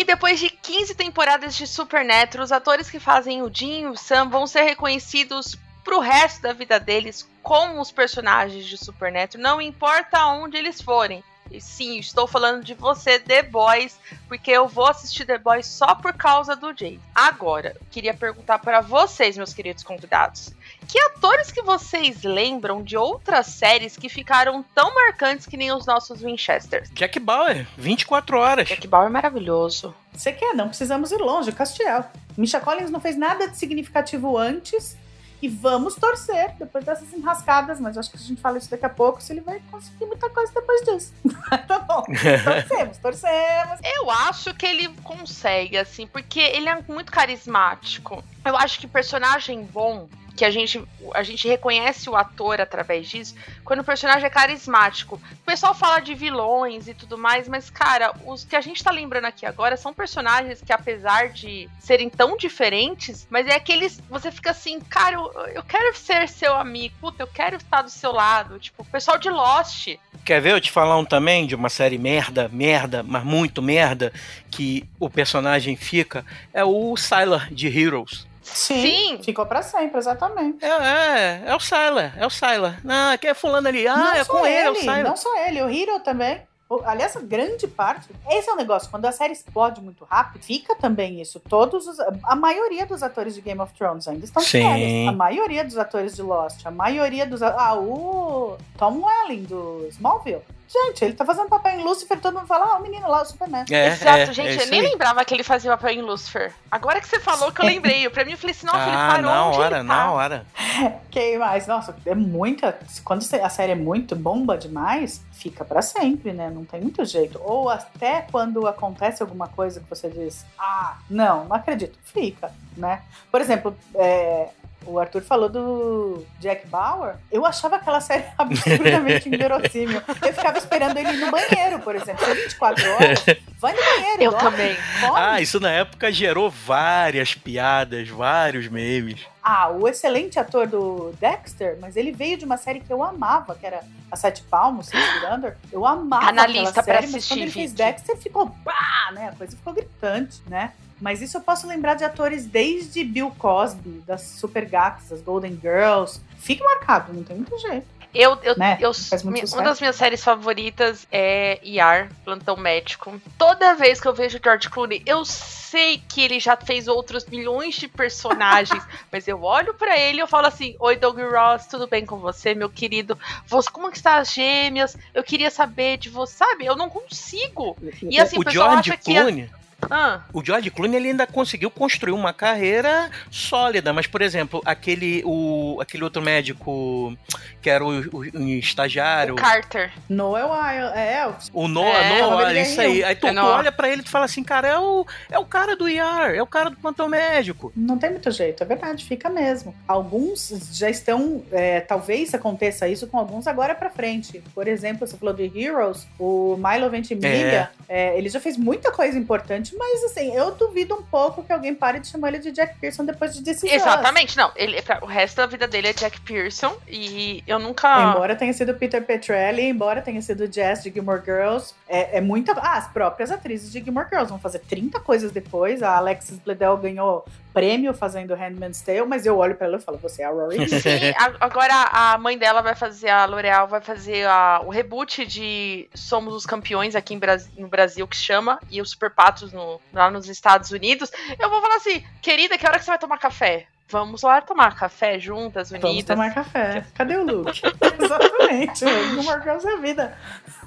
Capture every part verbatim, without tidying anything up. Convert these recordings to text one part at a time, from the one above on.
E depois de quinze temporadas de Supernatural, os atores que fazem o Jim e o Sam vão ser reconhecidos pro resto da vida deles como os personagens de Supernatural, não importa onde eles forem. E sim, estou falando de você, The Boys, porque eu vou assistir The Boys só por causa do Jay. Agora, eu queria perguntar para vocês, meus queridos convidados, que atores que vocês lembram de outras séries que ficaram tão marcantes que nem os nossos Winchesters? Jack Bauer, vinte e quatro horas. Jack Bauer é maravilhoso. Você quer? Não precisamos ir longe, Castiel. Misha Collins não fez nada de significativo antes. E vamos torcer depois dessas enrascadas, mas eu acho que a gente fala isso daqui a pouco, se ele vai conseguir muita coisa depois disso. Tá bom, torcemos, torcemos. Eu acho que ele consegue, assim, porque ele é muito carismático. Eu acho que personagem bom, que a gente, a gente reconhece o ator através disso, quando o personagem é carismático. O pessoal fala de vilões e tudo mais, mas, cara, os que a gente tá lembrando aqui agora são personagens que, apesar de serem tão diferentes, mas é aqueles, você fica assim, cara, eu, eu quero ser seu amigo, puta, eu quero estar do seu lado, tipo, o pessoal de Lost. Quer ver eu te falar um também de uma série merda, merda, mas muito merda, que o personagem fica? É o Sylar, de Heroes. Sim, Sim, ficou pra sempre, exatamente. É, é, é o Sylar, é o Sylar. Não, que é fulano ali, ah, não é só com ele, ele, é o Sylar. não só ele, o Hero também. O- Aliás, a grande parte. Esse é o negócio, quando a série explode muito rápido, fica também isso. Todos os, a maioria dos atores de Game of Thrones ainda estão de Sim. férias. A maioria dos atores de Lost, a maioria dos. Ah, o Tom Welling do Smallville. Gente, ele tá fazendo papel em Lucifer, todo mundo fala, ah, o menino lá, o Superman. É, exato, é, gente, é eu isso nem aí. lembrava que ele fazia papel em Lucifer. Agora que você falou que eu lembrei, pra mim eu falei assim, nossa, ele Ah, parou na onde hora, ele na tá. hora. Quem mais? Nossa, é muita. Quando a série é muito bomba demais, fica pra sempre, né? Não tem muito jeito. Ou até quando acontece alguma coisa que você diz, ah, não, não acredito, fica, né? Por exemplo, é, o Arthur falou do Jack Bauer. Eu achava aquela série absurdamente inverossímil. Eu ficava esperando ele ir no banheiro, por exemplo. Se é vinte e quatro horas, vai no banheiro. Eu dorme, também. come. Ah, isso na época gerou várias piadas, vários memes. Ah, o excelente ator do Dexter, mas ele veio de uma série que eu amava, que era A Sete Palmos, Six Feet Under. Eu amava Analista aquela pra série, mas assistir, quando ele fez Vicky. Dexter, ficou pá, né? A coisa ficou gritante, né? Mas isso eu posso lembrar de atores desde Bill Cosby, das Super Gatas, das Golden Girls. Fica marcado, não tem muito jeito. Eu, eu, Né? eu, Faz muito mi- sucesso. uma das minhas séries favoritas é E R, Plantão Médico. Toda vez que eu vejo o George Clooney, eu sei que ele já fez outros milhões de personagens, mas eu olho pra ele e eu falo assim, oi Doug Ross, tudo bem com você, meu querido? Você, como que está as gêmeas? Eu queria saber de você, sabe? Eu não consigo. E assim, o, o pessoal George acha que... A... Clooney... Ah, O George Clooney ele ainda conseguiu construir uma carreira sólida, mas, por exemplo, aquele, o, aquele outro médico que era o, o, o estagiário, o Carter. Noel Wild, é, o- o Noah, É, Noah, Robert isso aí. Hill. Aí tu, É tu Noah. olha pra ele e tu fala assim, cara, é o, é o cara do E R, é o cara do plantão médico. não tem muito jeito, é verdade, fica mesmo. Alguns já estão, é, talvez aconteça isso com alguns agora pra frente. Por exemplo, você falou de Heroes, o Milo Ventimiglia, é, ele já fez muita coisa importante, mas assim, eu duvido um pouco que alguém pare de chamar ele de Jack Pearson depois de This Is Us. Exatamente, não. Ele, pra- o resto da vida dele é Jack Pearson e eu nunca... Embora tenha sido Peter Petrelli, embora tenha sido Jess de Gilmore Girls, é, é muita... Ah, as próprias atrizes de Gilmore Girls vão fazer trinta coisas depois. A Alexis Bledel ganhou prêmio fazendo Handmaid's Tale, mas eu olho pra ela e falo, você é a Rory? Sim, a- agora a mãe dela vai fazer, a L'Oréal vai fazer a- o reboot de Somos os Campeões aqui em Bras- no Brasil, que chama, e os Super Patos no- lá nos Estados Unidos. Eu vou falar assim, querida, que hora que você vai tomar café? Vamos lá tomar café juntas, unidas. Vamos tomar café. Cadê o Luke? Exatamente. Gilmore Girls é a vida.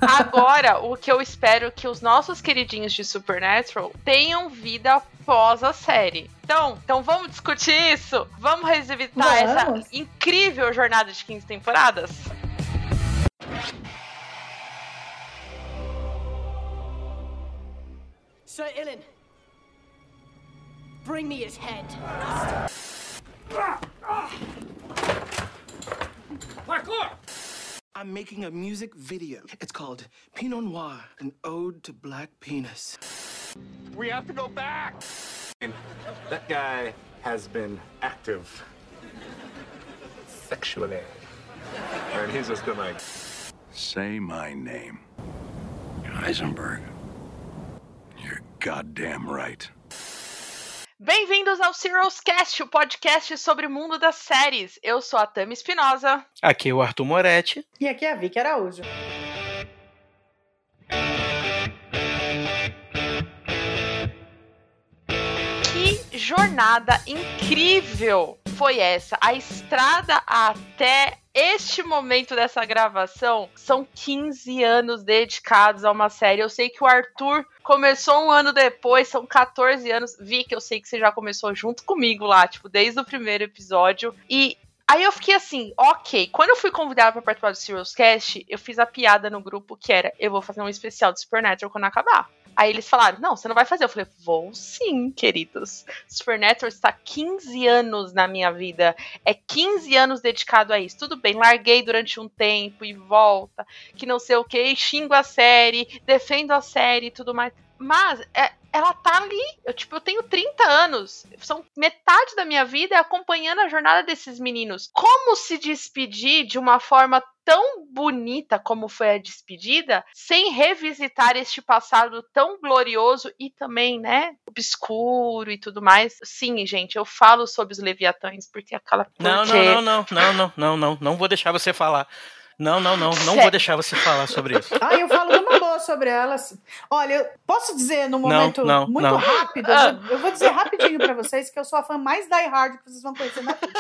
Agora, o que eu espero que os nossos queridinhos de Supernatural tenham vida após a série. Então, então vamos discutir isso? Vamos revisitar essa Vamos. incrível jornada de quinze temporadas? Sir Ilan, bring me his head. Parkour! I'm making a music video. It's called Pinot Noir, an ode to black penis. We have to go back. That guy has been active sexually. And he's just been like, Say my name. Heisenberg. You're goddamn right. Bem-vindos ao Serials Cast, o podcast sobre o mundo das séries. Eu sou a Tami Espinosa. Aqui é o Arthur Moretti. E aqui é a Vicky Araújo. Que jornada incrível foi essa? A estrada até este momento dessa gravação são quinze anos dedicados a uma série. Eu sei que o Arthur começou um ano depois, são catorze anos. Vi que eu sei que você já começou junto comigo lá, tipo, desde o primeiro episódio. E aí eu fiquei assim, ok. Quando eu fui convidada para participar do Serials Cast, eu fiz a piada no grupo que era, eu vou fazer um especial de Supernatural quando acabar. Aí eles falaram, não, você não vai fazer. Eu falei, vou sim, queridos. Supernatural está quinze anos na minha vida. É quinze anos dedicado a isso. Tudo bem, larguei durante um tempo e volta, que não sei o que, xingo a série, defendo a série e tudo mais. Mas é, ela tá ali. Eu, tipo, eu tenho trinta anos. São metade da minha vida acompanhando a jornada desses meninos. Como se despedir de uma forma tão bonita como foi a despedida, sem revisitar este passado tão glorioso e também, né, obscuro e tudo mais. Sim, gente, eu falo sobre os Leviatãs, porque aquela... Não, porque... não, não, não, não, não, não, não, não vou deixar você falar. Não, não, não, não vou deixar você falar sobre isso. Ah, eu falo numa boa sobre elas. Olha, eu posso dizer num momento não, não, muito não. rápido, eu vou, eu vou dizer rapidinho pra vocês que eu sou a fã mais die hard que vocês vão conhecer na vida.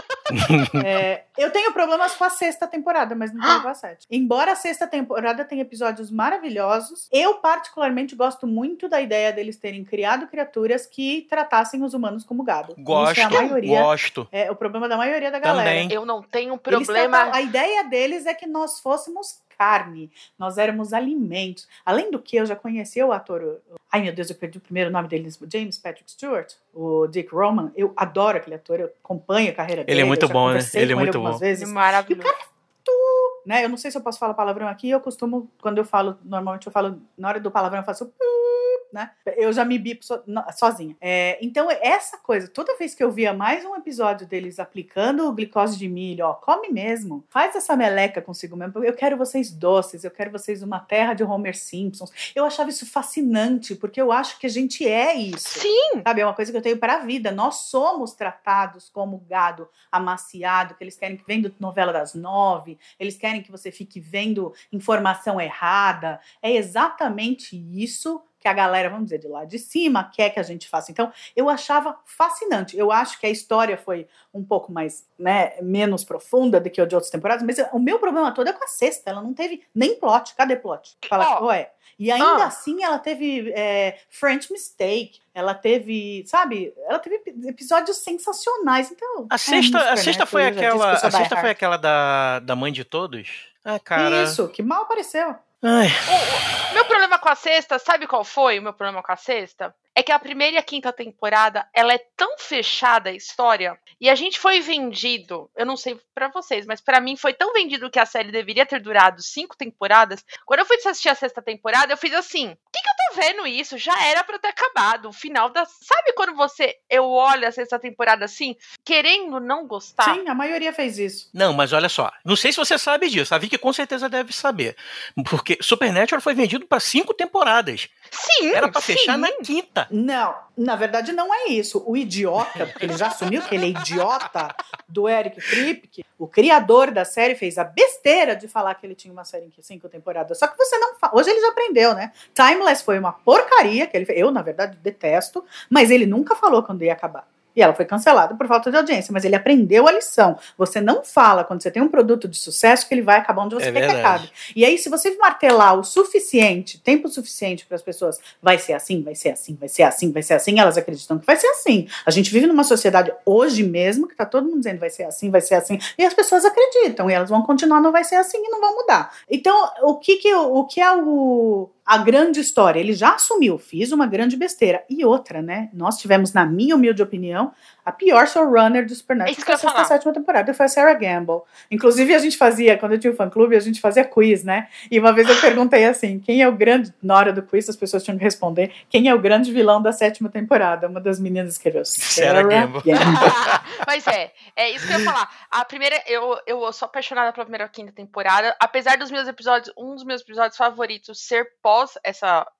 É, eu tenho problemas com a sexta temporada, mas não tenho com a sétima. Embora a sexta temporada tenha episódios maravilhosos, eu particularmente gosto muito da ideia deles terem criado criaturas que tratassem os humanos como gado. Gosto, Isso é a maioria, gosto. É o problema da maioria da galera. Também. Eu não tenho Eles problema... tratam- a ideia deles é que nós fôssemos carne, nós éramos alimentos. Além do que, eu já conheci o ator, o, ai meu Deus, eu perdi o primeiro nome dele, James Patrick Stewart, o Dick Roman. Eu adoro aquele ator, eu acompanho a carreira dele. Ele é muito eu já bom, né? conversei Ele é com muito algumas bom. vezes. Maravilhoso. E o cara é tu, né? Eu não sei se eu posso falar palavrão aqui, eu costumo, quando eu falo, normalmente eu falo, na hora do palavrão eu faço né? Eu já me bipo so, no, sozinha. É, então, essa coisa, toda vez que eu via mais um episódio deles aplicando glicose de milho, ó, come mesmo, faz essa meleca consigo mesmo, eu quero vocês doces, eu quero vocês uma terra de Homer Simpsons. Eu achava isso fascinante, porque eu acho que a gente é isso. Sim! Sabe, é uma coisa que eu tenho pra vida. Nós somos tratados como gado amaciado, que eles querem que vendo novela das nove, eles querem que você fique vendo informação errada. É exatamente isso que a galera, vamos dizer, de lá de cima quer que a gente faça. Então, eu achava fascinante. Eu acho que a história foi um pouco mais, né, menos profunda do que o de outras temporadas, mas o meu problema todo é com a sexta. Ela não teve nem plot. Cadê plot? Fala, Oh. ué. E ainda Ah. assim, ela teve é, French Mistake, ela teve, sabe, ela teve episódios sensacionais. Então, A sexta, é, a sexta foi eu já disse que aquela, eu sou a sexta die foi hard. aquela da, da mãe de todos? Ah, cara. Isso, que mal apareceu. Ai. O, o meu problema com a sexta, sabe qual foi o meu problema com a sexta? É que a primeira e a quinta temporada, ela é tão fechada a história, e a gente foi vendido, eu não sei pra vocês, mas pra mim foi tão vendido que a série deveria ter durado cinco temporadas. Quando eu fui assistir a sexta temporada, eu fiz assim, o que, que eu tô vendo isso? Já era pra ter acabado, o final da... Sabe quando você, eu olho a sexta temporada assim, querendo não gostar? Sim, a maioria fez isso. Não, mas olha só. Não sei se você sabe disso. A Vicky com certeza deve saber. Porque Supernatural foi vendido para cinco temporadas. Sim, Era pra sim. fechar na quinta. Não, na verdade não é isso. O idiota, porque ele já assumiu que ele é idiota do Eric Kripke, o criador da série, fez a besteira de falar que ele tinha uma série em cinco temporadas. Só que você não fala. Hoje ele já aprendeu, né? Timeless foi uma porcaria que ele fez. Eu, na verdade, detesto, mas ele nunca falou quando ia acabar. E ela foi cancelada por falta de audiência, mas ele aprendeu a lição. Você não fala, quando você tem um produto de sucesso, que ele vai acabar onde você É quer que verdade. acabe. E aí, se você martelar o suficiente, tempo suficiente para as pessoas, vai ser assim, vai ser assim, vai ser assim, vai ser assim, elas acreditam que vai ser assim. A gente vive numa sociedade hoje mesmo, que tá todo mundo dizendo vai ser assim, vai ser assim, e as pessoas acreditam, e elas vão continuar, não vai ser assim e não vão mudar. Então, o que, que, o que é o... a grande história? Ele já assumiu, fiz uma grande besteira. E outra, né? Nós tivemos, na minha humilde opinião, a pior showrunner do Supernatural É isso que eu ia da falar. sétima temporada, foi a Sarah Gamble. Inclusive, a gente fazia, quando eu tinha o fã-clube, a gente fazia quiz, né? E uma vez eu perguntei assim, quem é o grande... Na hora do quiz, as pessoas tinham que responder, quem é o grande vilão da sétima temporada? Uma das meninas escreveu, Sarah, Sarah Gamble. Gamble. Mas é, é isso que eu ia falar. A primeira, eu, eu sou apaixonada pela primeira e quinta temporada. Apesar dos meus episódios, um dos meus episódios favoritos ser pós essa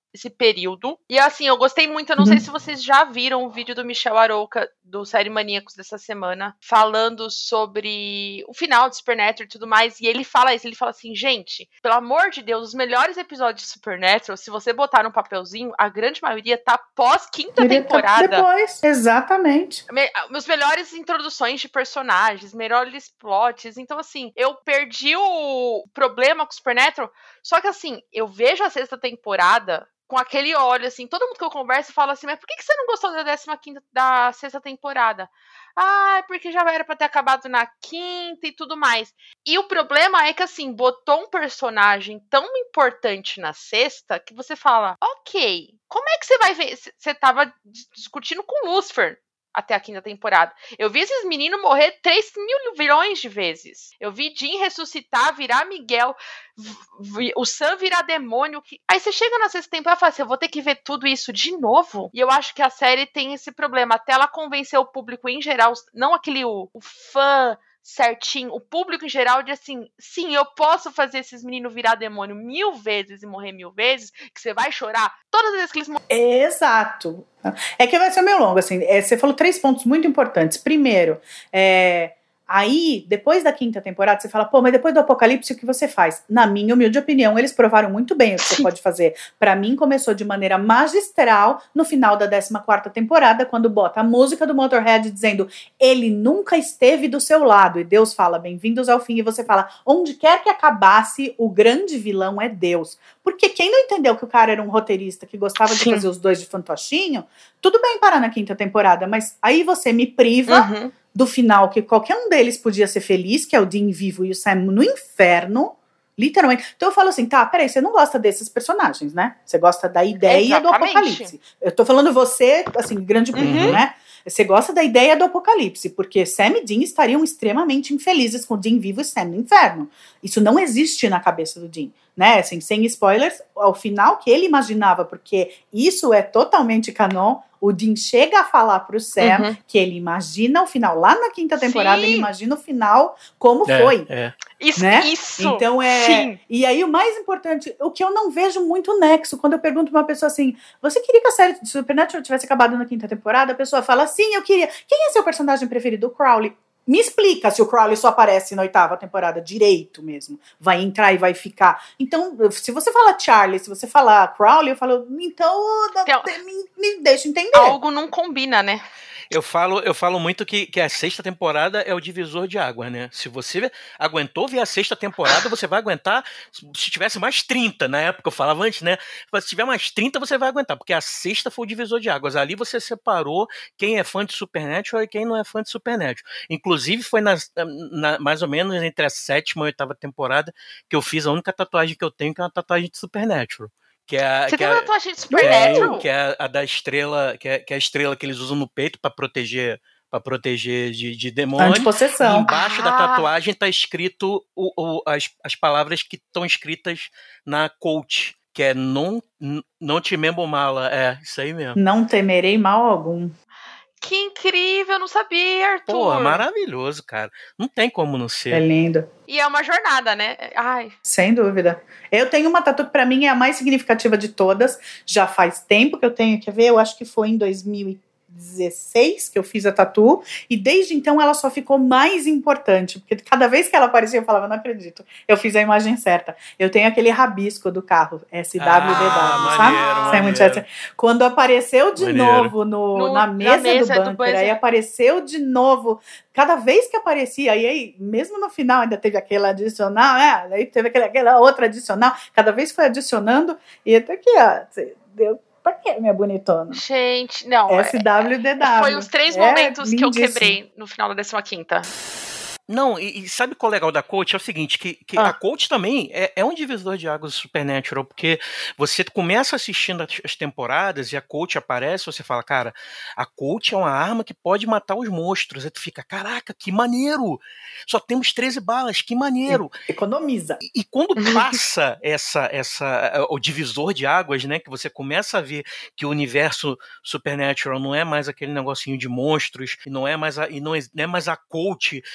esse período. E assim, eu gostei muito, eu não uhum. sei se vocês já viram o vídeo do Michel Arouca, do Série Maníacos dessa semana, falando sobre o final de Supernatural e tudo mais, e ele fala isso, ele fala assim, gente, pelo amor de Deus, os melhores episódios de Supernatural, se você botar num papelzinho, a grande maioria tá pós quinta Ele temporada. Tá depois, exatamente. Me, os melhores introduções de personagens, melhores plots, então assim, eu perdi o problema com Supernatural, só que assim, eu vejo a sexta temporada com aquele olho, assim, todo mundo que eu converso fala assim, mas por que, que você não gostou da décima quinta, da sexta temporada? Ah, porque já era pra ter acabado na quinta e tudo mais. E o problema é que, assim, botou um personagem tão importante na sexta que você fala, ok, como é que você vai ver? Você tava discutindo com Lucifer até a quinta temporada. Eu vi esses meninos morrer três mil milhões de vezes. Eu vi Jim ressuscitar, virar Miguel, o Sam virar demônio. Que... Aí você chega na sexta temporada e fala assim, eu vou ter que ver tudo isso de novo? E eu acho que a série tem esse problema. Até ela convencer o público em geral, não aquele o, o fã certinho, o público em geral, de assim, sim, eu posso fazer esses meninos virar demônio mil vezes e morrer mil vezes, que você vai chorar todas as vezes que eles morrem. Exato. É que vai ser meio longo, assim, é, você falou três pontos muito importantes. Primeiro, é... Aí, depois da quinta temporada, você fala, pô, mas depois do Apocalipse, o que você faz? Na minha humilde opinião, eles provaram muito bem o que você pode fazer. Pra mim, começou de maneira magistral no final da décima quarta temporada, quando bota a música do Motorhead dizendo, ele nunca esteve do seu lado. E Deus fala, bem-vindos ao fim. E você fala, onde quer que acabasse, o grande vilão é Deus. Porque quem não entendeu que o cara era um roteirista que gostava Sim. de fazer os dois de fantochinho, tudo bem parar na quinta temporada, mas aí você me priva... Uhum. do final, que qualquer um deles podia ser feliz, que é o Dean vivo e o Sam no inferno, literalmente. Então eu falo assim, tá, peraí, você não gosta desses personagens, né? Você gosta da ideia Exatamente. do Apocalipse. Eu tô falando você, assim, grande público, uhum. né? Você gosta da ideia do Apocalipse, porque Sam e Dean estariam extremamente infelizes com o Dean vivo e Sam no inferno. Isso não existe na cabeça do Dean, né? Assim, sem spoilers, ao final que ele imaginava, porque isso é totalmente canon, o Dean chega a falar pro Sam uhum. que ele imagina o final. Lá na quinta temporada, Sim. ele imagina o final como é, foi. É. Isso, né? isso. Então é. Sim. E aí, o mais importante, o que eu não vejo muito nexo, quando eu pergunto pra uma pessoa assim: você queria que a série de Supernatural tivesse acabado na quinta temporada? A pessoa fala: sim, eu queria. Quem é seu personagem preferido? O Crowley. Me explica se o Crowley só aparece na oitava temporada direito mesmo. Vai entrar e vai ficar. Então, se você falar Charlie, se você falar Crowley, eu falo, então, então me, me deixa entender. Algo não combina, né? Eu falo, eu falo muito que, que a sexta temporada é o divisor de águas, né? Se você aguentou ver a sexta temporada, você vai aguentar. Se tivesse mais trinta, na época eu falava antes, né? Se tiver mais trinta, você vai aguentar, porque a sexta foi o divisor de águas. Ali você separou quem é fã de Supernatural e quem não é fã de Supernatural. Inclusive, foi nas, na, mais ou menos entre a sétima e a oitava temporada que eu fiz a única tatuagem que eu tenho, que é uma tatuagem de Supernatural. Que é a, Você que tem é, uma tatuagem de Supernatural? Que é a, a da estrela, que é, que é a estrela que eles usam no peito para proteger, para proteger de, de demônio. Antipossessão. E embaixo ah. da tatuagem tá escrito o, o, as, as palavras que estão escritas na coach, que é não, não te membo mala. É, isso aí mesmo. Não temerei mal algum. Que incrível, eu não sabia, Arthur. Pô, maravilhoso, cara. Não tem como não ser. É lindo. E é uma jornada, né? Ai. Sem dúvida. Eu tenho uma tatu que pra mim é a mais significativa de todas. Já faz tempo que eu tenho, quer ver? Eu acho que foi em dois mil e dezesseis que eu fiz a tatu, e desde então ela só ficou mais importante, porque cada vez que ela aparecia eu falava, não acredito, eu fiz a imagem certa. Eu tenho aquele rabisco do carro, S W D W, ah, sabe? maneiro, maneiro. Quando apareceu de maneiro. novo no, no, na mesa, na mesa do bunker, do aí apareceu de novo, cada vez que aparecia, e aí, mesmo no final ainda teve aquela adicional, né? Aí teve aquela, aquela outra adicional, cada vez foi adicionando, e até aqui, ó, deu. Pra que, minha bonitona? Gente, não. S W D W. Foi os três é momentos lindíssimo. que eu quebrei no final da décima quinta. Não, e, e sabe qual é o legal da coach? É o seguinte, que, que ah. a coach também é, é um divisor de águas do Supernatural, porque você começa assistindo as, as temporadas e a coach aparece, você fala, cara, a coach é uma arma que pode matar os monstros. Aí tu fica, caraca, que maneiro! Só temos treze balas, que maneiro! Economiza. E, e quando passa essa, essa, o divisor de águas, né, que você começa a ver que o universo Supernatural não é mais aquele negocinho de monstros, e não é mais a, e não é, não é mais a coach, e agora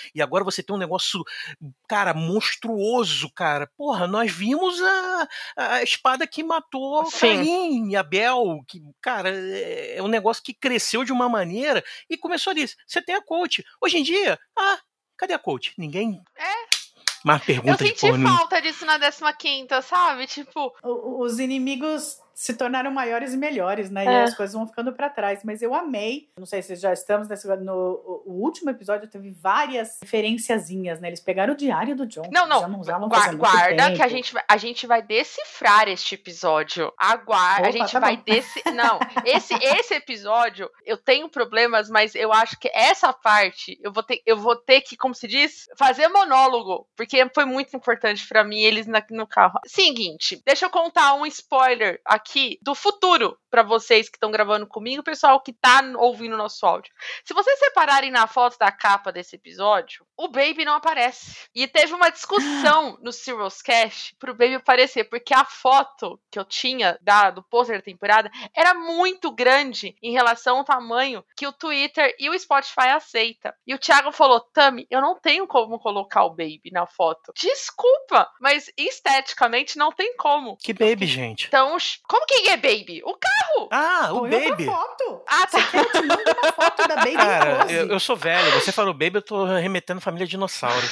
agora você tem um negócio, cara, monstruoso, cara. Porra, nós vimos a, a espada que matou Caim e Abel, que, cara, é, é um negócio que cresceu de uma maneira e começou ali. Você tem a coach. Hoje em dia, ah, cadê a coach? Ninguém... É. Mas pergunta Eu senti de porra, falta disso na décima quinta, sabe? Tipo... O, os inimigos se tornaram maiores e melhores, né? É. E as coisas vão ficando pra trás. Mas eu amei. Não sei se já estamos nesse... No o, o último episódio teve várias referenciazinhas, né? Eles pegaram o diário do John. Não, não. Já não usavam Gua- fazia muito guarda tempo. que a gente, vai- a gente vai decifrar este episódio. Aguarda. A Opa, gente tá vai bom. desse. Não, esse, esse episódio eu tenho problemas, mas eu acho que essa parte eu vou ter, eu vou ter que, como se diz, fazer monólogo. Porque foi muito importante pra mim eles na- no carro. Seguinte, deixa eu contar um spoiler aqui do futuro pra vocês que estão gravando comigo, pessoal que tá ouvindo o nosso áudio. Se vocês separarem na foto da capa desse episódio, o Baby não aparece. E teve uma discussão no Serials Cast pro Baby aparecer, porque a foto que eu tinha da, do pôster da temporada era muito grande em relação ao tamanho que o Twitter e o Spotify aceita. E o Thiago falou, Tami, eu não tenho como colocar o Baby na foto. Desculpa, mas esteticamente não tem como. Que Baby, gente. Então, como que é Baby? O carro! Ah, o Põe Baby. outra foto. Ah, tá. Eu te mando uma foto da Baby Cara, Close. eu, eu sou velho. Você falou Baby, eu tô remetendo família dinossauro.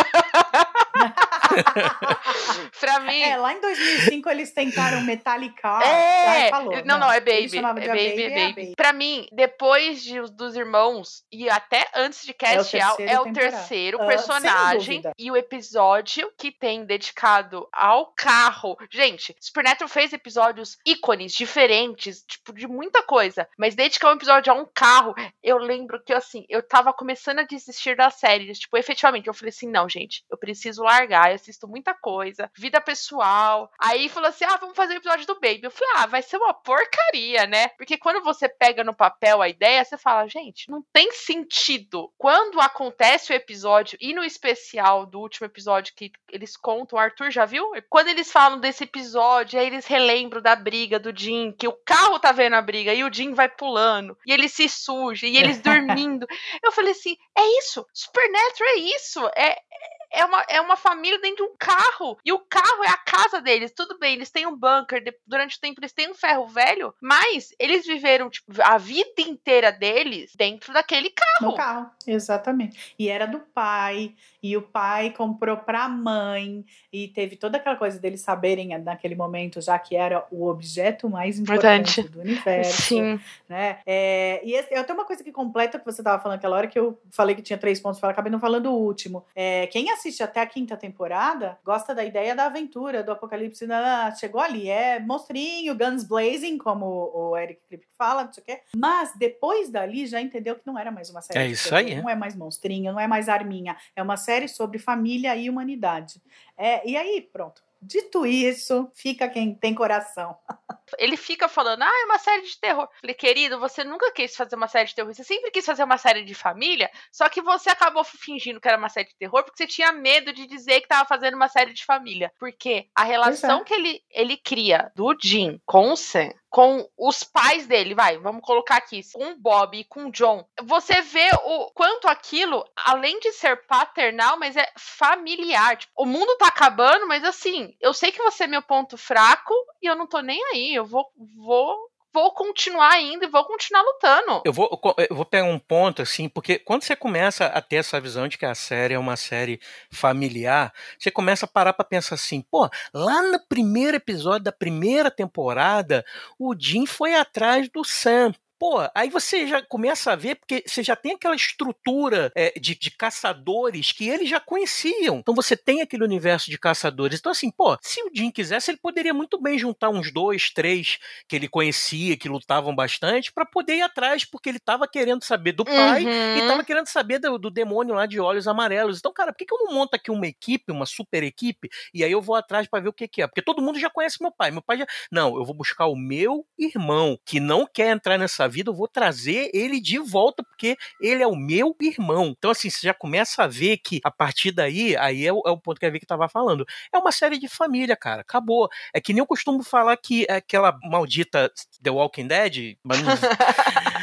Pra mim. É, lá em dois mil e cinco eles tentaram Metallica. É, aí falou, não, não, é ele Baby. É chamava de baby, Baby, é é a baby. Baby. Pra mim, depois de, os- dos irmãos, e até antes de Cast É o Out, terceiro é o temporada. terceiro Ah, sem personagem dúvida. e o episódio que tem dedicado ao carro. Gente, Supernatural fez episódios ícones, diferentes, tipo, de muita coisa. Mas dedicar um episódio a um carro, eu lembro que, assim, eu tava começando a desistir da série. Tipo, efetivamente, eu falei assim, não, gente, eu preciso largar, eu assisto muita coisa, vida pessoal. Aí falou assim, ah, vamos fazer o episódio do Baby. Eu falei, ah, vai ser uma porcaria, né? Porque quando você pega no papel a ideia, você fala, gente, não tem sentido. Quando acontece o episódio, e no especial do último episódio que eles contam, o Arthur já viu? Quando eles falam desse episódio, aí eles relembram da briga do Jim, que o carro tá vendo a briga, e o Jim vai pulando, e ele se suja, e eles dormindo. Eu falei assim, é isso, Supernatural é isso, é... É uma, é uma família dentro de um carro. E o carro é a casa deles. Tudo bem, eles têm um bunker. De, durante o tempo eles têm um ferro velho. Mas eles viveram tipo, a vida inteira deles dentro daquele carro. No carro, exatamente. E era do pai. E o pai comprou pra mãe. E teve toda aquela coisa deles saberem naquele momento, já que era o objeto mais importante Verdade. do universo. Sim. Né? É, e esse, eu tenho uma coisa que completa que você tava falando aquela hora que eu falei que tinha três pontos, eu acabei não falando o último. É, quem assiste até a quinta temporada gosta da ideia da aventura, do apocalipse. Não, chegou ali, é monstrinho, guns blazing, como o Eric Kripke fala, não sei o quê. Mas depois dali já entendeu que não era mais uma série É de isso terror, aí, é. não é mais monstrinho, não é mais arminha. É uma série sobre família e humanidade. É, e aí, pronto. Dito isso, fica quem tem coração. Ele fica falando, ah, é uma série de terror. Falei, querido, você nunca quis fazer uma série de terror. Você sempre quis fazer uma série de família, só que você acabou fingindo que era uma série de terror porque você tinha medo de dizer que estava fazendo uma série de família. Porque a relação é. que ele, ele cria do Jim com o Sam, com os pais dele, vai, vamos colocar aqui, com o Bob e com o John, você vê o quanto aquilo, além de ser paternal, mas é familiar. Tipo, o mundo tá acabando, mas assim, eu sei que você é meu ponto fraco e eu não tô nem aí. Eu vou, vou, vou continuar indo e vou continuar lutando. Eu vou, eu vou pegar um ponto, assim, porque quando você começa a ter essa visão de que a série é uma série familiar, você começa a parar pra pensar assim, pô, lá no primeiro episódio da primeira temporada, o Jim foi atrás do Sam. Pô, aí você já começa a ver, porque você já tem aquela estrutura é, de, de caçadores que eles já conheciam. Então você tem aquele universo de caçadores. Então assim, pô, se o Jim quisesse, ele poderia muito bem juntar uns dois, três que ele conhecia, que lutavam bastante, pra poder ir atrás, porque ele tava querendo saber do pai Uhum. e tava querendo saber do, do demônio lá de olhos amarelos. Então, cara, por que, que eu não monto aqui uma equipe, uma super equipe, e aí eu vou atrás pra ver o que, que é? Porque todo mundo já conhece meu pai. Meu pai já... Não, eu vou buscar o meu irmão, que não quer entrar nessa vida, eu vou trazer ele de volta, porque ele é o meu irmão. Então, assim, você já começa a ver que, a partir daí, aí é o, é o ponto que a Vicky tava falando, é uma série de família, cara, acabou. É que nem eu costumo falar que aquela maldita The Walking Dead, mas não...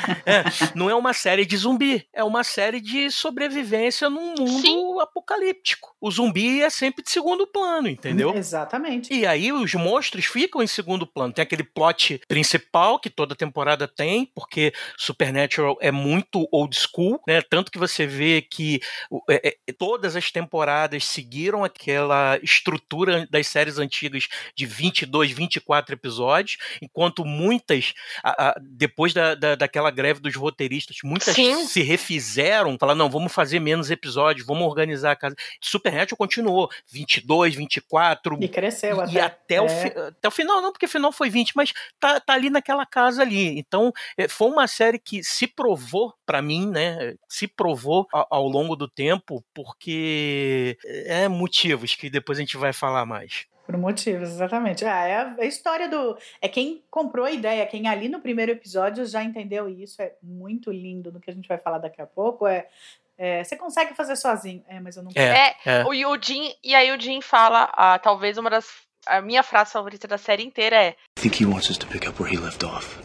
É, não é uma série de zumbi, é uma série de sobrevivência num mundo Sim. apocalíptico. O zumbi é sempre de segundo plano, entendeu? Exatamente. E aí os monstros ficam em segundo plano. Tem aquele plot principal que toda temporada tem, porque Supernatural é muito old school, né? Tanto que você vê que é, é, todas as temporadas seguiram aquela estrutura das séries antigas de vinte e dois, vinte e quatro episódios, enquanto muitas, a, a, depois da, da, daquela greve dos roteiristas, muitas Sim. se refizeram, falaram, não, vamos fazer menos episódios, vamos organizar a casa. Supernatural continuou vinte e dois, vinte e quatro... E cresceu e até. até, é. o fi, até o final, não, porque o final foi vinte, mas tá, tá ali naquela casa ali. Então, é, foi uma série que se provou, pra mim, né, se provou ao, ao longo do tempo, porque é motivos que depois a gente vai falar mais. Por motivos, exatamente. Ah, é a história do... É quem comprou a ideia, quem ali no primeiro episódio já entendeu isso. É muito lindo, no que a gente vai falar daqui a pouco. É, é você consegue fazer sozinho. É, mas eu não... É, é. O, o Jim, e aí o Jim fala, ah, talvez uma das... A minha frase favorita da série inteira é... I think he wants us to pick up where he left off.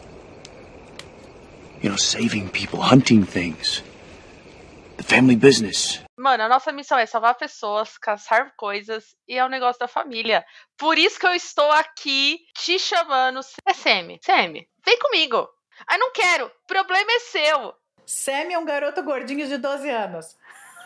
You know, saving people, hunting things. The family business. Mano, a nossa missão é salvar pessoas, caçar coisas e é o negócio da família. Por isso que eu estou aqui te chamando. É Sam, Sam, vem comigo. Ah, não quero, o problema é seu. Sam é um garoto gordinho de doze anos.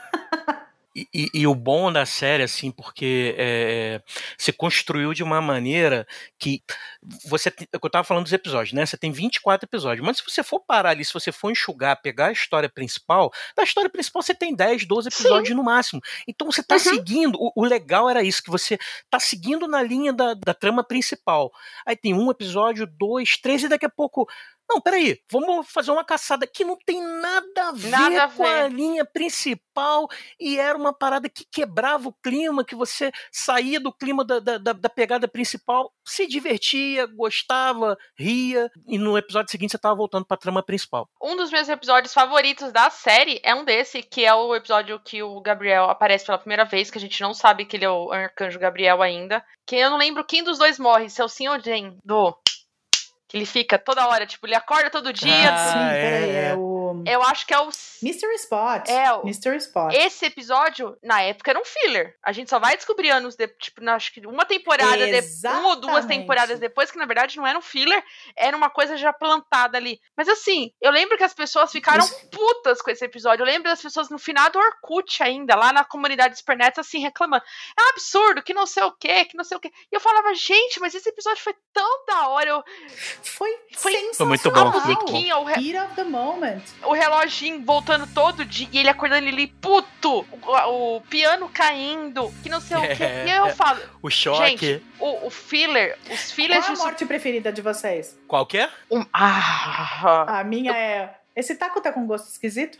E, e, e o bom da série, assim, porque é, se construiu de uma maneira que você, eu tava falando dos episódios, né? Você tem vinte e quatro episódios, mas se você for parar ali, se você for enxugar, pegar a história principal, da história principal você tem dez, doze episódios Sim. no máximo. Então você tá uhum. seguindo, o, o legal era isso, que você tá seguindo na linha da, da trama principal. Aí tem um episódio, dois, três, e daqui a pouco... Não, peraí, vamos fazer uma caçada que não tem nada a ver nada a com ver. a linha principal, e era uma parada que quebrava o clima, que você saía do clima da, da, da pegada principal, se divertia, gostava, ria, e no episódio seguinte você tava voltando pra trama principal. Um dos meus episódios favoritos da série é um desse, que é o episódio que o Gabriel aparece pela primeira vez, que a gente não sabe que ele é o Arcanjo Gabriel ainda, que eu não lembro quem dos dois morre, se é o Sim ou o Jane, do... Que ele fica toda hora, tipo, ele acorda todo dia. Ah, sim, é, peraí, é o... Eu acho que é o... Mystery Spot. É o... Mystery Spot. Esse episódio, na época, era um filler. A gente só vai descobrir anos, de... tipo, acho que uma temporada, de... uma ou duas temporadas depois, que na verdade não era um filler, era uma coisa já plantada ali. Mas assim, eu lembro que as pessoas ficaram Isso. putas com esse episódio. Eu lembro das pessoas no final do Orkut ainda, lá na comunidade do Supernet, assim, reclamando. É um absurdo, que não sei o quê, que não sei o quê. E eu falava, gente, mas esse episódio foi tão da hora, eu... Foi, foi sensacional. Foi muito bom. A musiquinha, o, re... Heat of the moment. o reloginho voltando todo dia e ele acordando ali, puto, o, o piano caindo, que não sei é, o quê. E aí eu falo, o choque. Gente, o, o filler, os fillers... Qual a de... morte preferida de vocês? Qual que é? Um... Ah, a minha é... Esse taco tá com gosto esquisito?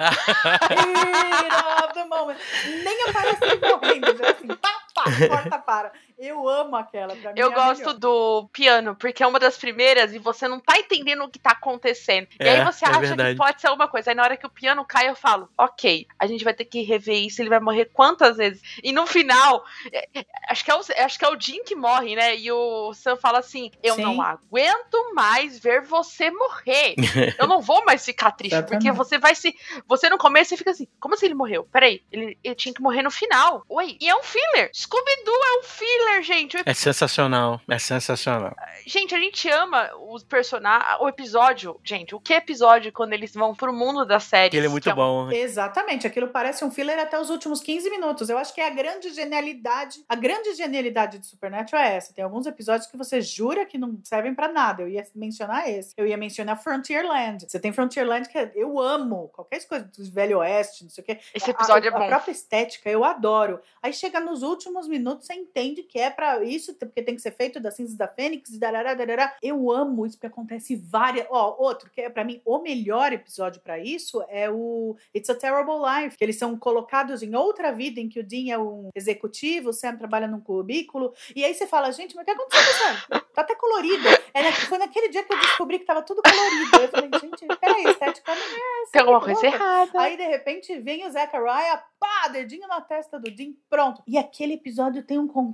Heat of the moment. Nem aparece ele morrendo, já assim, pá, pá, corta, para. Eu amo aquela. Pra mim eu é gosto melhor. do piano, porque é uma das primeiras e você não tá entendendo o que tá acontecendo. É, e aí você é acha verdade. que pode ser alguma coisa. Aí na hora que o piano cai, eu falo, ok, a gente vai ter que rever isso, ele vai morrer quantas vezes? E no final, é, é, acho, que é o, acho que é o Jim que morre, né? E o Sam fala assim, eu Sim. não aguento mais ver você morrer. Eu não vou mais ficar triste, porque você vai se... Você no começo você fica assim, como assim ele morreu? Peraí, ele, ele tinha que morrer no final. Oi, e é um filler. Scooby-Doo é um filler, gente. É sensacional, é sensacional. Gente, a gente ama os personagens, o episódio, gente, o que é episódio quando eles vão pro mundo da série? Ele é muito é um... bom. Exatamente, aquilo parece um filler até os últimos quinze minutos. Eu acho que é a grande genialidade, a grande genialidade de Supernatural é essa. Tem alguns episódios que você jura que não servem pra nada. Eu ia mencionar esse. Eu ia mencionar Frontierland. Você tem Frontierland que eu amo, qualquer coisa do Velho Oeste, não sei o quê. Esse episódio a, é bom. A própria estética, eu adoro. Aí chega nos últimos minutos, você entende que é pra isso, porque tem que ser feito das cinzas da Fênix e darará, darará. Eu amo isso, porque acontece várias... Ó, outro, que é pra mim o melhor episódio pra isso, é o It's a Terrible Life, que eles são colocados em outra vida, em que o Dean é um executivo, o Sam trabalha num cubículo, e aí você fala, gente, mas o que aconteceu com o Sam? Tá até colorido. É, foi naquele dia que eu descobri que tava tudo colorido. Eu falei, gente, peraí, a estética não é essa. Tem alguma coisa errada. Aí, de repente, vem o Zachariah, pá, dedinho na testa do Dean, pronto. E aquele episódio tem um contexto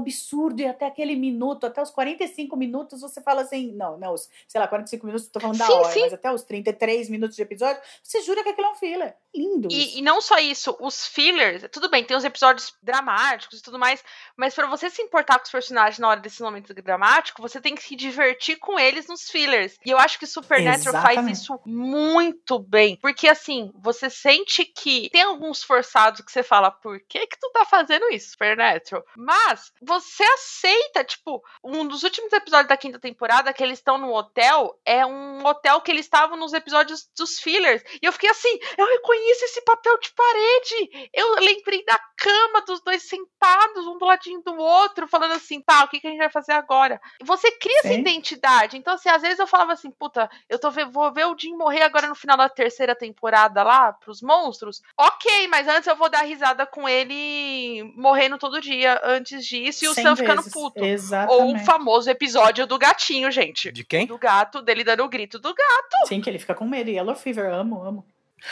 absurdo, e até aquele minuto, até os quarenta e cinco minutos, você fala assim, não, não, os, sei lá, quarenta e cinco minutos, tô falando da Sim, hora, sim. mas até os trinta e três minutos de episódio, você jura que aquilo é um filler. Lindo isso. E, e não só isso, os fillers, tudo bem, tem os episódios dramáticos e tudo mais, mas pra você se importar com os personagens na hora desse momento dramático, você tem que se divertir com eles nos fillers. E eu acho que Supernatural faz Exatamente. isso muito bem, porque assim, você sente que tem alguns forçados que você fala, por que que tu tá fazendo isso, Supernatural? Mas você aceita, tipo, um dos últimos episódios da quinta temporada, que eles estão no hotel, é um hotel que eles estavam nos episódios dos fillers, e eu fiquei assim, eu reconheço esse papel de parede, eu lembrei da cama dos dois sentados, um do ladinho do outro, falando assim, tá, o que que a gente vai fazer agora? Você cria Sim. essa identidade, então assim, às vezes eu falava assim, puta, eu tô ve- vou ver o Jim morrer agora no final da terceira temporada lá, pros monstros, ok, mas antes eu vou dar risada com ele morrendo todo dia antes disso, e o Cem Sam ficando vezes. puto. Ou o Exatamente. famoso episódio do gatinho, gente. De quem? Do gato, dele dando o grito do gato. Sim, que ele fica com medo. Yellow Fever, amo, amo.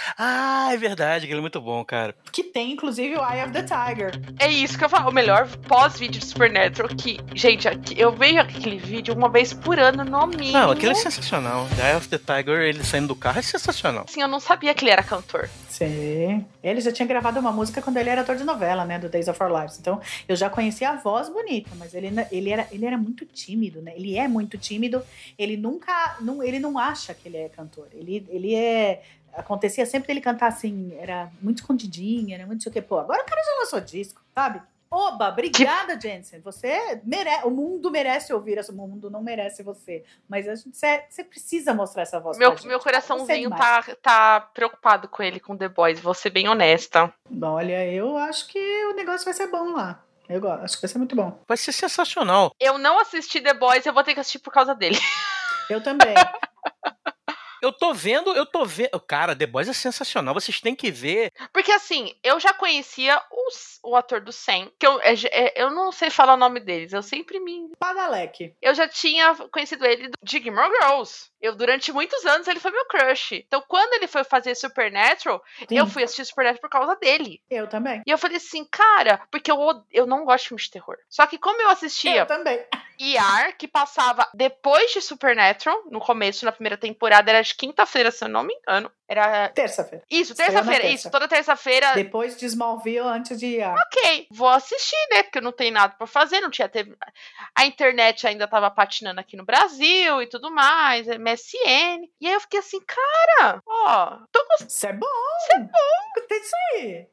Ah, é verdade, aquele é muito bom, cara. Que tem, inclusive, o Eye of the Tiger. É isso que eu falo, o melhor pós-vídeo de Supernatural que, gente, aqui- eu vejo aquele vídeo uma vez por ano no mínimo. Não, aquele é sensacional. The Eye of the Tiger, ele saindo do carro, é sensacional. Assim, eu não sabia que ele era cantor. Sim. Ele já tinha gravado uma música quando ele era ator de novela, né? Do Days of Our Lives. Então, eu já conhecia a voz bonita, mas ele, ele, era, ele era muito tímido, né? Ele é muito tímido. Ele nunca... Não, ele não acha que ele é cantor. Ele, ele é... Acontecia sempre ele cantar assim, era muito escondidinho, era muito não sei o que. Pô, agora o cara já lançou disco, sabe? Oba, obrigada, Jensen. Você merece, o mundo merece ouvir, o mundo não merece você. Mas a gente, você, você precisa mostrar essa voz Meu, pra gente. meu coraçãozinho Você é tá, tá preocupado com ele, com The Boys, vou ser bem honesta. Olha, eu acho que o negócio vai ser bom lá. Eu gosto, acho que vai ser muito bom. Vai ser sensacional. Eu não assisti The Boys, eu vou ter que assistir por causa dele. Eu também. Eu tô vendo, eu tô vendo. Cara, The Boys é sensacional. Vocês têm que ver. Porque assim, eu já conhecia os, o ator do Sam, que eu, é, é, eu não sei falar o nome deles, eu sempre me... Padalec. Eu já tinha conhecido ele de Gilmore Girls. Eu, durante muitos anos, ele foi meu crush. Então, quando ele foi fazer Supernatural, Sim. eu fui assistir Supernatural por causa dele. Eu também. E eu falei assim, cara, porque eu, eu não gosto de filme de terror. Só que como eu assistia Eu também. E R, que passava depois de Supernatural, no começo, na primeira temporada, era de quinta-feira, se eu não me engano. Era... Terça-feira. Isso, Estreou na terça-feira, terça. isso, toda terça-feira. Depois de Smallville, antes de I A. Ok, vou assistir, né? Porque eu não tenho nada pra fazer, não tinha teve... A internet ainda tava patinando aqui no Brasil e tudo mais, M S N. E aí eu fiquei assim, cara, ó, tô gostando Isso é bom! Isso é bom! Tem isso aí!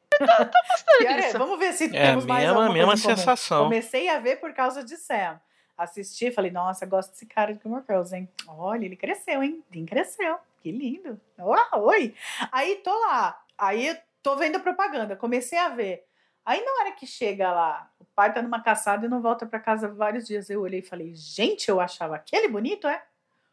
E olha, disso. vamos ver se É temos a mais mesma, alguma mesma coisa em comum. sensação. Comecei a ver por causa de Sam. Assisti, falei, nossa, gosto desse cara de Gilmore Girls, hein? Olha, ele cresceu, hein? Ele cresceu. Que lindo. Oh, oi! Aí tô lá. Aí eu tô vendo a propaganda. Comecei a ver. Aí na hora que chega lá, o pai tá numa caçada e não volta pra casa vários dias. Eu olhei e falei, gente, eu achava aquele bonito, é?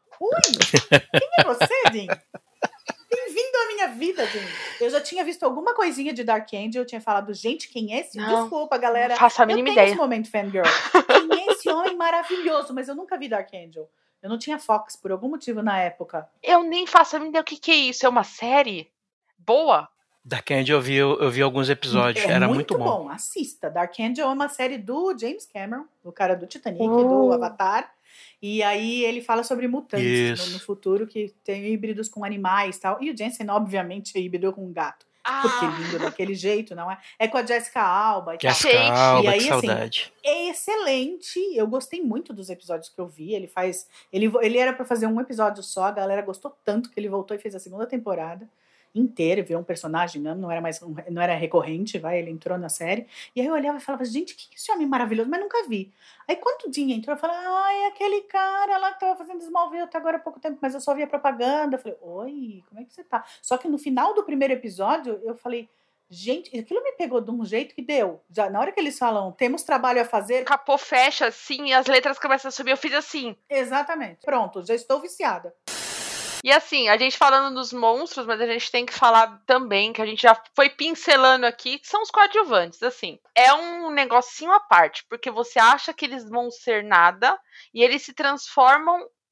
Ui! Quem é você, Dean? Bem-vindo à minha vida, gente. Eu já tinha visto alguma coisinha de Dark Angel, eu tinha falado, gente, quem é esse? Não, Desculpa, galera. não faço a Eu mínima tenho ideia. esse momento fangirl. Quem é esse homem maravilhoso? Mas eu nunca vi Dark Angel. Eu não tinha Fox por algum motivo na época. Eu nem faço a mínima ideia o que, que é isso. É uma série boa? Dark Angel eu vi, eu vi alguns episódios. É Era muito, muito bom. bom. Assista. Dark Angel é uma série do James Cameron, do cara do Titanic, Oh. do Avatar. E aí ele fala sobre mutantes Isso. no, no futuro, que tem híbridos com animais e tal. E o Jensen, obviamente, é híbrido com um gato. Ah, Porque lindo daquele jeito, não é? É com a Jessica Alba e tal. Jessica Gente, Alba, e aí, que assim, saudade. É excelente. Eu gostei muito dos episódios que eu vi. Ele faz. Ele, ele era pra fazer um episódio só, a galera gostou tanto que ele voltou e fez a segunda temporada inteira, virou um personagem, não, não era mais um- não era recorrente, vai, ele entrou na série. E aí eu olhava e falava, gente, que esse homem maravilhoso, mas nunca vi. Aí quando o Dean entrou, eu falei, ai, aquele cara lá que tava fazendo Smallville até agora há pouco tempo, mas eu só via propaganda. Eu falei, oi, como é que você tá? Só que no final do primeiro episódio, eu falei, gente, aquilo me pegou de um jeito que deu. Já na hora que eles falam, temos trabalho a fazer, capô fecha assim e as letras começam a subir. Eu fiz assim. exatamente. Pronto, já estou viciada. E assim, a gente falando dos monstros, mas a gente tem que falar também, que a gente já foi pincelando aqui, que são os coadjuvantes, assim. É um negocinho à parte, porque você acha que eles vão ser nada, e eles se transformam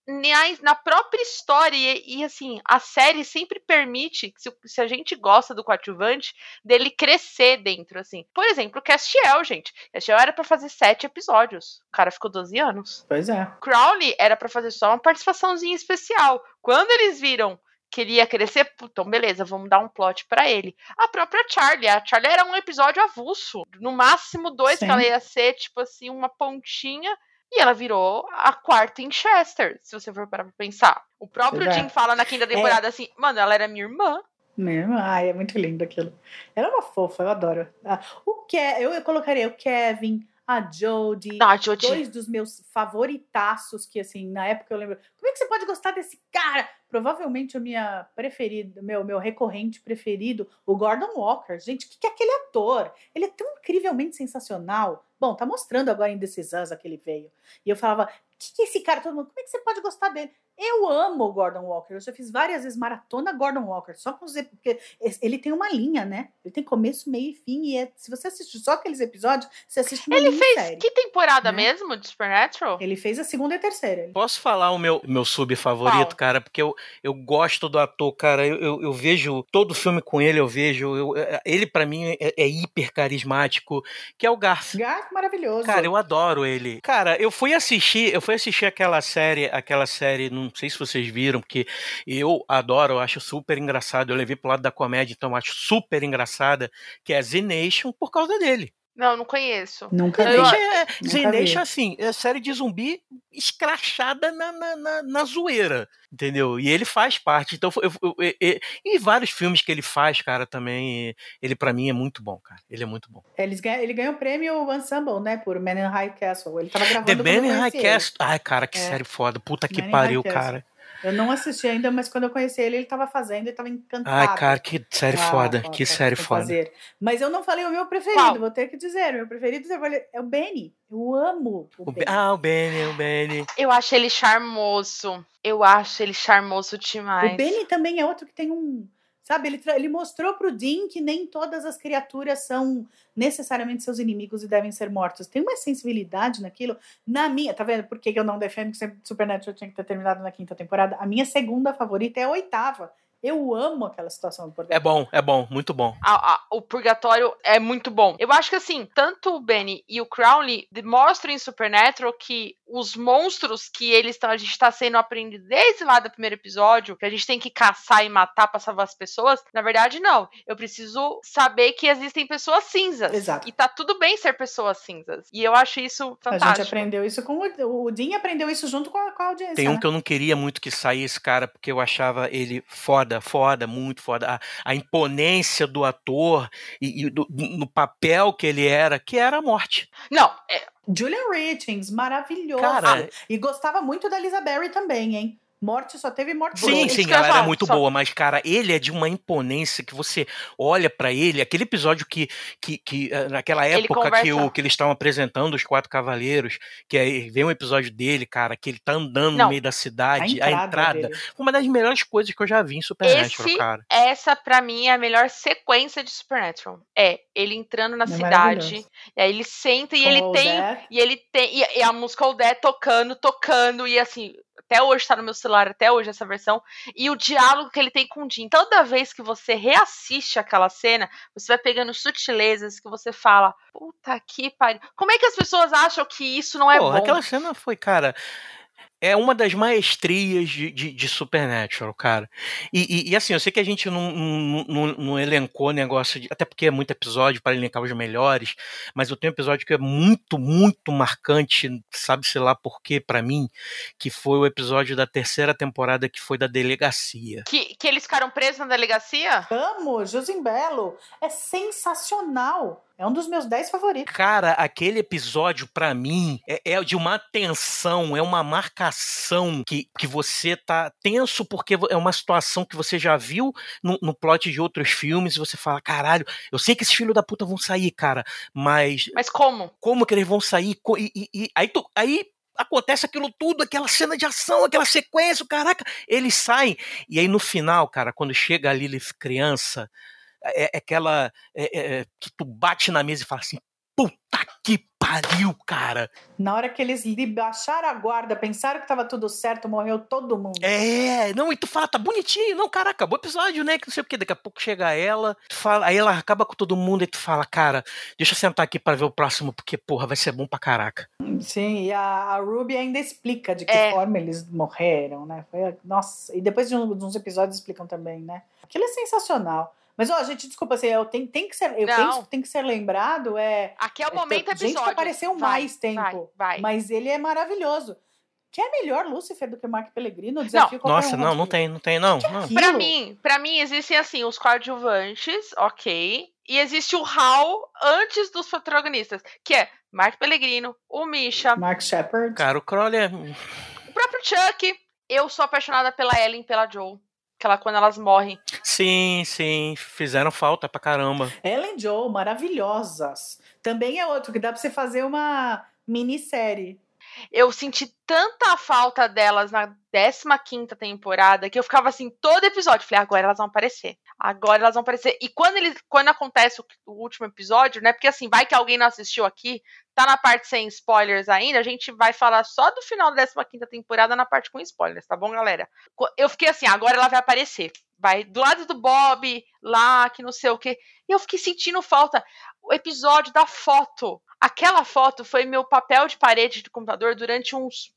na própria história, e, e assim, a série sempre permite, se, se a gente gosta do coadjuvante, dele crescer dentro, assim. Por exemplo, o Castiel, gente. Castiel era pra fazer sete episódios. O cara ficou doze anos. Pois é. Crowley era pra fazer só uma participaçãozinha especial. Quando eles viram que ele ia crescer, então beleza, vamos dar um plot pra ele. A própria Charlie, a Charlie era um episódio avulso. No máximo dois, Sim. que ela ia ser, tipo assim, uma pontinha. E ela virou a quarta em Chester, se você for parar pra pensar. O próprio Pois é. Jim fala na quinta temporada assim, mano, ela era minha irmã. Minha irmã, ai, é muito lindo aquilo. Ela é uma fofa, eu adoro. Ah, o que eu, eu colocaria o Kevin, a Jodie, Não, a Jodie. dois dos meus favoritaços, que assim, na época eu lembro, como é que você pode gostar desse cara? Provavelmente o minha preferida, meu, meu recorrente preferido, o Gordon Walker. Gente, o que, que é aquele ator? Ele é tão incrivelmente sensacional. Bom, tá mostrando agora em This Is Us que ele veio. E eu falava, o que, que é esse cara? Todo mundo, como é que você pode gostar dele? Eu amo o Gordon Walker. Eu já fiz várias vezes maratona Gordon Walker. Só com os, porque ele tem uma linha, né? Ele tem começo, meio e fim. E é, se você assistir só aqueles episódios, você assiste uma Ele fez série, que temporada né? mesmo de Supernatural? Ele fez a segunda e a terceira. Posso falar o meu, meu sub favorito, Qual? cara? Porque eu, eu gosto do ator, cara. Eu, eu, eu vejo todo filme com ele, eu vejo. Eu, ele, pra mim, é, é hiper carismático, que é o Garth. Garth, maravilhoso. Cara, eu adoro ele. Cara, eu fui assistir, eu fui assistir aquela série, aquela série, não sei se vocês viram, porque eu adoro, eu acho super engraçado. Eu levei pro lado da comédia, então eu acho super engraçada, que é Z Nation por causa dele. Não, não conheço. Nunca Z vi. Nation é, Nunca Z Nation, vi. assim, é série de zumbi escrachada na, na, na, na zoeira, entendeu? E ele faz parte. Então, eu, eu, eu, eu, e vários filmes que ele faz, cara, também, ele pra mim é muito bom, cara. Ele é muito bom. Eles ganham, ele ganhou o prêmio Ensemble, né? Por Man in High Castle. Ele tava gravando The quando Man eu in High conheci ele. Castle. Ai, cara, que É. série foda. Puta que Man in pariu, High Castle. cara. Eu não assisti ainda, mas quando eu conheci ele, ele tava fazendo e tava encantado. Ai, cara, que série Ah, foda. com- Que com- série com foda. fazer. Mas eu não falei o meu preferido, Qual? vou ter que dizer. O meu preferido é o Benny. Eu amo o O Be- Benny. ah, o Benny, o Benny. Eu acho ele charmoso. Eu acho ele charmoso demais. O Benny também é outro que tem um... Sabe, ele, tra- ele mostrou pro Dean que nem todas as criaturas são necessariamente seus inimigos e devem ser mortos. Tem uma sensibilidade naquilo. Na minha... Tá vendo por que que eu não defendo que sempre Supernatural tinha que ter terminado na quinta temporada? A minha segunda favorita é a oitava. Eu amo aquela situação do É purgatório. bom, é bom, muito bom. A- a- o Purgatório é muito bom. Eu acho que assim, tanto o Benny e o Crowley mostram em Supernatural que os monstros que eles estão, a gente tá sendo aprendido desde lá do primeiro episódio, que a gente tem que caçar e matar pra salvar as pessoas, na verdade não. Eu preciso saber que existem pessoas cinzas. Exato. E tá tudo bem ser pessoas cinzas. E eu acho isso A fantástico. gente aprendeu isso com o... O Dean aprendeu isso junto com a, com a audiência, Tem um né? que eu não queria muito que saísse, cara, porque eu achava ele foda, foda, muito foda. A, a imponência do ator e, e do- no papel que ele era, que era a morte. Não, é, Julian Richings, maravilhoso. Cara, E gostava muito da Lisa Berry também, hein? Morte, só teve morte sim, boa. isso sim, que eu ia ela era falar, muito só- boa, mas, cara, ele é de uma imponência que você olha pra ele, aquele episódio que, que, que eh, naquela Ele época que, conversa. o, que eles estavam apresentando os Quatro Cavaleiros, que aí vem um episódio dele, cara, que ele tá andando Não, no meio da cidade, a a entrada entrada, dele. foi uma das melhores coisas que eu já vi em Supernatural, Esse, cara. essa pra mim é a melhor sequência de Supernatural. É, ele entrando na É cidade, maravilhoso. e aí ele senta e Com ele o tem, Death. e ele tem, e, e a música Oldé tocando, tocando, e assim, até hoje tá no meu celular, até hoje essa versão, e o diálogo que ele tem com o Dean. Toda vez que você reassiste aquela cena, você vai pegando sutilezas que você fala, puta que pariu. Como é que as pessoas acham que isso não é Pô, bom? aquela cena foi, cara, é uma das maestrias de, de, de Supernatural, cara. E, e, e, assim, eu sei que a gente não, não, não, não elencou negócio, de, até porque é muito episódio para elencar os melhores, mas eu tenho um episódio que é muito, muito marcante, sabe-se lá por quê, pra mim, que foi o episódio da terceira temporada, que foi da delegacia. Que, que eles ficaram presos na delegacia? Amo, Josim Belo. É sensacional. É um dos meus dez favoritos. Cara, aquele episódio, pra mim, é, é de uma tensão, é uma marcação que, que você tá tenso porque é uma situação que você já viu no, no plot de outros filmes e você fala, caralho, eu sei que esses filhos da puta vão sair, cara, mas Mas como? como que eles vão sair? Co- E, e- e- aí, tu- aí acontece aquilo tudo, aquela cena de ação, aquela sequência, caraca, eles saem. E aí no final, cara, quando chega a Lilith criança, é, é aquela é, é, que tu bate na mesa e fala assim, puta que pariu, cara. Na hora que eles baixaram a guarda, pensaram que tava tudo certo, morreu todo mundo. É, não, e tu fala, tá bonitinho. Não, cara, acabou o episódio, né? Que não sei o que, daqui a pouco chega ela, tu fala, aí ela acaba com todo mundo e tu fala, cara, deixa eu sentar aqui pra ver o próximo, porque, porra, vai ser bom pra caraca. Sim, e a, a Ruby ainda explica de que É. forma eles morreram, né? Foi, nossa, e depois de, um, de uns episódios explicam também, né? Aquilo é sensacional. Mas, ó, gente, desculpa, assim, eu tenho, tem que ser, eu Não. penso que tem que ser lembrado, é... Aqui é o é, momento tem episódio. gente que apareceu Vai, mais tempo, vai, vai. mas ele é maravilhoso. Que é melhor Lúcifer do que Mark Pellegrino? Desafio qualquer Nossa, um não, não aqui. tem, não tem, não. Que não. aquilo? Pra mim, pra mim, existem assim, os coadjuvantes, ok. E existe o Hal antes dos protagonistas, que é Mark Pellegrino, o Misha, Mark Shepard. Cara, o Crowley é... o próprio Chuck. Eu sou apaixonada pela Ellen e pela Joe. Aquela quando elas morrem. Sim, sim, fizeram falta pra caramba. Ellen e Joe, maravilhosas. Também é outro que dá pra você fazer uma minissérie. Eu senti tanta falta delas na décima quinta temporada que eu ficava assim, todo episódio. Falei, agora elas vão aparecer. Agora elas vão aparecer. E quando, eles, quando acontece o, o último episódio, né? Porque assim, vai que alguém não assistiu aqui, tá na parte sem spoilers ainda, a gente vai falar só do final da décima quinta temporada na parte com spoilers, tá bom, galera? Eu fiquei assim, agora ela vai aparecer. Vai do lado do Bob, lá, que não sei o quê. E eu fiquei sentindo falta. O episódio da foto. Aquela foto foi meu papel de parede de computador durante uns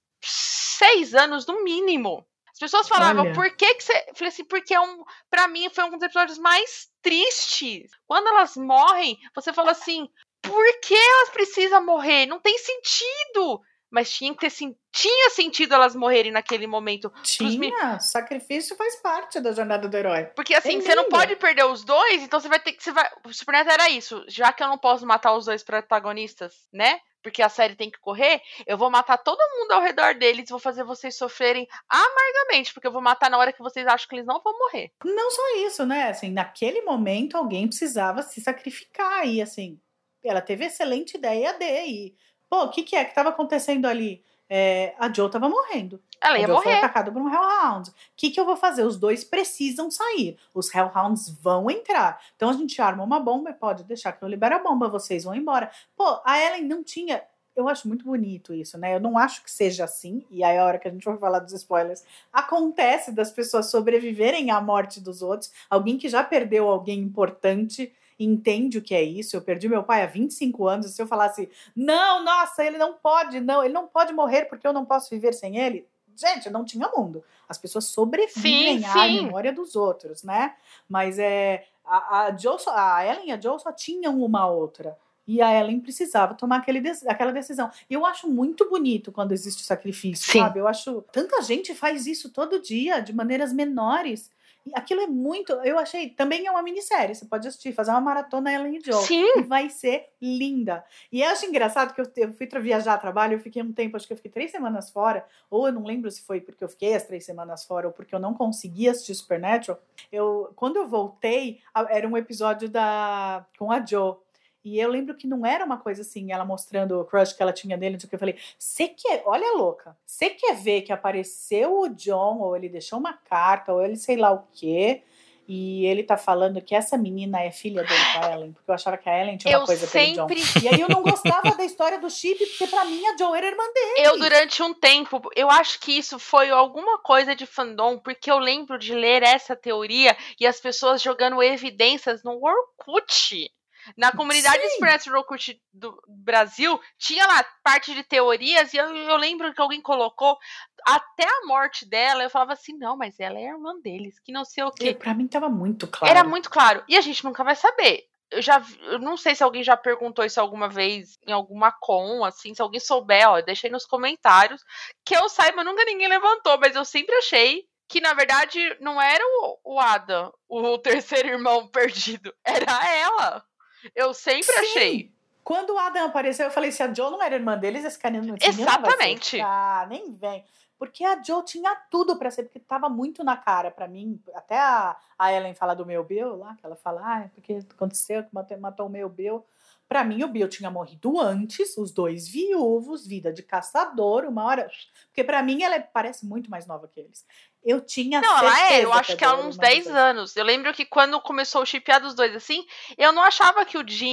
seis anos, no mínimo. As pessoas falavam, Olha. por que que você... Eu falei assim, porque é um... pra mim foi um dos episódios mais tristes. Quando elas morrem, você fala assim, por que elas precisam morrer? Não tem sentido. Mas tinha que ter sim, tinha sentido elas morrerem naquele momento. Tinha, sacrifício faz parte da jornada do herói. Porque assim, É você não lindo. pode perder os dois, então você vai ter que. Você vai... O Supernatural era isso. Já que eu não posso matar os dois protagonistas, né? Porque a série tem que correr, eu vou matar todo mundo ao redor deles e vou fazer vocês sofrerem amargamente, porque eu vou matar na hora que vocês acham que eles não vão morrer. Não só isso, né? Assim, naquele momento alguém precisava se sacrificar e assim, ela teve excelente ideia de e, pô, o que que é que estava acontecendo ali? É, a Joe estava morrendo. Ela A ia Joe foi morrer. atacada por um Hellhound. O que que eu vou fazer? Os dois precisam sair. Os Hellhounds vão entrar. Então a gente arma uma bomba e pode deixar que eu libere a bomba, vocês vão embora. Pô, a Ellen não tinha... Eu acho muito bonito isso, né? Eu não acho que seja assim, e aí a hora que a gente for falar dos spoilers, acontece das pessoas sobreviverem à morte dos outros. Alguém que já perdeu alguém importante entende o que é isso. Eu perdi meu pai há vinte e cinco anos, e se eu falasse, não, nossa, ele não pode, não, ele não pode morrer porque eu não posso viver sem ele. Gente, não tinha mundo. As pessoas sobrevivem Sim, à sim. memória dos outros, né? Mas é, a, a, Joe só, a Ellen e a Joe só tinham uma outra. E a Ellen precisava tomar aquele, aquela decisão. E eu acho muito bonito quando existe o sacrifício, Sim. sabe? Eu acho... Tanta gente faz isso todo dia, de maneiras menores. E aquilo é muito... Eu achei... Também é uma minissérie. Você pode assistir, fazer uma maratona Ellen e Joe. Sim. E vai ser linda. E eu acho engraçado que eu, eu fui pra viajar a trabalho, eu fiquei um tempo, acho que eu fiquei três semanas fora, ou eu não lembro se foi porque eu fiquei as três semanas fora, ou porque eu não conseguia assistir Supernatural. Eu, quando eu voltei, era um episódio da, com a Joe. E eu lembro que não era uma coisa assim, ela mostrando o crush que ela tinha dele, que eu falei, você quer, olha louca, você quer ver que apareceu o John, ou ele deixou uma carta, ou ele sei lá o quê, e ele tá falando que essa menina é filha dele com a Ellen, porque eu achava que a Ellen tinha uma Eu coisa pelo sempre- John. E aí eu não gostava da história do chip, porque pra mim a Joe era irmã dele. Eu, durante um tempo, eu acho que isso foi alguma coisa de fandom, porque eu lembro de ler essa teoria e as pessoas jogando evidências no Orkut. Na comunidade Sim. Supernatural Orkut do Brasil, tinha lá parte de teorias, e eu, eu lembro que alguém colocou até a morte dela. Eu falava assim, não, mas ela é a irmã deles, que não sei o quê. Eu, pra mim tava muito claro. Era muito claro. E a gente nunca vai saber. Eu já vi- eu não sei se alguém já perguntou isso alguma vez em alguma com, assim, se alguém souber, ó, deixa aí nos comentários. Que eu saiba, nunca ninguém levantou, mas eu sempre achei que, na verdade, não era o, o Adam, o terceiro irmão perdido. Era ela. Eu sempre Sim. achei. Quando o Adam apareceu, eu falei, se a Joe não era irmã deles, esse cara não tinha. Exatamente. Ah, nem vem. Porque a Joe tinha tudo pra ser, porque tava muito na cara pra mim. Até a, a Ellen fala do meu Bill lá, que ela fala, ah, é porque aconteceu que matou, matou o meu Bill. Pra mim, o Bill tinha morrido antes, os dois viúvos, vida de caçador, uma hora. Porque pra mim, ela é- parece muito mais nova que eles. Eu tinha Não, ela certeza é, eu acho a que ela Joe uns era irmã dez dos dois. anos. Eu lembro que quando começou o shipear dos dois assim, eu não achava que o Jim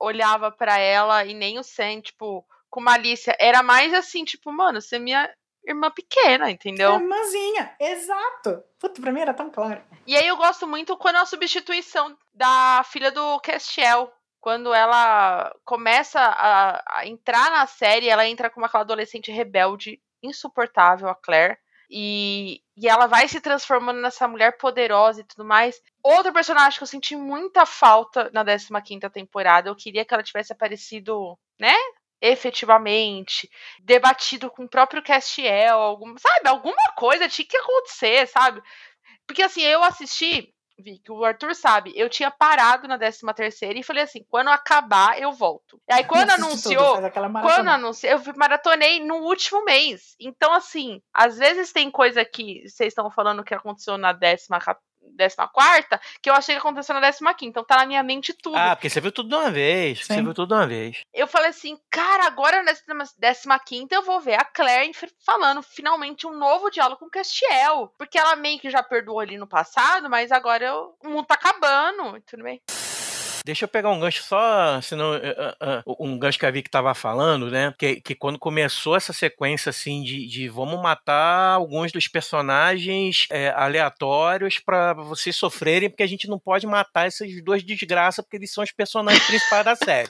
olhava pra ela e nem o Sam, tipo, com malícia. Era mais assim, tipo, mano, você é minha irmã pequena, entendeu? Irmãzinha, exato. Puta, pra mim era tão claro. E aí eu gosto muito quando a substituição da filha do Castiel. Quando ela começa a, a entrar na série, ela entra como aquela adolescente rebelde, insuportável, a Claire. E, e ela vai se transformando nessa mulher poderosa e tudo mais. Outro personagem que eu senti muita falta na décima quinta temporada, eu queria que ela tivesse aparecido, né? Efetivamente, debatido com o próprio Castiel, algum, sabe? Alguma coisa tinha que acontecer, sabe? Porque assim, eu assisti... Vi que o Arthur sabe, eu tinha parado na décima terceira e falei assim, quando acabar eu volto. E aí quando anunciou, tudo, quando anunciou, eu maratonei no último mês. Então assim, às vezes tem coisa que vocês estão falando que aconteceu na décima, décima quarta, que eu achei que aconteceu na décima quinta, então tá na minha mente tudo. Ah, porque você viu tudo de uma vez, Sim. você viu tudo de uma vez. Eu falei assim, cara, agora na décima quinta eu vou ver a Claire falando finalmente um novo diálogo com o Castiel, porque ela meio que já perdoou ali no passado, mas agora eu, o mundo tá acabando, tudo bem. Deixa eu pegar um gancho só, senão, uh, uh, um gancho que a Vicky tava falando, né, que, que quando começou essa sequência, assim, de, de vamos matar alguns dos personagens é, aleatórios pra vocês sofrerem, porque a gente não pode matar esses dois desgraças, porque eles são os personagens principais da série.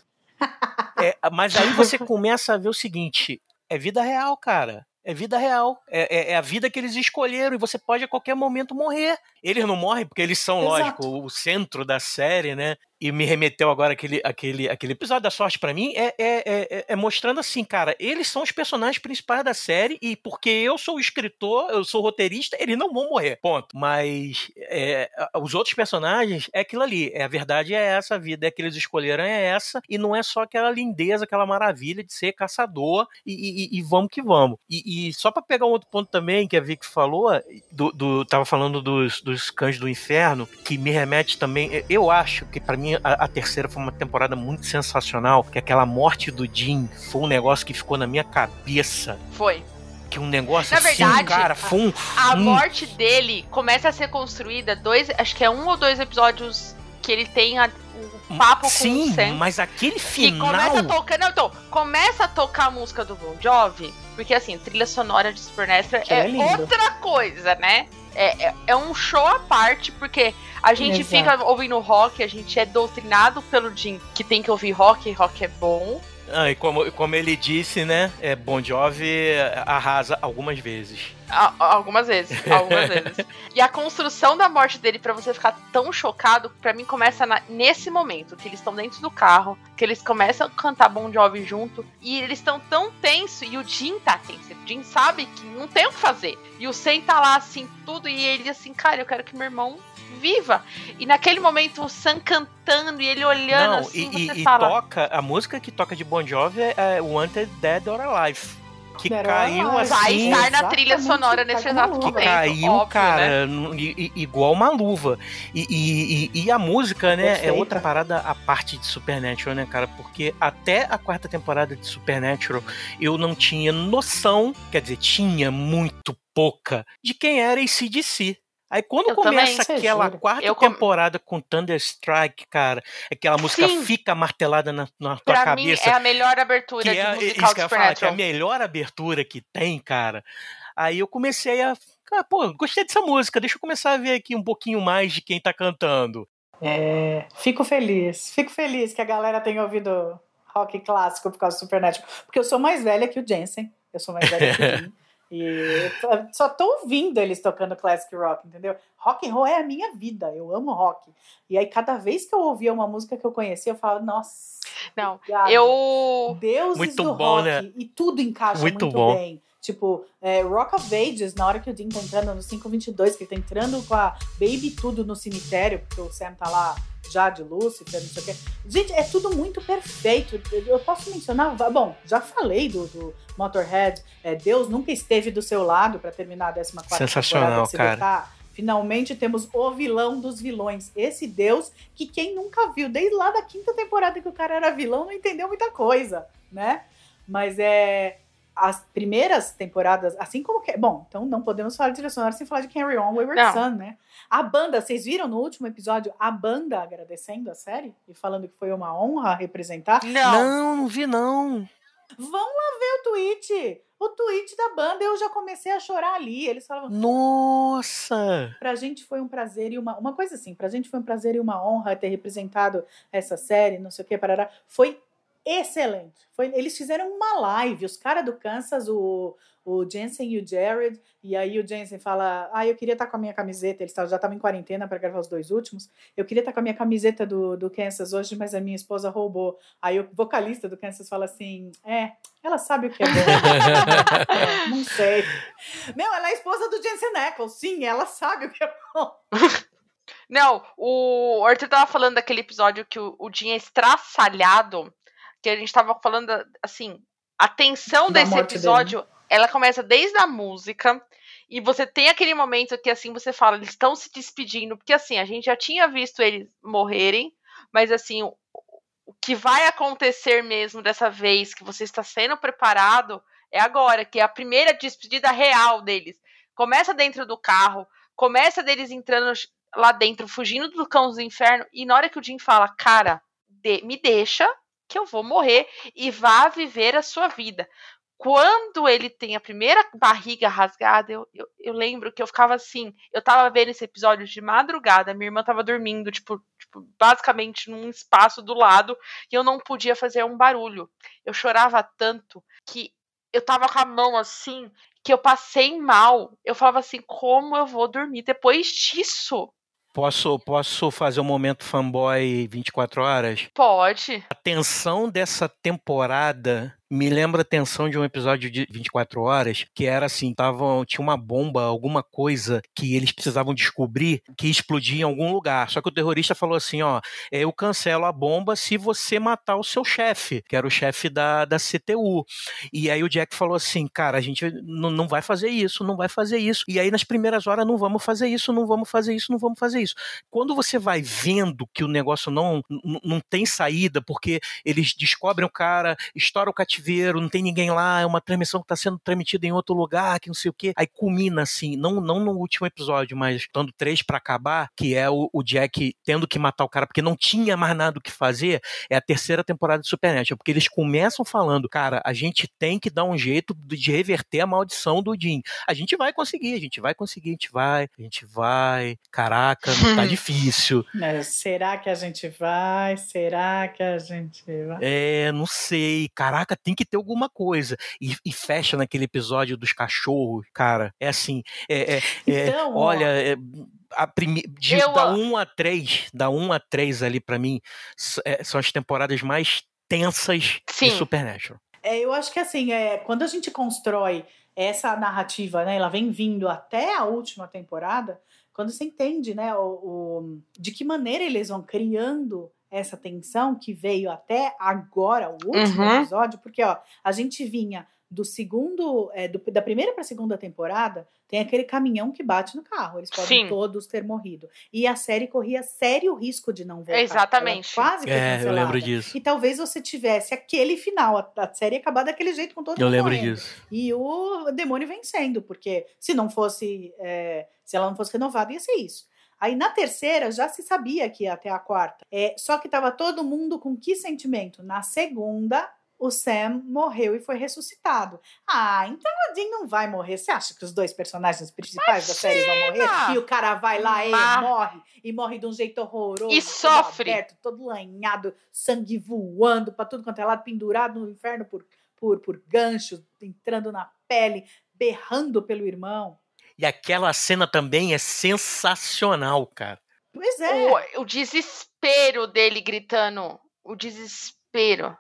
É, mas aí você começa a ver o seguinte, é vida real, cara. É vida real, é, é, é a vida que eles escolheram e você pode a qualquer momento morrer. Eles não morrem porque eles são, Exato. lógico, o centro da série, né? E me remeteu agora aquele, aquele, aquele episódio da sorte pra mim, é, é, é, é mostrando assim, cara, eles são os personagens principais da série e porque eu sou o escritor, eu sou o roteirista, eles não vão morrer, ponto. Mas é, os outros personagens é aquilo ali, é, a verdade é essa, a vida é que eles escolheram é essa, e não é só aquela lindeza, aquela maravilha de ser caçador e, e, e vamos que vamos. E, e só pra pegar um outro ponto também que a Vicky falou, do, do, tava falando dos, dos Cães do Inferno, que me remete também, eu acho que pra mim A, a terceira foi uma temporada muito sensacional, que aquela morte do Jim foi um negócio que ficou na minha cabeça. Foi. Que um negócio na assim, verdade, cara, foi um... A, a um... morte dele começa a ser construída, dois, acho que é um ou dois episódios que ele tem a, um papo Sim, com o Sam. mas aquele final... E começa a tocar, não, então, começa a tocar a música do Bon Jovi, porque assim, trilha sonora de Supernatural é, é outra coisa, né? É, é, é um show à parte, porque a gente Exato. fica ouvindo rock, a gente é doutrinado pelo Jim que tem que ouvir rock, e rock é bom. Ah, e como, como ele disse, né, é, Bon Jovi arrasa algumas vezes. A, algumas vezes, algumas vezes. E a construção da morte dele pra você ficar tão chocado, pra mim começa na, nesse momento, que eles estão dentro do carro, que eles começam a cantar Bon Jovi junto, e eles estão tão tensos, e o Jim tá tenso, o Jim sabe que não tem o que fazer. E o Sam tá lá, assim, tudo, e ele assim, cara, eu quero que meu irmão viva. E naquele momento o Sam cantando e ele olhando Não, assim, e, você e, fala... e toca, a música que toca de Bon Jovi é Wanted Dead or Alive. Que Dead caiu or assim... Vai estar na trilha sonora nesse exato momento. Que caiu, óbvio, cara, né? Igual uma luva. E, e, e a música, né, Perfeita. é outra parada à parte de Supernatural, né, cara? Porque até a quarta temporada de Supernatural eu não tinha noção, quer dizer, tinha muito pouca, de quem era A C D C. Aí quando eu começa também, aquela quarta eu temporada com... com Thunderstrike, cara, aquela música Sim. fica martelada na, na tua pra cabeça. Mim é a melhor abertura de é, musical isso que eu ia falar, que é a melhor abertura que tem, cara. Aí eu comecei a... Cara, pô, gostei dessa música, deixa eu começar a ver aqui um pouquinho mais de quem tá cantando. É, fico feliz, fico feliz que a galera tenha ouvido rock clássico por causa do Supernatural, porque eu sou mais velha que o Jensen, eu sou mais velha que o Jim. E só tô ouvindo eles tocando classic rock, entendeu? Rock and roll é a minha vida, eu amo rock. E aí cada vez que eu ouvia uma música que eu conhecia, eu falava, nossa, não, obrigado. eu... Deuses muito do bom, rock, né? E tudo encaixa muito, muito bom. bem. Tipo, é, Rock of Ages, na hora que o Dean tá entrando no cinco vinte e dois, que ele tá entrando com a Baby tudo no cemitério, porque o Sam tá lá já de Lúcifer, não sei o quê. Gente, é tudo muito perfeito. Eu posso mencionar... Bom, já falei do, do Motorhead. É, Deus nunca esteve do seu lado pra terminar a décima quarta Sensacional, temporada. cara. Finalmente temos o vilão dos vilões. Esse Deus que quem nunca viu, desde lá da quinta temporada que o cara era vilão, não entendeu muita coisa, né? Mas é... as primeiras temporadas, assim como que... Bom, então não podemos falar de trilha sonora sem falar de Carry On, Wayward Não. Son, né? A banda, vocês viram no último episódio a banda agradecendo a série? E falando que foi uma honra representar? Não. Não, não vi não. Vão lá ver o tweet. O tweet da banda, eu já comecei a chorar ali. Eles falavam... Nossa! Pra gente foi um prazer e uma... Uma coisa assim, pra gente foi um prazer e uma honra ter representado essa série, não sei o que, parará. Foi excelente. Foi, eles fizeram uma live, os caras do Kansas, o, o Jensen e o Jared, e aí o Jensen fala, ah, eu queria estar com a minha camiseta, eles já estavam em quarentena para gravar os dois últimos, eu queria estar com a minha camiseta do, do Kansas hoje, mas a minha esposa roubou. Aí o vocalista do Kansas fala assim, é, ela sabe o que é bom. é, não sei. Meu, ela é a esposa do Jensen Ackles, sim, ela sabe o que é bom. Não, o Arthur tava falando daquele episódio que o, o Jim é estraçalhado, que a gente tava falando, assim, a tensão Da desse morte episódio, dele. ela começa desde a música, e você tem aquele momento que, assim, você fala, eles estão se despedindo, porque, assim, a gente já tinha visto eles morrerem, mas, assim, o, o que vai acontecer mesmo dessa vez, que você está sendo preparado, é agora, que é a primeira despedida real deles. Começa dentro do carro, começa deles entrando lá dentro, fugindo do cão do inferno, e na hora que o Jim fala, cara, de, me deixa, que eu vou morrer e vá viver a sua vida. Quando ele tem a primeira barriga rasgada, eu, eu, eu lembro que eu ficava assim, eu tava vendo esse episódio de madrugada, minha irmã tava dormindo, tipo, tipo, basicamente num espaço do lado, e eu não podia fazer um barulho. Eu chorava tanto que eu tava com a mão assim, que eu passei mal. Eu falava assim, como eu vou dormir depois disso? Posso, posso fazer um momento fanboy vinte e quatro horas? Pode. A tensão dessa temporada me lembra a tensão de um episódio de vinte e quatro horas, que era assim, tavam, tinha uma bomba, alguma coisa que eles precisavam descobrir que explodia em algum lugar. Só que o terrorista falou assim, ó, eu cancelo a bomba se você matar o seu chefe, que era o chefe da, da C T U. E aí o Jack falou assim, cara, a gente não, não vai fazer isso, não vai fazer isso. E aí nas primeiras horas, não vamos fazer isso, não vamos fazer isso, não vamos fazer isso. Quando você vai vendo que o negócio não, não, não tem saída, porque eles descobrem o cara, estouram o cativeiro, não tem ninguém lá, é uma transmissão que está sendo transmitida em outro lugar, que não sei o quê. Aí culmina assim, não, não no último episódio, mas estando três pra acabar, que é o, o Jack tendo que matar o cara porque não tinha mais nada o que fazer, é a terceira temporada de Supernatural, porque eles começam falando, cara, a gente tem que dar um jeito de reverter a maldição do Jim. A gente vai conseguir, a gente vai conseguir, a gente vai, a gente vai. Caraca, tá difícil. É, será que a gente vai? Será que a gente vai? É, não sei. Caraca, tem que ter alguma coisa. E, e fecha naquele episódio dos cachorros, cara. É assim, é, é, é, Então, olha, ó, é, a prime... de, Eu- da um a três, da um a três ali pra mim, s- é, são as temporadas mais tensas Sim. de Supernatural. É, eu acho que assim, é, quando a gente constrói essa narrativa, né, ela vem vindo até a última temporada, quando você entende, né, o, o- de que maneira eles vão criando essa tensão que veio até agora, o último Uhum. episódio, porque ó, a gente vinha do segundo, é, do- da primeira para a segunda temporada, tem aquele caminhão que bate no carro, eles podem Sim. todos ter morrido. E a série corria sério risco de não voltar. Exatamente. Ela quase foi É, eu cancelada. lembro disso. E talvez você tivesse aquele final, a, a série acabar daquele jeito com todo Eu mundo lembro morrendo. disso. E o demônio vencendo, porque se não fosse, é, se ela não fosse renovada, ia ser isso. Aí na terceira já se sabia que ia até a quarta. É, só que tava todo mundo com que sentimento? Na segunda, o Sam morreu e foi ressuscitado. Ah, então o Dean não vai morrer. Você acha que os dois personagens principais da série vão morrer? E o cara vai lá e Mas- morre. E morre de um jeito horroroso. E todo sofre. aberto, todo lanhado, sangue voando pra tudo quanto é lado, pendurado no inferno por, por, por ganchos, entrando na pele, berrando pelo irmão. E aquela cena também é sensacional, cara. Pois é. O, o desespero dele gritando. O desespero.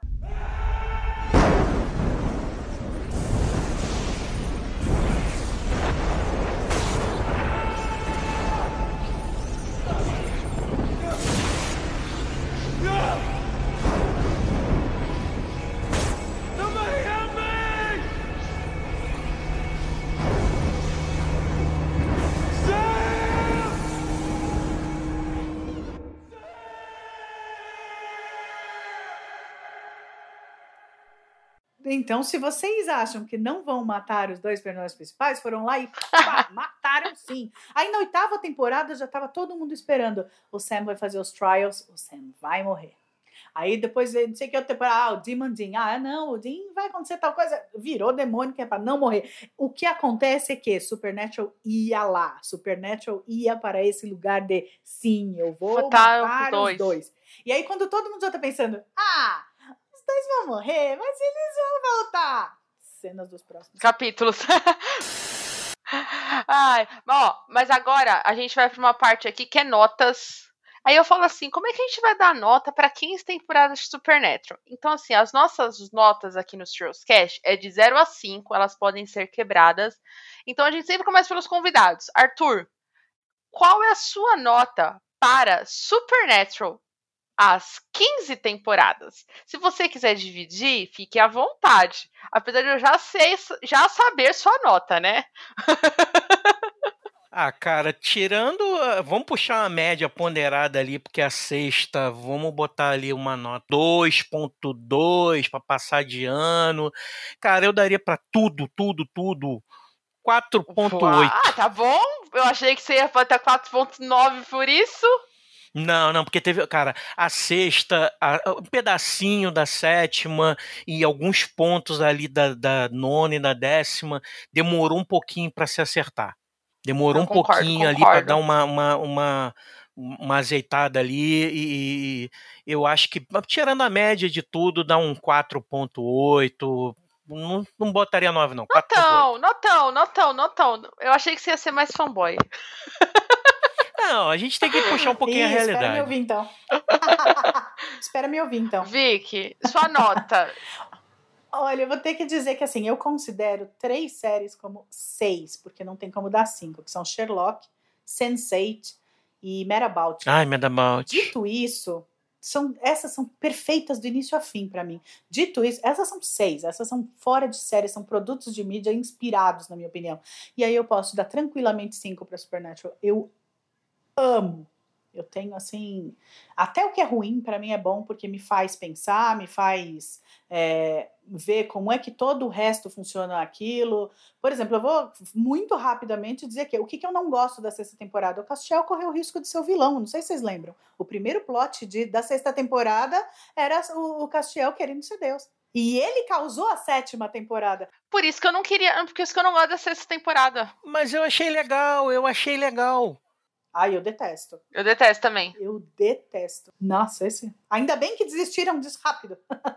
Somebody help me! Sam! Então, se vocês acham que não vão matar os dois personagens principais, foram lá e pá, mataram sim. Aí na oitava temporada já tava todo mundo esperando. O Sam vai fazer os trials, o Sam vai morrer. Aí depois, não sei que outra temporada, ah, o Demon Dean. Ah, não, o Dean vai acontecer tal coisa. Virou demônio que é pra não morrer. O que acontece é que Supernatural ia lá. Supernatural ia para esse lugar de, sim, eu vou Matar matar os os dois. dois. E aí quando todo mundo já tá pensando, ah, os dois vão morrer, mas eles vão voltar. Cenas dos próximos Capítulos. Ai, ó, mas agora a gente vai pra uma parte aqui que é notas. Aí eu falo assim, como é que a gente vai dar nota para quinze temporadas de Supernatural? Então, assim, as nossas notas aqui no Showcast é de zero a cinco, elas podem ser quebradas. Então, a gente sempre começa pelos convidados. Arthur, qual é a sua nota para Supernatural, as quinze temporadas? Se você quiser dividir, fique à vontade. Apesar de eu já, sei, já saber sua nota, né? Ah, cara, tirando. Vamos puxar uma média ponderada ali, porque a sexta, vamos botar ali uma nota dois ponto dois para passar de ano. Cara, eu daria para tudo, tudo, tudo quatro ponto oito. Ah, tá bom. Eu achei que você ia botar quatro ponto nove por isso. Não, não, porque teve, cara, a sexta, a, um pedacinho da sétima e alguns pontos ali da, da nona e da décima demorou um pouquinho para se acertar. Demorou Eu um concordo, pouquinho concordo. ali para dar uma, uma, uma, uma azeitada ali e, e eu acho que, tirando a média de tudo, dá um quatro ponto oito. Não, não botaria nove, não. Notão, notão, notão, notão. Eu achei que você ia ser mais fanboy. Não, a gente tem que puxar um pouquinho Ih, a realidade. Espera me ouvir, então. Espera me ouvir, então. Vicky, sua nota. Olha, eu vou ter que dizer que, assim, eu considero três séries como seis, porque não tem como dar cinco, que são Sherlock, sense eight e Mad About You. Ai, Mad About You. Dito isso, são, essas são perfeitas do início a fim pra mim. Dito isso, essas são seis, essas são fora de série, são produtos de mídia inspirados, na minha opinião. E aí eu posso dar tranquilamente cinco pra Supernatural. Eu amo. Eu tenho, assim... Até o que é ruim, pra mim, é bom, porque me faz pensar, me faz é, ver como é que todo o resto funciona aquilo. Por exemplo, eu vou muito rapidamente dizer que o que, que eu não gosto da sexta temporada? O Castiel correu o risco de ser o vilão, não sei se vocês lembram. O primeiro plot de, da sexta temporada era o, o Castiel querendo ser Deus. E ele causou a sétima temporada. Por isso que eu não queria... Por isso que eu não gosto da sexta temporada. Mas eu achei legal, eu achei legal. Ai, eu detesto. Eu detesto também. Eu detesto. Nossa, esse... Ainda bem que desistiram disso rápido.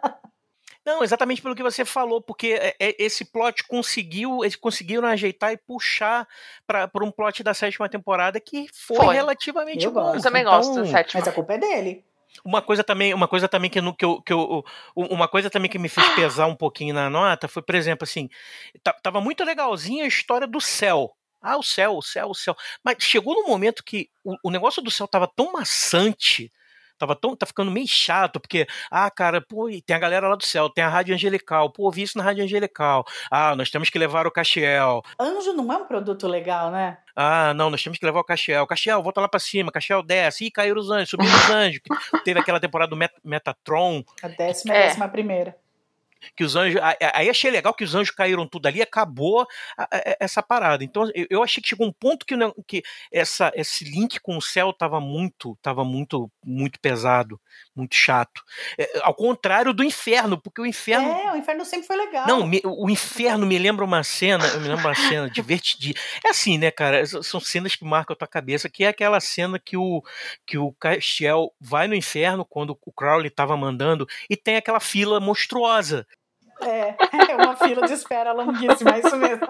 Não, exatamente pelo que você falou, porque esse plot conseguiu, eles conseguiram ajeitar e puxar para um plot da sétima temporada que foi, foi. relativamente eu bom. Gosto. Eu também então, gosto da sétima. Mas a culpa é dele. Uma coisa também, uma coisa também que, que, eu, que eu, uma coisa também que me fez pesar um pouquinho na nota foi, por exemplo, assim, tava muito legalzinha a história do céu. Ah, o céu, o céu, o céu. Mas chegou num momento que o, o negócio do céu tava tão maçante, tava tão, tá ficando meio chato, porque, ah, cara, pô, tem a galera lá do céu, tem a Rádio Angelical, pô, ouvi isso na Rádio Angelical. Ah, nós temos que levar o Castiel. Anjo não é um produto legal, né? Ah, não, nós temos que levar o Castiel. Castiel, volta lá pra cima, Castiel desce. Ih, caíram os anjos, subiram os anjos. Teve aquela temporada do Met- Metatron. A décima e a É. décima primeira. Que os anjos, aí achei legal que os anjos caíram tudo ali, acabou a, a, essa parada. Então eu, eu achei que chegou um ponto que, que essa, esse link com o céu tava muito, tava muito, muito pesado, muito chato. É, ao contrário do inferno, porque o inferno. É, o inferno sempre foi legal. Não, me, o inferno me lembra uma cena, eu me lembro uma cena divertidíssima. É assim, né, cara? São cenas que marcam a tua cabeça, que é aquela cena que o, que o Castiel vai no inferno quando o Crowley tava mandando e tem aquela fila monstruosa. É, é uma fila de espera longuíssima, é isso mesmo.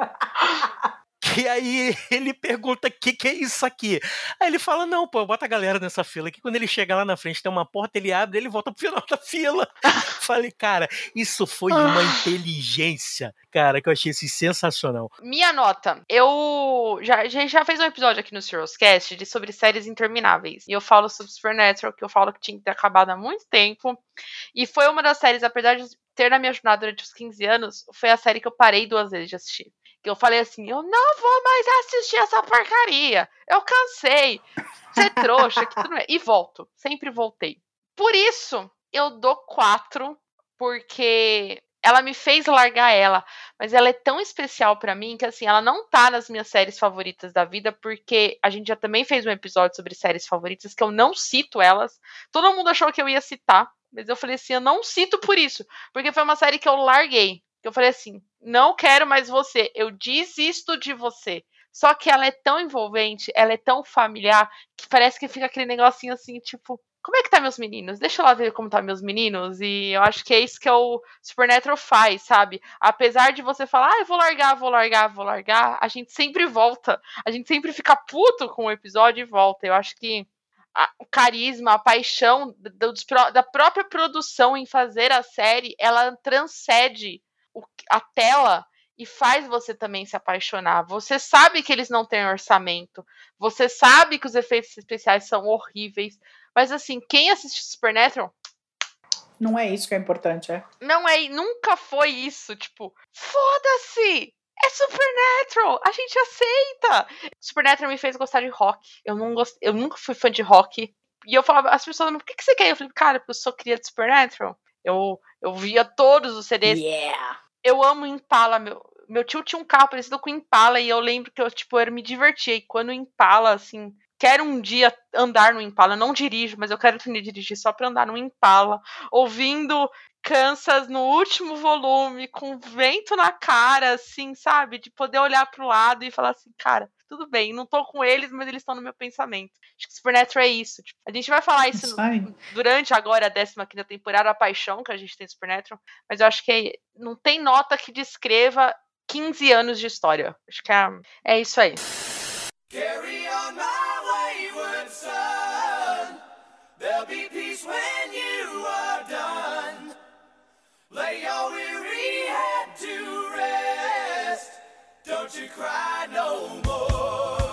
E aí ele pergunta, o que, que é isso aqui? Aí ele fala, não, pô, bota a galera nessa fila aqui. Quando ele chega lá na frente, tem uma porta, ele abre, ele volta pro final da fila. Falei, cara, isso foi uma inteligência, cara, que eu achei assim, sensacional. Minha nota, eu já, a gente já fez um episódio aqui no Cirruscast de sobre séries intermináveis. E eu falo sobre Supernatural, que eu falo que tinha que ter acabado há muito tempo. E foi uma das séries, apesar de ter na minha jornada durante os quinze anos, foi a série que eu parei duas vezes de assistir. Que eu falei assim, eu não vou mais assistir essa porcaria. Eu cansei. Ser trouxa, que tudo bem. E volto. Sempre voltei. Por isso, eu dou quatro, porque ela me fez largar ela, mas ela é tão especial pra mim que, assim, ela não tá nas minhas séries favoritas da vida, porque a gente já também fez um episódio sobre séries favoritas que eu não cito elas. Todo mundo achou que eu ia citar, mas eu falei assim, eu não cito por isso, porque foi uma série que eu larguei, que eu falei assim, não quero mais você, eu desisto de você. Só que ela é tão envolvente, ela é tão familiar, que parece que fica aquele negocinho assim, tipo, como é que tá meus meninos? Deixa eu lá ver como tá meus meninos. E eu acho que é isso que o Supernatural faz, sabe? Apesar de você falar, ah, eu vou largar, vou largar, vou largar, a gente sempre volta. A gente sempre fica puto com o episódio e volta. Eu acho que a, o carisma, a paixão do, dos, da própria produção em fazer a série, ela transcende o, a tela e faz você também se apaixonar. Você sabe que eles não têm orçamento. Você sabe que os efeitos especiais são horríveis. Mas assim, quem assiste Supernatural... Não é isso que é importante, é? Não é, nunca foi isso. Tipo, foda-se! É Supernatural! A gente aceita! Supernatural me fez gostar de rock. Eu, não gost... eu nunca fui fã de rock. E eu falava, as pessoas, por que, que você quer? Eu falei, cara, porque eu sou cria de Supernatural. Eu, eu via todos os C Ds. Yeah! Eu amo Impala, meu... Meu tio tinha um carro parecido com o Impala e eu lembro que eu, tipo, eu me divertia. E quando o Impala, assim... Quero um dia andar no Impala. Eu não dirijo, mas eu quero aprender a dirigir só pra andar no Impala. Ouvindo Kansas no último volume, com vento na cara, assim, sabe? De poder olhar pro lado e falar assim, cara, tudo bem, não tô com eles, mas eles estão no meu pensamento. Acho que Supernatural é isso. Tipo, a gente vai falar isso no, durante agora a décima quinta temporada, a paixão que a gente tem em Supernatural, mas eu acho que é, não tem nota que descreva quinze anos de história. Acho que é, é isso aí. Carry on my wayward son. There'll be peace when you are done. Lay your weary head to rest. Don't you cry no more.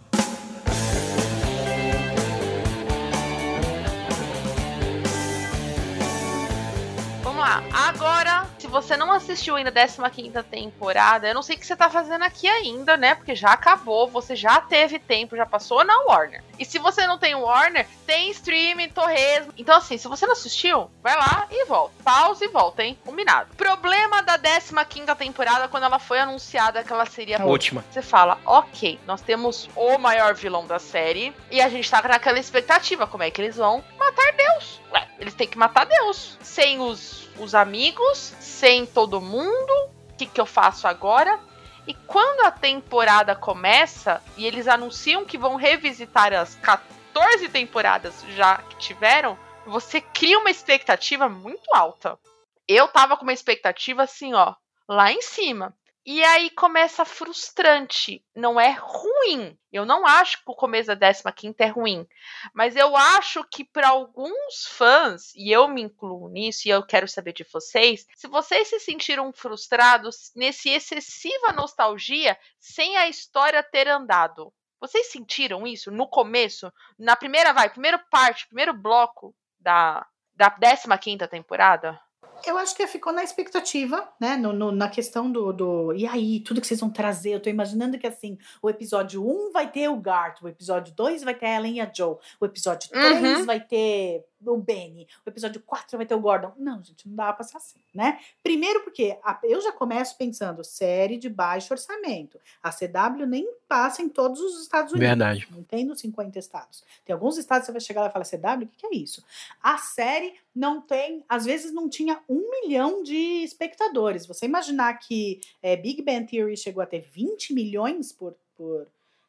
Vamos lá. Agora, se você não assistiu ainda a décima quinta temporada, eu não sei o que você tá fazendo aqui ainda, né? Porque já acabou, você já teve tempo, já passou na Warner. E se você não tem Warner, tem streaming, torresmo. Então assim, se você não assistiu, vai lá e volta. Pausa e volta, hein? Combinado. Problema da décima quinta temporada, quando ela foi anunciada que ela seria a última. Você fala, ok, nós temos o maior vilão da série e a gente tá naquela expectativa, como é que eles vão matar Deus? Ué, eles têm que matar Deus. Sem os, os amigos, sem todo mundo. O que, que eu faço agora? E quando a temporada começa e eles anunciam que vão revisitar as quatorze temporadas já que tiveram, você cria uma expectativa muito alta. Eu tava com uma expectativa assim, ó, lá em cima. E aí começa frustrante. Não é ruim. Eu não acho que o começo da décima quinta é ruim. Mas eu acho que para alguns fãs, e eu me incluo nisso, e eu quero saber de vocês, se vocês se sentiram frustrados nesse excessiva nostalgia sem a história ter andado. Vocês sentiram isso no começo? Na primeira, vai, primeira parte, primeiro bloco da, da décima quinta temporada? Eu acho que ficou na expectativa, né, no, no, na questão do, do... E aí, tudo que vocês vão trazer, eu tô imaginando que, assim, o episódio um vai ter o Garth, o episódio dois vai ter a Ellen e a Joe, o episódio três uhum. vai ter o Benny, o episódio quatro vai ter o Gordon. Não, gente, não dá pra ser assim, né? Primeiro porque a, eu já começo pensando, série de baixo orçamento. A C W nem passa em todos os Estados Unidos. Verdade. Não tem nos cinquenta estados. Tem alguns estados que você vai chegar lá e falar, C W, o que, que é isso? A série não tem, às vezes não tinha um milhão de espectadores. Você imaginar que é, Big Bang Theory chegou a ter vinte milhões por... por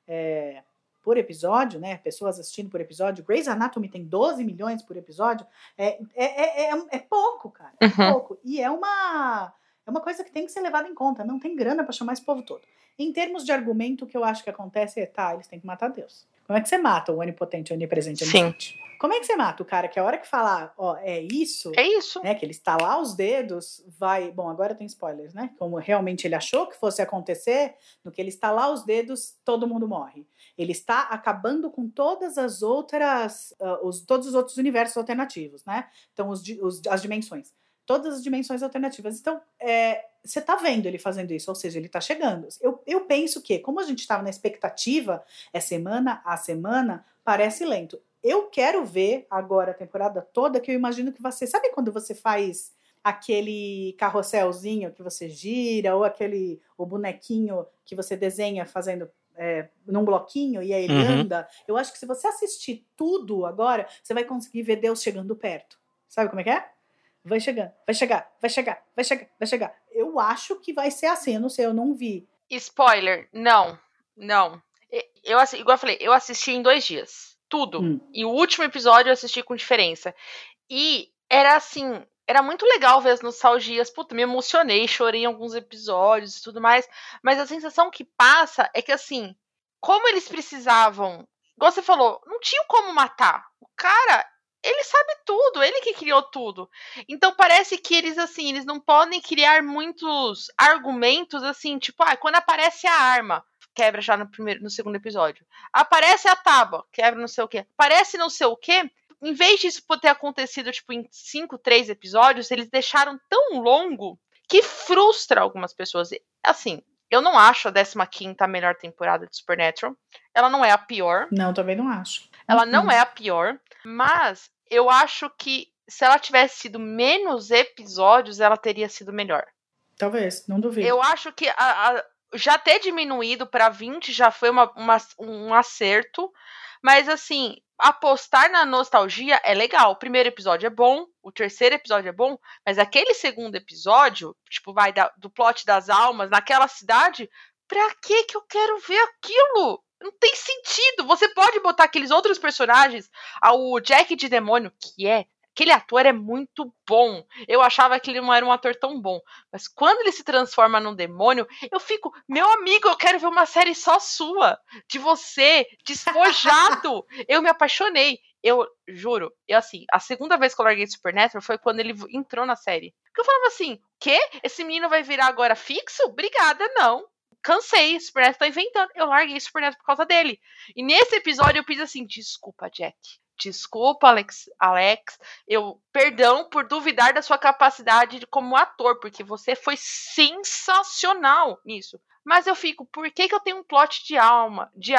é, por episódio, né, pessoas assistindo por episódio, Grey's Anatomy tem doze milhões por episódio, é, é, é, é, é pouco, cara, é uhum. pouco, e é uma, é uma coisa que tem que ser levada em conta, não tem grana pra chamar esse povo todo. Em termos de argumento, o que eu acho que acontece é, tá, eles têm que matar Deus. Como é que você mata o onipotente, onipresente, onisciente? Sim. Como é que você mata o cara que a hora que falar, ó, é isso... É isso. Né, que ele estalar os dedos, vai... Bom, agora tem spoilers, né? Como realmente ele achou que fosse acontecer, no que ele estalar os dedos, todo mundo morre. Ele está acabando com todas as outras... Uh, os, todos os outros universos alternativos, né? Então, os, os, as dimensões. Todas as dimensões alternativas. Então, é, você tá vendo ele fazendo isso, ou seja, ele tá chegando. Eu, eu penso que, como a gente estava na expectativa, é semana a semana, parece lento. Eu quero ver agora a temporada toda, que eu imagino que vai ser... Sabe quando você faz aquele carrosselzinho que você gira, ou aquele o bonequinho que você desenha fazendo é, num bloquinho e aí ele Uhum. anda. Eu acho que se você assistir tudo agora, você vai conseguir ver Deus chegando perto. Sabe como é que é? Vai chegando, vai chegar, vai chegar, vai chegar, vai chegar. Eu acho que vai ser assim, eu não sei, eu não vi. Spoiler, não, não. Eu, assi- igual eu falei, eu assisti em dois dias. Tudo. Hum. E o último episódio eu assisti com diferença. E era assim, era muito legal ver as nostalgias. Puta, me emocionei, chorei em alguns episódios e tudo mais. Mas a sensação que passa é que, assim, como eles precisavam. Igual você falou, não tinham como matar. O cara, ele sabe tudo, ele que criou tudo. Então parece que eles, assim, eles não podem criar muitos argumentos, assim, tipo, ah, quando aparece a arma, quebra já no primeiro, no segundo episódio. Aparece a tábua, quebra não sei o quê. Aparece não sei o quê. Em vez disso ter acontecido, tipo, em cinco, três episódios, eles deixaram tão longo que frustra algumas pessoas. Assim, eu não acho a décima quinta a melhor temporada de Supernatural. Ela não é a pior. Não, também não acho. Ela Uhum. não é a pior, mas eu acho que se ela tivesse sido menos episódios, ela teria sido melhor. Talvez, não duvido. Eu acho que a, a, já ter diminuído para vinte já foi uma, uma, um acerto, mas assim, apostar na nostalgia é legal. O primeiro episódio é bom, o terceiro episódio é bom, mas aquele segundo episódio, tipo, vai da, do plot das almas naquela cidade, pra que que eu quero ver aquilo? Não tem sentido. Você pode botar aqueles outros personagens, o Jack de Demônio, que é aquele ator é muito bom. Eu achava que ele não era um ator tão bom. Mas quando ele se transforma num demônio, eu fico, meu amigo, eu quero ver uma série só sua. De você, despojado. Eu me apaixonei. Eu juro, eu assim, a segunda vez que eu larguei Supernatural foi quando ele entrou na série. Porque eu falava assim, quê? Esse menino vai virar agora fixo? Obrigada, não. Cansei, Supernatural tá inventando. Eu larguei Supernatural por causa dele. E nesse episódio eu fiz assim, desculpa, Jack. Desculpa, Alex, Alex, eu perdão por duvidar da sua capacidade como ator, porque você foi sensacional nisso. Mas eu fico, por que que eu tenho um plot de alma, de,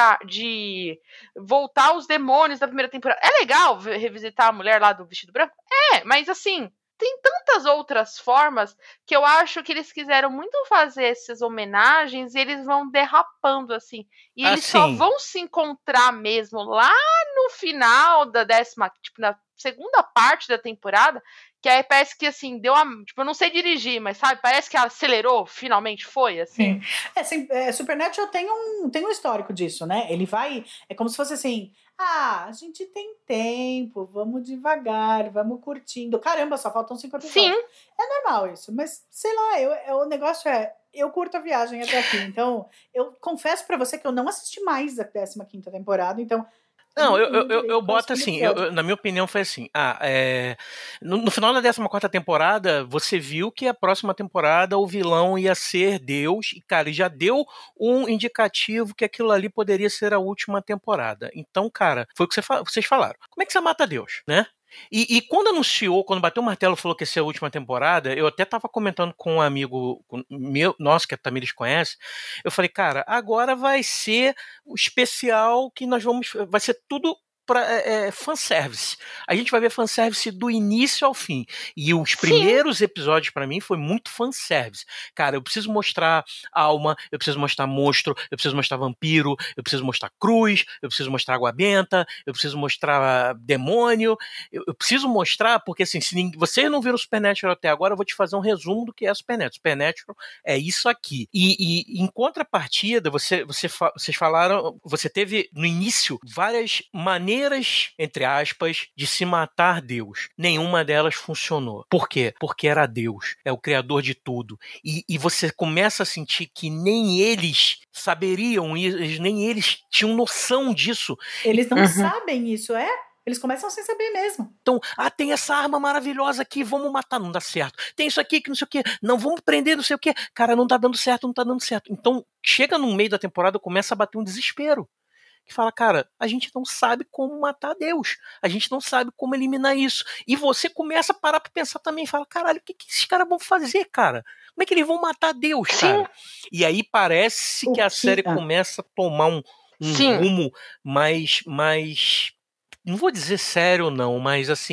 de voltar os demônios da primeira temporada? É legal revisitar a mulher lá do vestido branco? É, mas assim, tem tantas outras formas que eu acho que eles quiseram muito fazer essas homenagens e eles vão derrapando, assim. E eles assim, só vão se encontrar mesmo lá no final da décima, tipo, na segunda parte da temporada, que aí parece que, assim, deu a... Tipo, eu não sei dirigir, mas, sabe, parece que acelerou, finalmente foi, assim. É, assim, é, Supernatural tem um, tem um histórico disso, né? Ele vai... É como se fosse assim... Ah, a gente tem tempo, vamos devagar, vamos curtindo. Caramba, só faltam cinco episódios. Sim. É normal isso, mas, sei lá, eu, eu, o negócio é... Eu curto a viagem até aqui, então... Eu confesso pra você que eu não assisti mais a décima quinta temporada, então... Não, eu, eu, eu, eu boto assim, eu, eu, na minha opinião foi assim, ah, é, no, no final da décima quarta temporada, você viu que a próxima temporada o vilão ia ser Deus, e cara, ele já deu um indicativo que aquilo ali poderia ser a última temporada. Então, cara, foi o que você, vocês falaram. Como é que você mata Deus, né? E, e quando anunciou, quando bateu o martelo e falou que ia ser a última temporada, eu até tava comentando com um amigo meu, nosso, que a Tamires conhece, eu falei, cara, agora vai ser o especial que nós vamos, vai ser tudo pra, é, é, fanservice. A gente vai ver fanservice do início ao fim. E os primeiros Sim. episódios pra mim foi muito fanservice. Cara, eu preciso mostrar alma, eu preciso mostrar monstro, eu preciso mostrar vampiro, eu preciso mostrar cruz, eu preciso mostrar água benta, eu preciso mostrar demônio, eu, eu preciso mostrar, porque assim, se ninguém, vocês não viram Supernatural até agora, eu vou te fazer um resumo do que é Supernatural. Supernatural é isso aqui. E, e em contrapartida, você, você, vocês falaram, você teve no início várias maneiras, entre aspas, de se matar Deus. Nenhuma delas funcionou. Por quê? Porque era Deus, é o criador de tudo. E, e você começa a sentir que nem eles saberiam, eles, nem eles tinham noção disso. Eles não Uhum. sabem isso, é? Eles começam sem saber mesmo. Então, ah, tem essa arma maravilhosa aqui, vamos matar, não dá certo. Tem isso aqui que não sei o que, não, vamos prender, não sei o que. Cara, não tá dando certo, não tá dando certo. Então, chega no meio da temporada, começa a bater um desespero. Que fala, cara, a gente não sabe como matar Deus. A gente não sabe como eliminar isso. E você começa a parar pra pensar também, fala, caralho, o que, que esses caras vão fazer, cara? Como é que eles vão matar Deus, cara? Sim. E aí parece o que a que série é? começa a tomar um, um rumo mais, mais... Não vou dizer sério, não, mas assim,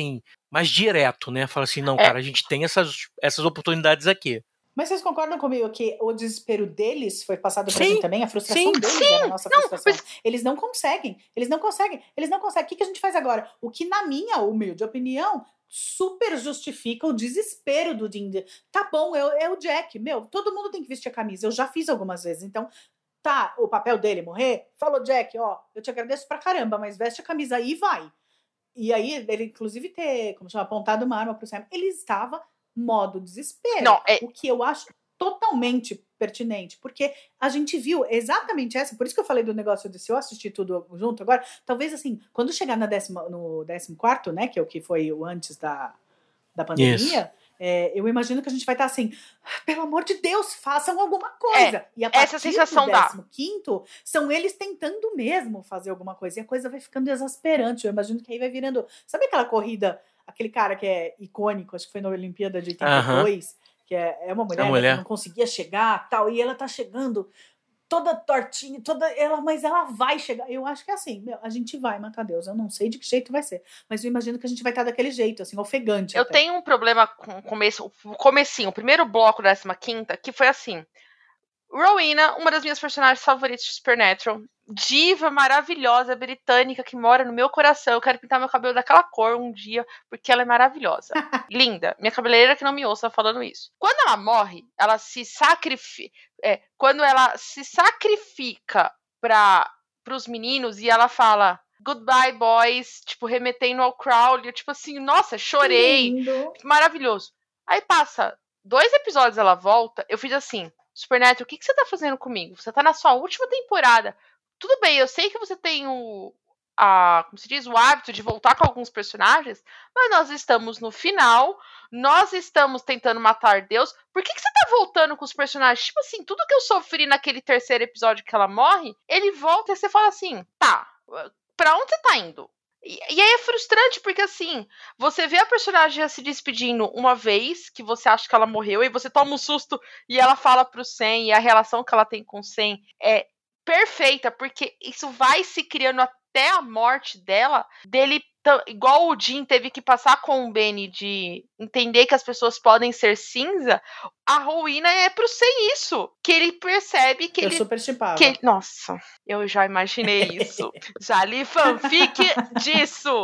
mais direto, né? Fala assim, não, É. cara, a gente tem essas, essas oportunidades aqui. Mas vocês concordam comigo que o desespero deles foi passado pra Sim, gente também? A frustração sim, deles sim. era a nossa Não, frustração. mas- Eles não conseguem, eles não conseguem, eles não conseguem. O que, que a gente faz agora? O que, na minha humilde opinião, super justifica o desespero do Dean. Tá bom, é, é o Jack. Meu, todo mundo tem que vestir a camisa. Eu já fiz algumas vezes, então... Tá, o papel dele morrer? Falou, Jack, ó, eu te agradeço pra caramba, mas veste a camisa aí e vai. E aí, ele inclusive ter, como chama, apontado uma arma pro Sam. Ele estava modo desespero. Não, é- O que eu acho totalmente pertinente, porque a gente viu exatamente essa, por isso que eu falei do negócio de se eu assistir tudo junto agora, talvez assim, quando chegar na décima, no décimo quarto, né, que é o que foi o antes da, da pandemia, é, eu imagino que a gente vai estar assim, pelo amor de Deus, façam alguma coisa. E a essa partir sensação do dá. décimo quinto, são eles tentando mesmo fazer alguma coisa, e a coisa vai ficando exasperante. Eu imagino que aí vai virando, sabe aquela corrida, aquele cara que é icônico, acho que foi na Olimpíada de oitenta e dois, que é, é uma mulher, A né, mulher. que não conseguia chegar, tal, e ela tá chegando toda tortinha, toda ela, mas ela vai chegar. Eu acho que é assim, meu, a gente vai matar Deus. Eu não sei de que jeito vai ser, mas eu imagino que a gente vai estar daquele jeito, assim, ofegante. Eu até. tenho um problema com o começo, o comecinho, o primeiro bloco da décima quinta, que foi assim. Rowena, uma das minhas personagens favoritas de Supernatural, diva maravilhosa, britânica, que mora no meu coração. Eu quero pintar meu cabelo daquela cor um dia, porque ela é maravilhosa. Linda. Minha cabeleireira que não me ouça falando isso. Quando ela morre, ela se sacrifica. É, quando ela se sacrifica para os meninos e ela fala goodbye, boys, tipo, remetendo ao Crowley, eu, tipo assim, nossa, chorei. Lindo. Maravilhoso. Aí passa dois episódios, ela volta, eu fiz assim, Supernatural, o que, que você tá fazendo comigo? Você tá na sua última temporada. Tudo bem, eu sei que você tem o, a, como se diz, o hábito de voltar com alguns personagens, mas nós estamos no final, nós estamos tentando matar Deus. Por que, que você tá voltando com os personagens? Tipo assim, tudo que eu sofri naquele terceiro episódio que ela morre, ele volta e você fala assim, tá, pra onde você tá indo? E, e aí é frustrante, porque assim, você vê a personagem se despedindo uma vez, que você acha que ela morreu, e você toma um susto e ela fala pro Sam, e a relação que ela tem com o Sam é perfeita, porque isso vai se criando até a morte dela, dele, igual o Jim teve que passar com o Benny de entender que as pessoas podem ser cinza, a Rowena é pro Sam isso, que ele percebe que Eu ele... super chipava. Que, nossa, eu já imaginei isso. Já li fanfic disso.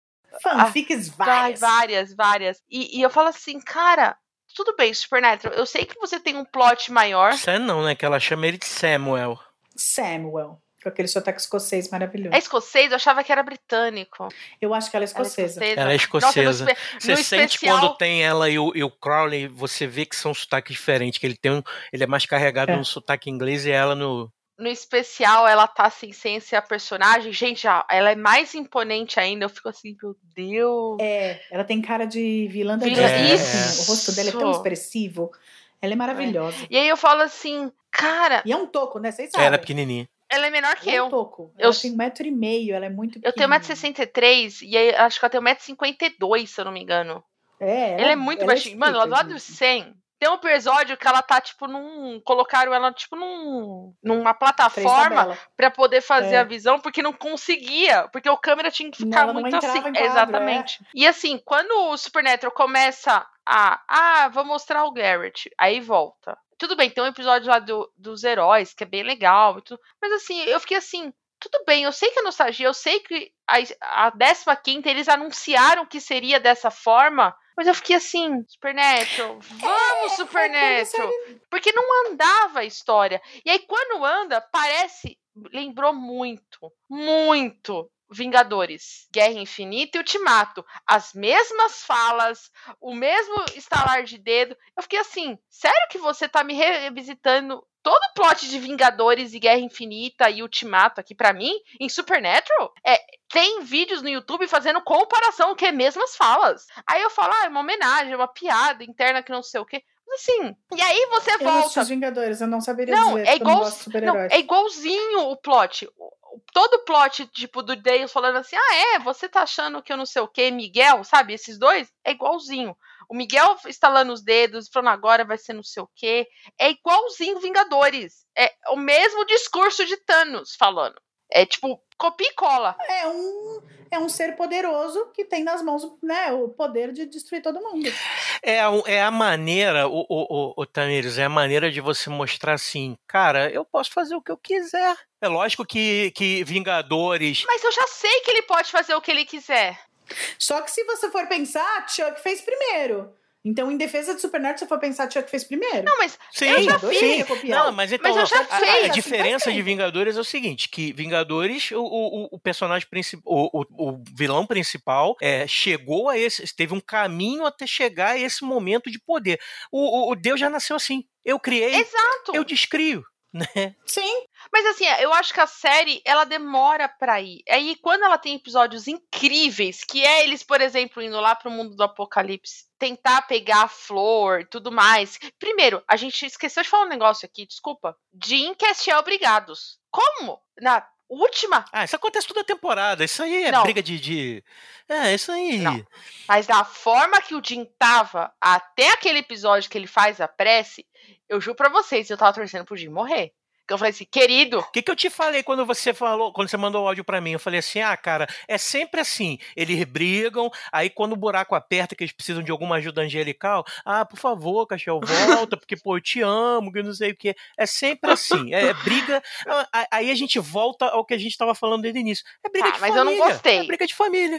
Fanfics várias. Várias, várias. E, e eu falo assim, cara, tudo bem, Supernatural, eu sei que você tem um plot maior. Sam não, né? Que ela chama ele de Samuel. Samuel. Com aquele sotaque escocês maravilhoso. É escocês? Eu achava que era britânico. Eu acho que ela é escocesa. Ela é escocesa. Nossa, no espe- Você no sente especial... quando tem ela e o, e o Crowley, você vê que são sotaques diferentes, que ele tem um, ele é mais carregado É. no sotaque inglês e ela no... No especial, ela tá assim, sem ser a personagem. Gente, ela é mais imponente ainda. Eu fico assim, meu Deus. É, ela tem cara de vilã da Vilã, Disney. isso. assim, o rosto dela é tão Isso. expressivo. Ela é maravilhosa. E aí eu falo assim, cara, E é um toco, né? Vocês sabem. Ela é pequenininha. ela é menor que Ela é um eu. toco. Eu- Ela tem um metro e meio, ela é muito Eu tenho um metro e sessenta e três e aí acho que ela tem um metro e cinquenta e dois, se eu não me engano. É, Ela é muito baixinha. Mano, ela do lado do cem. Tem um episódio que ela tá, tipo, num... Colocaram ela, tipo, num... Numa plataforma pra poder fazer É. a visão, porque não conseguia. Porque o câmera tinha que Não, ficar ela não muito entrava assim. em quadro, Exatamente. E assim, quando o Supernatural começa a... Ah, vou mostrar o Garrett. Aí volta. Tudo bem, tem um episódio lá do, dos heróis, que é bem legal e tudo. Mas assim, eu fiquei assim... Tudo bem, eu sei que é nostalgia, eu sei que a, a décima quinta eles anunciaram que seria dessa forma, mas eu fiquei assim, Supernatural, vamos Supernatural, porque não andava a história. E aí quando anda, parece, lembrou muito, muito Vingadores, Guerra Infinita e Ultimato. As mesmas falas, o mesmo estalar de dedo. Eu fiquei assim, sério que você tá me revisitando todo o plot de Vingadores e Guerra Infinita e Ultimato aqui pra mim, em Supernatural? É, tem vídeos no YouTube fazendo comparação, que é mesmas falas. Aí eu falo, ah, é uma homenagem, é uma piada interna que não sei o quê. Mas assim, e aí você Eu não assisti volta... os Vingadores, eu não saberia Não, dizer, é porque eu não igual, gosto de não, super-heróis. é igualzinho o plot. O- o- Todo o plot, tipo, do Dale falando assim, ah, é, você tá achando que eu não sei o quê, Miguel, sabe? Esses dois, é igualzinho. O Miguel estalando os dedos, falando agora vai ser não sei o quê. É igualzinho Vingadores. É o mesmo discurso de Thanos falando. É tipo, copia e cola. É um, é um ser poderoso que tem nas mãos, né, o poder de destruir todo mundo. É, a- é a maneira, o, o, o, o Tamires, é a maneira de você mostrar assim, cara, eu posso fazer o que eu quiser. É lógico que, que Vingadores... Mas eu já sei que ele pode fazer o que ele quiser. Só que se você for pensar, Chuck fez primeiro. Então, em defesa de Supernatural, se você for pensar, Chuck fez primeiro. Não, mas Sim, eu já Vingadores vi. ia copiar. Não, mas então, Mas eu já a, sei, a assim, diferença faz de tempo. Vingadores é o seguinte, que Vingadores, o, o, o personagem principal, o, o, o vilão principal, é, chegou a esse, teve um caminho até chegar a esse momento de poder. O, o, o Deus já nasceu assim. Eu criei, Exato. eu descrio, né? Sim. Mas assim, eu acho que a série, ela demora pra ir. Aí, quando ela tem episódios incríveis, que é eles, por exemplo, indo lá pro mundo do apocalipse, tentar pegar a flor e tudo mais. Primeiro, a gente esqueceu de falar um negócio aqui, desculpa. Jim e Castiel brigados. Como? Na última? Ah, isso acontece toda temporada. Isso aí é Não. briga de, de... É, isso aí. Não. Mas da forma que o Jim tava, até aquele episódio que ele faz a prece, eu juro pra vocês, eu tava torcendo pro Jim morrer. Porque eu falei assim, querido... O que, que eu te falei quando você falou, quando você mandou o áudio pra mim? Eu falei assim, ah, cara, é sempre assim. Eles brigam, aí quando o buraco aperta, que eles precisam de alguma ajuda angelical, ah, por favor, Castiel, volta, porque, pô, eu te amo, que não sei o quê. É sempre assim, é, é briga. Aí a gente volta ao que a gente tava falando desde o início. É briga Ah, de mas eu família. não gostei. É briga de família.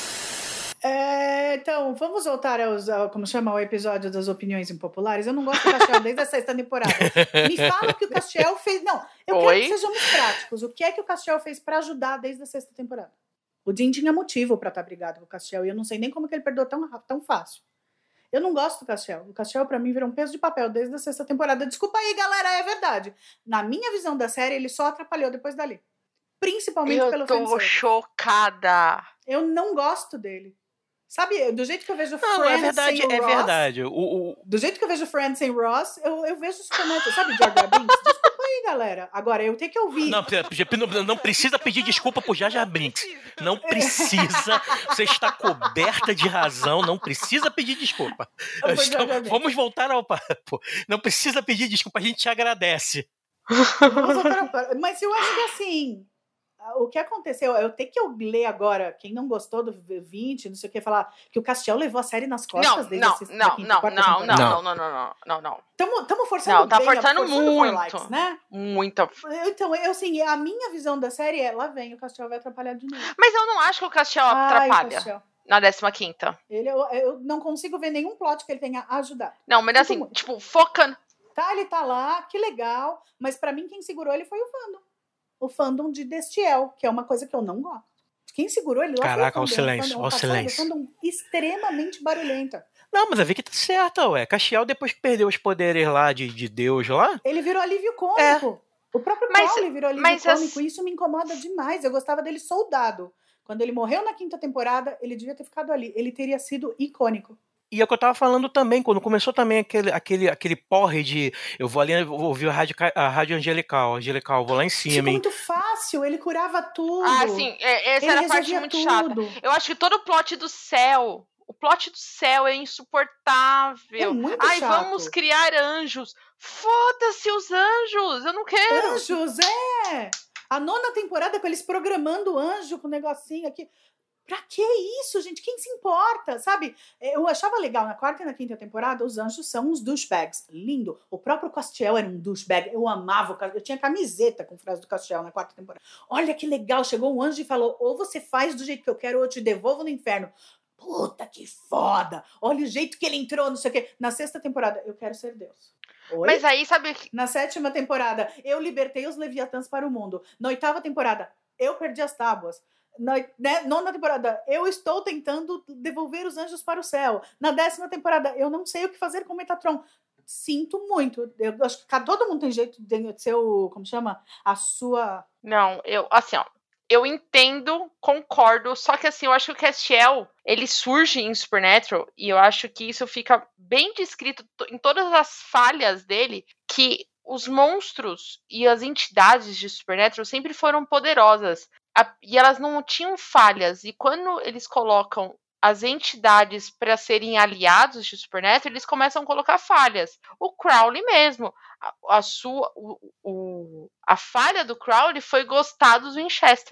É, então, vamos voltar aos, ao, como chama o episódio das opiniões impopulares. Eu não gosto do Castiel desde a sexta temporada. Me fala o que o Castiel fez. Não, eu Oi? quero que sejamos práticos. O que é que o Castiel fez pra ajudar desde a sexta temporada? O Jim tinha motivo pra estar brigado com o Castiel e eu não sei nem como que ele perdoou tão rápido, tão fácil. Eu não gosto do Castiel. O Castiel, pra mim, virou um peso de papel desde a sexta temporada. Desculpa aí, galera, é verdade. Na minha visão da série, ele só atrapalhou depois dali. Principalmente Eu pelo tô fanservice. chocada. Eu não gosto dele. Sabe, do jeito que eu vejo Não, Friends é verdade, sem o é Ross, verdade. O, o, do jeito que eu vejo Friends sem Ross, eu, eu vejo Supernatural. Sabe, Jar Jar Binks? Desculpa aí, galera. Agora, eu tenho que ouvir. Não, não, não precisa pedir desculpa por Jar Jar Binks. Não precisa. Você está coberta de razão. Não precisa pedir desculpa. Foi Jar Então, Jar Binks. vamos voltar ao papo. Não precisa pedir desculpa, a gente te agradece. Vamos voltar ao- Mas eu acho que assim, o que aconteceu, eu tenho que eu ler agora, quem não gostou do vinte, não sei o que, falar que o Castiel levou a série nas costas Não, desde a não, sexta, não, quinta, não, quarta não, temporada. não, não, não, não, não, não, não. Tamo, tamo forçando Não, tá bem, forçando for muito. likes, né? Muita. Então, eu assim, a minha visão da série é, lá vem, o Castiel vai atrapalhar de novo. Mas eu não acho que o Castiel Ai, atrapalha Castiel. na décima quinta. Ele, eu, eu não consigo ver nenhum plot que ele tenha ajudado. Não, mas Sinto assim, muito. tipo, focando. Tá, ele tá lá, que legal, mas pra mim quem segurou ele foi o fandom. O fandom de Destiel, que é uma coisa que eu não gosto. Quem segurou ele lá Caraca, foi o ó o fandom. silêncio, um ó o passado, silêncio. Um fandom extremamente barulhenta. Não, mas a Vicky tá certa, ué. Castiel, depois que perdeu os poderes lá de, de Deus lá, Ele virou alívio cômico. O próprio Mas- Crowley virou alívio mas as- cômico e isso me incomoda demais. Eu gostava dele soldado. Quando ele morreu na quinta temporada, ele devia ter ficado ali. Ele teria sido icônico. e é o que eu tava falando também, quando começou também aquele, aquele, aquele porre de eu vou ali, eu vou ouvir a rádio, ca- a rádio angelical, angelical, vou lá em Ficou cima, hein? muito fácil, ele curava tudo. Ah, sim, é- essa ele era a parte resolvia muito chata. tudo. Eu acho que todo o plot do céu, o plot do céu é insuportável. É muito Ai, chato. vamos criar anjos. Foda-se os anjos, eu não quero. Anjos, é! A nona temporada com eles programando o anjo com o negocinho aqui. Pra que isso, gente? Quem se importa, sabe? Eu achava legal, na quarta e na quinta temporada, os anjos são uns douchebags. Lindo. O próprio Castiel era um douchebag. Eu amava o Castiel. Eu tinha camiseta com frase do Castiel na quarta temporada. Olha que legal. Chegou um anjo e falou, ou você faz do jeito que eu quero, ou eu te devolvo no inferno. Puta que foda. Olha o jeito que ele entrou, não sei o quê. Na sexta temporada, eu quero ser Deus. Oi? Mas aí, sabe, Na sétima temporada, eu libertei os Leviatãs para o mundo. Na oitava temporada, eu perdi as tábuas. Na né, nona temporada, eu estou tentando devolver os anjos para o céu. Na décima temporada, eu não sei o que fazer com o Metatron. Sinto muito. Eu acho que todo mundo tem jeito de ser o... Como chama? A sua... não, eu, assim, ó, eu entendo, concordo, só que assim, eu acho que o Castiel, ele surge em Supernatural, e eu acho que isso fica bem descrito to- em todas as falhas dele, que os monstros e as entidades de Supernatural sempre foram poderosas, a- e elas não tinham falhas, e quando eles colocam as entidades para serem aliados de Supernatural, eles começam a colocar falhas. O Crowley mesmo, a, a sua, o, o- a falha do Crowley foi gostar dos Winchesters.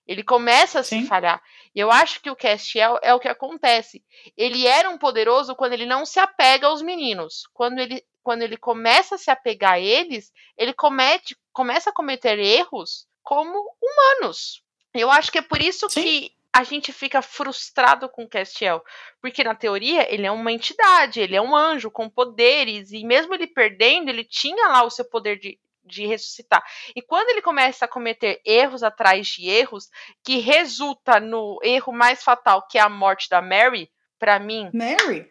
Ele começa a Sim. se falhar. E eu acho que o Castiel é o que acontece. Ele era um poderoso quando ele não se apega aos meninos. Quando ele, quando ele começa a se apegar a eles, ele comete, começa a cometer erros como humanos. Eu acho que é por isso Sim. que a gente fica frustrado com o Castiel. Porque, na teoria, ele é uma entidade, ele é um anjo com poderes. E mesmo ele perdendo, ele tinha lá o seu poder de, de ressuscitar. E quando ele começa a cometer erros atrás de erros, que resulta no erro mais fatal, que é a morte da Mary, pra mim, Mary?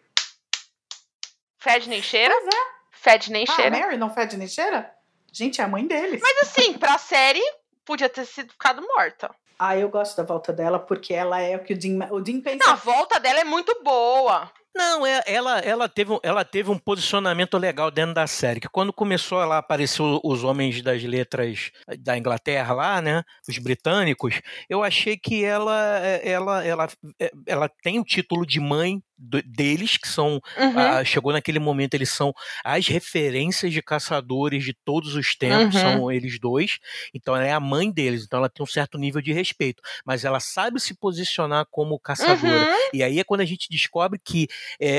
fede nem cheira. Pois é. Fede nem Ah, cheira. Mary não fede nem cheira? Gente, é a mãe deles. Mas assim, pra série, podia ter sido ficado morta. Ah, eu gosto da volta dela porque ela é o que o Dean, o Dean pensa. Não, a volta dela é muito boa. Não, é, ela, ela, teve, um- ela teve um posicionamento legal dentro da série, que quando começou lá a aparecer o- os homens das letras da Inglaterra lá, né, os britânicos, eu achei que ela, é, ela, ela, é, ela tem o título de mãe do- deles, que são, Uhum. ah, chegou naquele momento, eles são as referências de caçadores de todos os tempos, Uhum. são eles dois, então ela é a mãe deles, então ela tem um certo nível de respeito, mas ela sabe se posicionar como caçadora, Uhum. e aí é quando a gente descobre que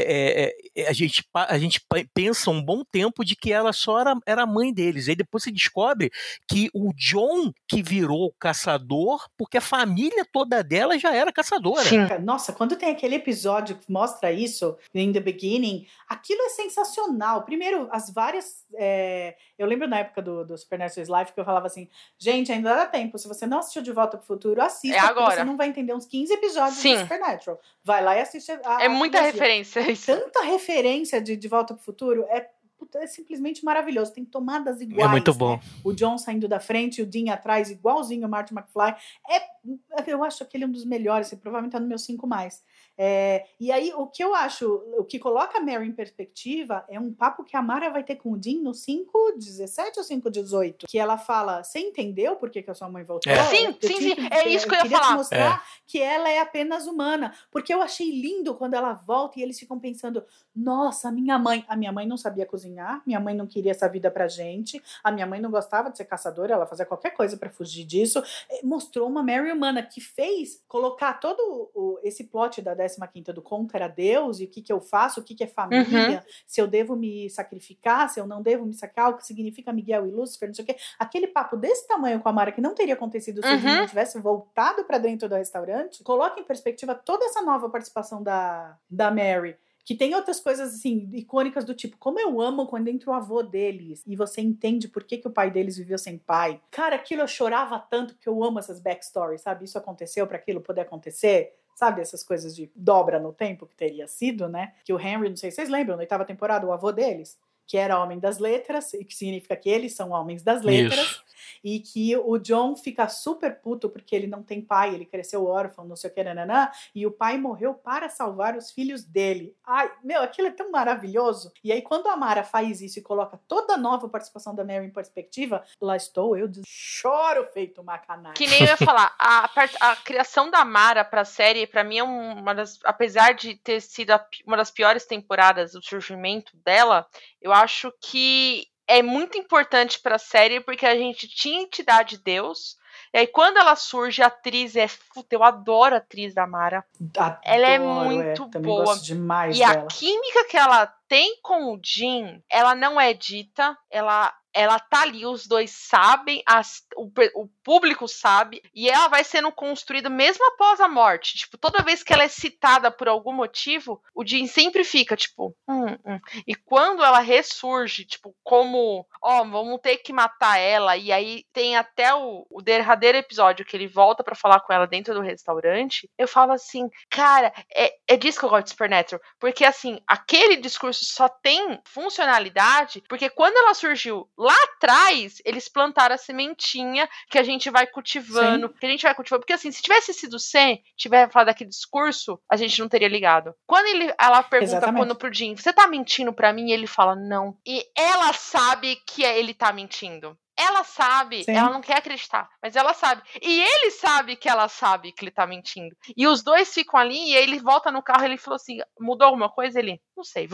é, é, é, a, gente, pa- a gente pa- pensa um bom tempo de que ela só era, era a mãe deles. Aí depois se descobre que o John que virou caçador, porque a família toda dela já era caçadora. Sim. Nossa, quando tem aquele episódio que mostra isso, in the beginning, aquilo é sensacional. Primeiro, as várias... é, eu lembro na época do, do Supernatural Life que eu falava assim, gente, ainda dá tempo, se você não assistiu De Volta pro Futuro, assista, É porque agora. você não vai entender uns quinze episódios Sim. de Supernatural. Vai lá e assiste a É muita trilogia. referência isso. Tanta referência de De Volta pro Futuro, é, puta, é simplesmente maravilhoso. Tem tomadas iguais. É muito bom. Né? O John saindo da frente e o Dean atrás, igualzinho o Marty McFly. É, eu acho aquele um dos melhores, provavelmente tá no meu cinco mais. É, e aí, o que eu acho, o que coloca a Mary em perspectiva é um papo que a Mara vai ter com o Dean no cinco dezessete ou cinco dezoito, que ela fala, você entendeu por que, que a sua mãe voltou? É. Sim, Eu sim, tinha sim, que- é isso que eu ia queria falar. te mostrar que ela é apenas humana, porque eu achei lindo quando ela volta e eles ficam pensando, nossa, minha mãe, a minha mãe não sabia cozinhar, minha mãe não queria essa vida pra gente, a minha mãe não gostava de ser caçadora, ela fazia qualquer coisa pra fugir disso. Eh, mostrou uma Mary humana que fez colocar todo o, esse plot da décima quinta do conto era Deus, e o que que eu faço, o que que é família, se eu devo me sacrificar, se eu não devo me sacrificar, o que significa Miguel e Lúcifer, não sei o quê. Aquele papo desse tamanho com a Mara que não teria acontecido se o Dean Uhum. não tivesse voltado pra dentro do restaurante, coloca em perspectiva toda essa nova participação da, da Mary. Que tem outras coisas, assim, icônicas do tipo, como eu amo quando entra o avô deles e você entende por que, que o pai deles viveu sem pai. Cara, aquilo eu chorava tanto porque eu amo essas backstories, sabe? Isso aconteceu para aquilo poder acontecer. Sabe, essas coisas de dobra no tempo que teria sido, né? Que o Henry, não sei se vocês lembram, na oitava temporada, o avô deles, que era homem das letras, e que significa que eles são homens das letras. Isso. E que o John fica super puto porque ele não tem pai, ele cresceu órfão, não sei o que, nananã, e o pai morreu para salvar os filhos dele. Ai, meu, aquilo é tão maravilhoso. E aí, quando a Mara faz isso e coloca toda a nova participação da Mary em perspectiva, lá estou eu, de- choro feito uma canalha. Que nem eu ia falar, a, part- a criação da Mara pra série, pra mim, é uma das. Apesar de ter sido a pi- uma das piores temporadas do surgimento dela, eu acho que é muito importante pra série, porque a gente tinha entidade de Deus. E aí, quando ela surge, a atriz é. Puta, eu adoro a atriz da Mara. Adoro, Ela é muito também boa. gosto demais E a dela. química que ela tem com o Jim, ela não é dita, ela. Ela tá ali, os dois sabem, as, o, pe- o público sabe, e ela vai sendo construída mesmo após a morte. Tipo, toda vez que ela é citada por algum motivo, o Jim sempre fica, tipo, hum, hum. E quando ela ressurge, tipo, como, ó, vamos ter que matar ela, e aí tem até o, o derradeiro episódio que ele volta pra falar com ela dentro do restaurante, eu falo assim, cara, é, é disso que eu gosto de Supernatural, porque assim, aquele discurso só tem funcionalidade, porque quando ela surgiu lá atrás, eles plantaram a sementinha que a gente vai cultivando, Sim. que a gente vai cultivando, porque assim, se tivesse sido sem, tiver falado daquele discurso, a gente não teria ligado. Quando ele, ela pergunta Exatamente. quando pro Jim, você tá mentindo pra mim? E ele fala, não. E ela sabe que ele tá mentindo. Ela sabe, Sim. ela não quer acreditar, mas ela sabe. E ele sabe que ela sabe que ele tá mentindo. E os dois ficam ali, e aí ele volta no carro e ele falou assim, mudou alguma coisa? Ele, não sei, vamos.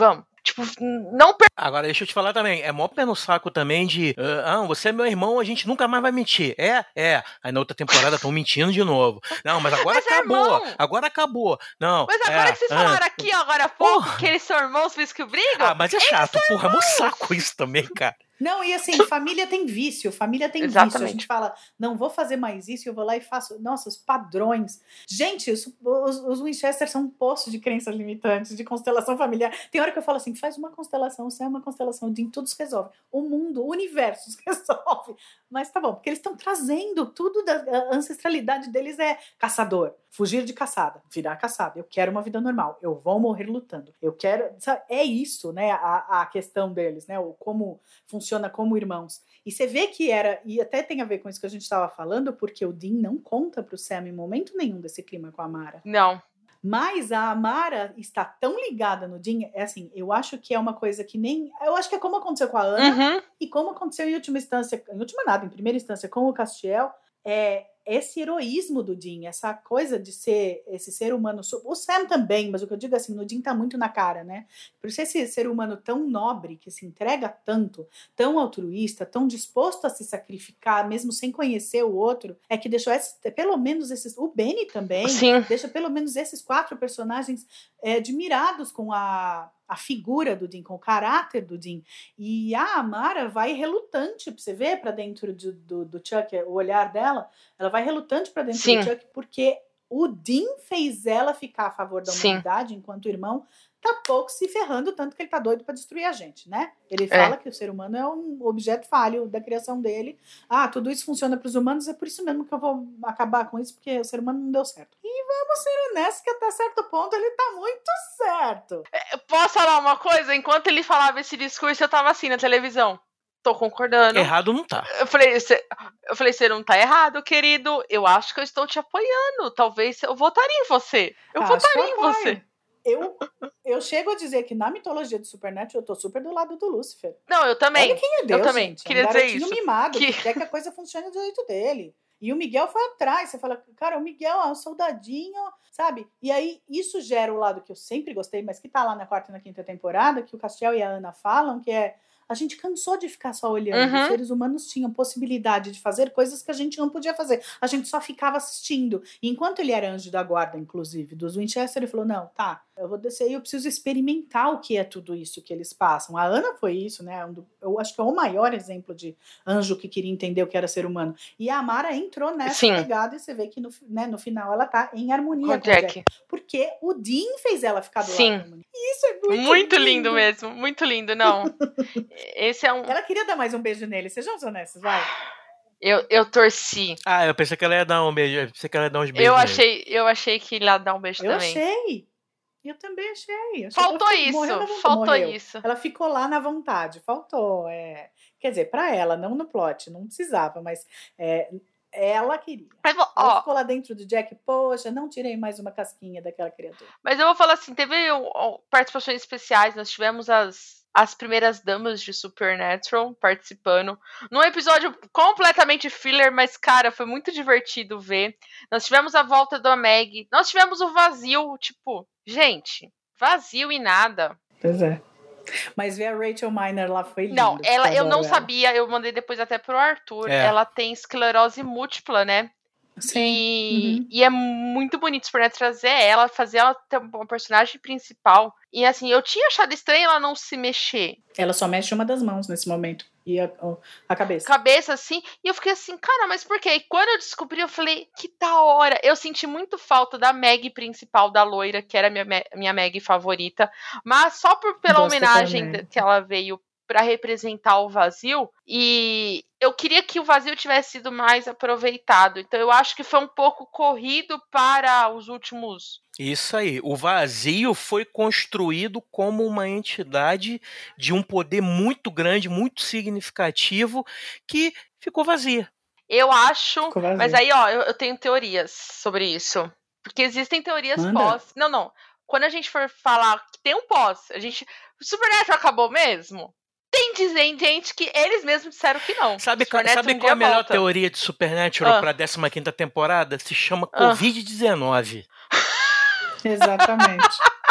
Tipo, não per... Agora, deixa eu te falar também, é mó pé no saco também de, ah, você é meu irmão, a gente nunca mais vai mentir. É, é. Aí na outra temporada estão mentindo de novo. Não, mas agora mas acabou, é agora acabou. Não, mas agora é, que vocês ah, falaram aqui, ó, agora há pouco, porra. que eles são irmãos, por isso que brigam. Ah, mas é chato, porra, é mó saco isso também, cara. Não, e assim, família tem vício, família tem Exatamente. vício. A gente fala, não vou fazer mais isso, e eu vou lá e faço. Nossa, os padrões. Gente, os, os, os Winchester são um poço de crenças limitantes, de constelação familiar. Tem hora que eu falo assim, faz uma constelação, você é uma constelação, o Dean tudo se resolve. O mundo, o universo se resolve. Mas tá bom, porque eles estão trazendo tudo, da a ancestralidade deles é caçador, fugir de caçada, virar caçada. Eu quero uma vida normal, eu vou morrer lutando. Eu quero, sabe, é isso, né, a, a questão deles, né, o como funciona como irmãos. E você vê que era, e até tem a ver com isso que a gente estava falando, porque o Dean não conta pro Sam em momento nenhum desse clima com a Amara. Não. Mas a Amara está tão ligada no Dean, é assim, eu acho que é uma coisa que nem, eu acho que é como aconteceu com a Ana, Uhum. e como aconteceu em última instância, em última nada, em primeira instância com o Castiel, é esse heroísmo do Dean, essa coisa de ser esse ser humano, o Sam também, mas o que eu digo assim, no Dean tá muito na cara, né? Por ser esse ser humano tão nobre, que se entrega tanto, tão altruísta, tão disposto a se sacrificar, mesmo sem conhecer o outro, é que deixou esse, pelo menos esses, o Benny também, Sim. deixa pelo menos esses quatro personagens é, admirados com a a figura do Dean, com o caráter do Dean. E a Amara vai relutante, pra você ver, pra dentro de, do, do Chuck, o olhar dela, ela vai relutante pra dentro Sim. do Chuck, porque o Dean fez ela ficar a favor da Sim. humanidade, enquanto o irmão tá pouco se ferrando, tanto que ele tá doido pra destruir a gente, né? Ele É. fala que o ser humano é um objeto falho da criação dele. Ah, tudo isso funciona pros humanos, é por isso mesmo que eu vou acabar com isso, porque o ser humano não deu certo. E vamos ser honestos que até certo ponto ele tá muito certo. Eu posso falar uma coisa? Enquanto ele falava esse discurso, eu tava assim na televisão. Tô concordando. Errado não tá. Eu falei, cê, eu falei, você não tá errado, querido. Eu acho que eu estou te apoiando. Talvez eu votaria em você. Eu Acho que votaria eu em apoio. você. Eu, eu chego a dizer que na mitologia do Supernatural eu tô super do lado do Lúcifer. Não, eu também. Olha quem é Deus, eu também. gente. Queria é um dizer garotinho isso. mimado Que- que quer que a coisa funcione do jeito dele. E o Miguel foi atrás. Você fala, cara, o Miguel é um soldadinho, sabe? E aí isso gera o lado que eu sempre gostei, mas que tá lá na quarta e na quinta temporada, que o Castiel e a Ana falam, que é a gente cansou de ficar só olhando. Uhum. Os seres humanos tinham possibilidade de fazer coisas que a gente não podia fazer. A gente só ficava assistindo. E enquanto ele era anjo da guarda, inclusive, dos Winchester, ele falou, não, tá, eu vou descer e eu preciso experimentar o que é tudo isso que eles passam. A Ana foi isso, né? Um do- Eu acho que é o maior exemplo de anjo que queria entender o que era ser humano. E a Amara entrou nessa Sim. pegada e você vê que no, né, no final ela tá em harmonia Com com, o o Jack. Jack. Porque o Dean fez ela ficar do Sim. lado da harmonia. E isso é muito, Muito lindo mesmo. Muito lindo, não. Esse é um. Ela queria dar mais um beijo nele, sejam honestos, vai. Eu, eu torci. Ah, eu pensei que ela ia dar um beijo. Eu pensei que ela ia dar uns beijos. Eu nele. achei, eu achei que ele ia dar um beijo Eu também. achei. Eu também achei. Achei que Faltou ela ficou- morreu isso. na vontade. Faltou Morreu. isso. Ela ficou lá na vontade. Faltou. É... Quer dizer, pra ela, não no plot, não precisava, mas é, ela queria. Mas, vou- Ela ó, ficou lá dentro do Jack, poxa, não tirei mais uma casquinha daquela criatura. mas eu vou falar assim, teve ó, ó, participações especiais, nós tivemos as, as primeiras damas de Supernatural participando, num episódio completamente filler, mas, cara, foi muito divertido ver. Nós tivemos a volta da Meg, nós tivemos o vazio, tipo, gente, vazio e nada. Pois é. Mas ver a Rachel Miner lá foi lindo. Não, ela, eu não adoro ela. sabia, eu mandei depois até pro Arthur, É. ela tem esclerose múltipla, né? Sim. E, Uhum. e é muito bonito por trazer ela, fazer ela ter uma personagem principal. E assim, eu tinha achado estranho ela não se mexer. Ela só mexe uma das mãos nesse momento. E a, a cabeça. Cabeça assim. E eu fiquei assim, cara, mas por quê? E quando eu descobri, eu falei, que da hora. Eu senti muito falta da Meg principal, da loira, que era a minha, Me- minha Meg favorita. Mas só por, pela Gosto daquela homenagem Meg. que ela veio pra representar o vazio. E eu queria que o vazio tivesse sido mais aproveitado. Então eu acho que foi um pouco corrido para os últimos. Isso aí. O vazio foi construído como uma entidade de um poder muito grande, muito significativo, que ficou vazia. Eu acho. Ficou vazio. Mas aí, ó, eu, eu tenho teorias sobre isso. Porque existem teorias Manda. pós. Não, não. Quando a gente for falar que tem um pós, a gente. O Supernatural acabou mesmo? Tem dizem, gente, que eles mesmos disseram que não. Sabe, Supernatural sabe um qual é a dia melhor volta. teoria de Supernatural Ah. para a décima quinta temporada? Se chama Ah. covid dezenove. Exatamente.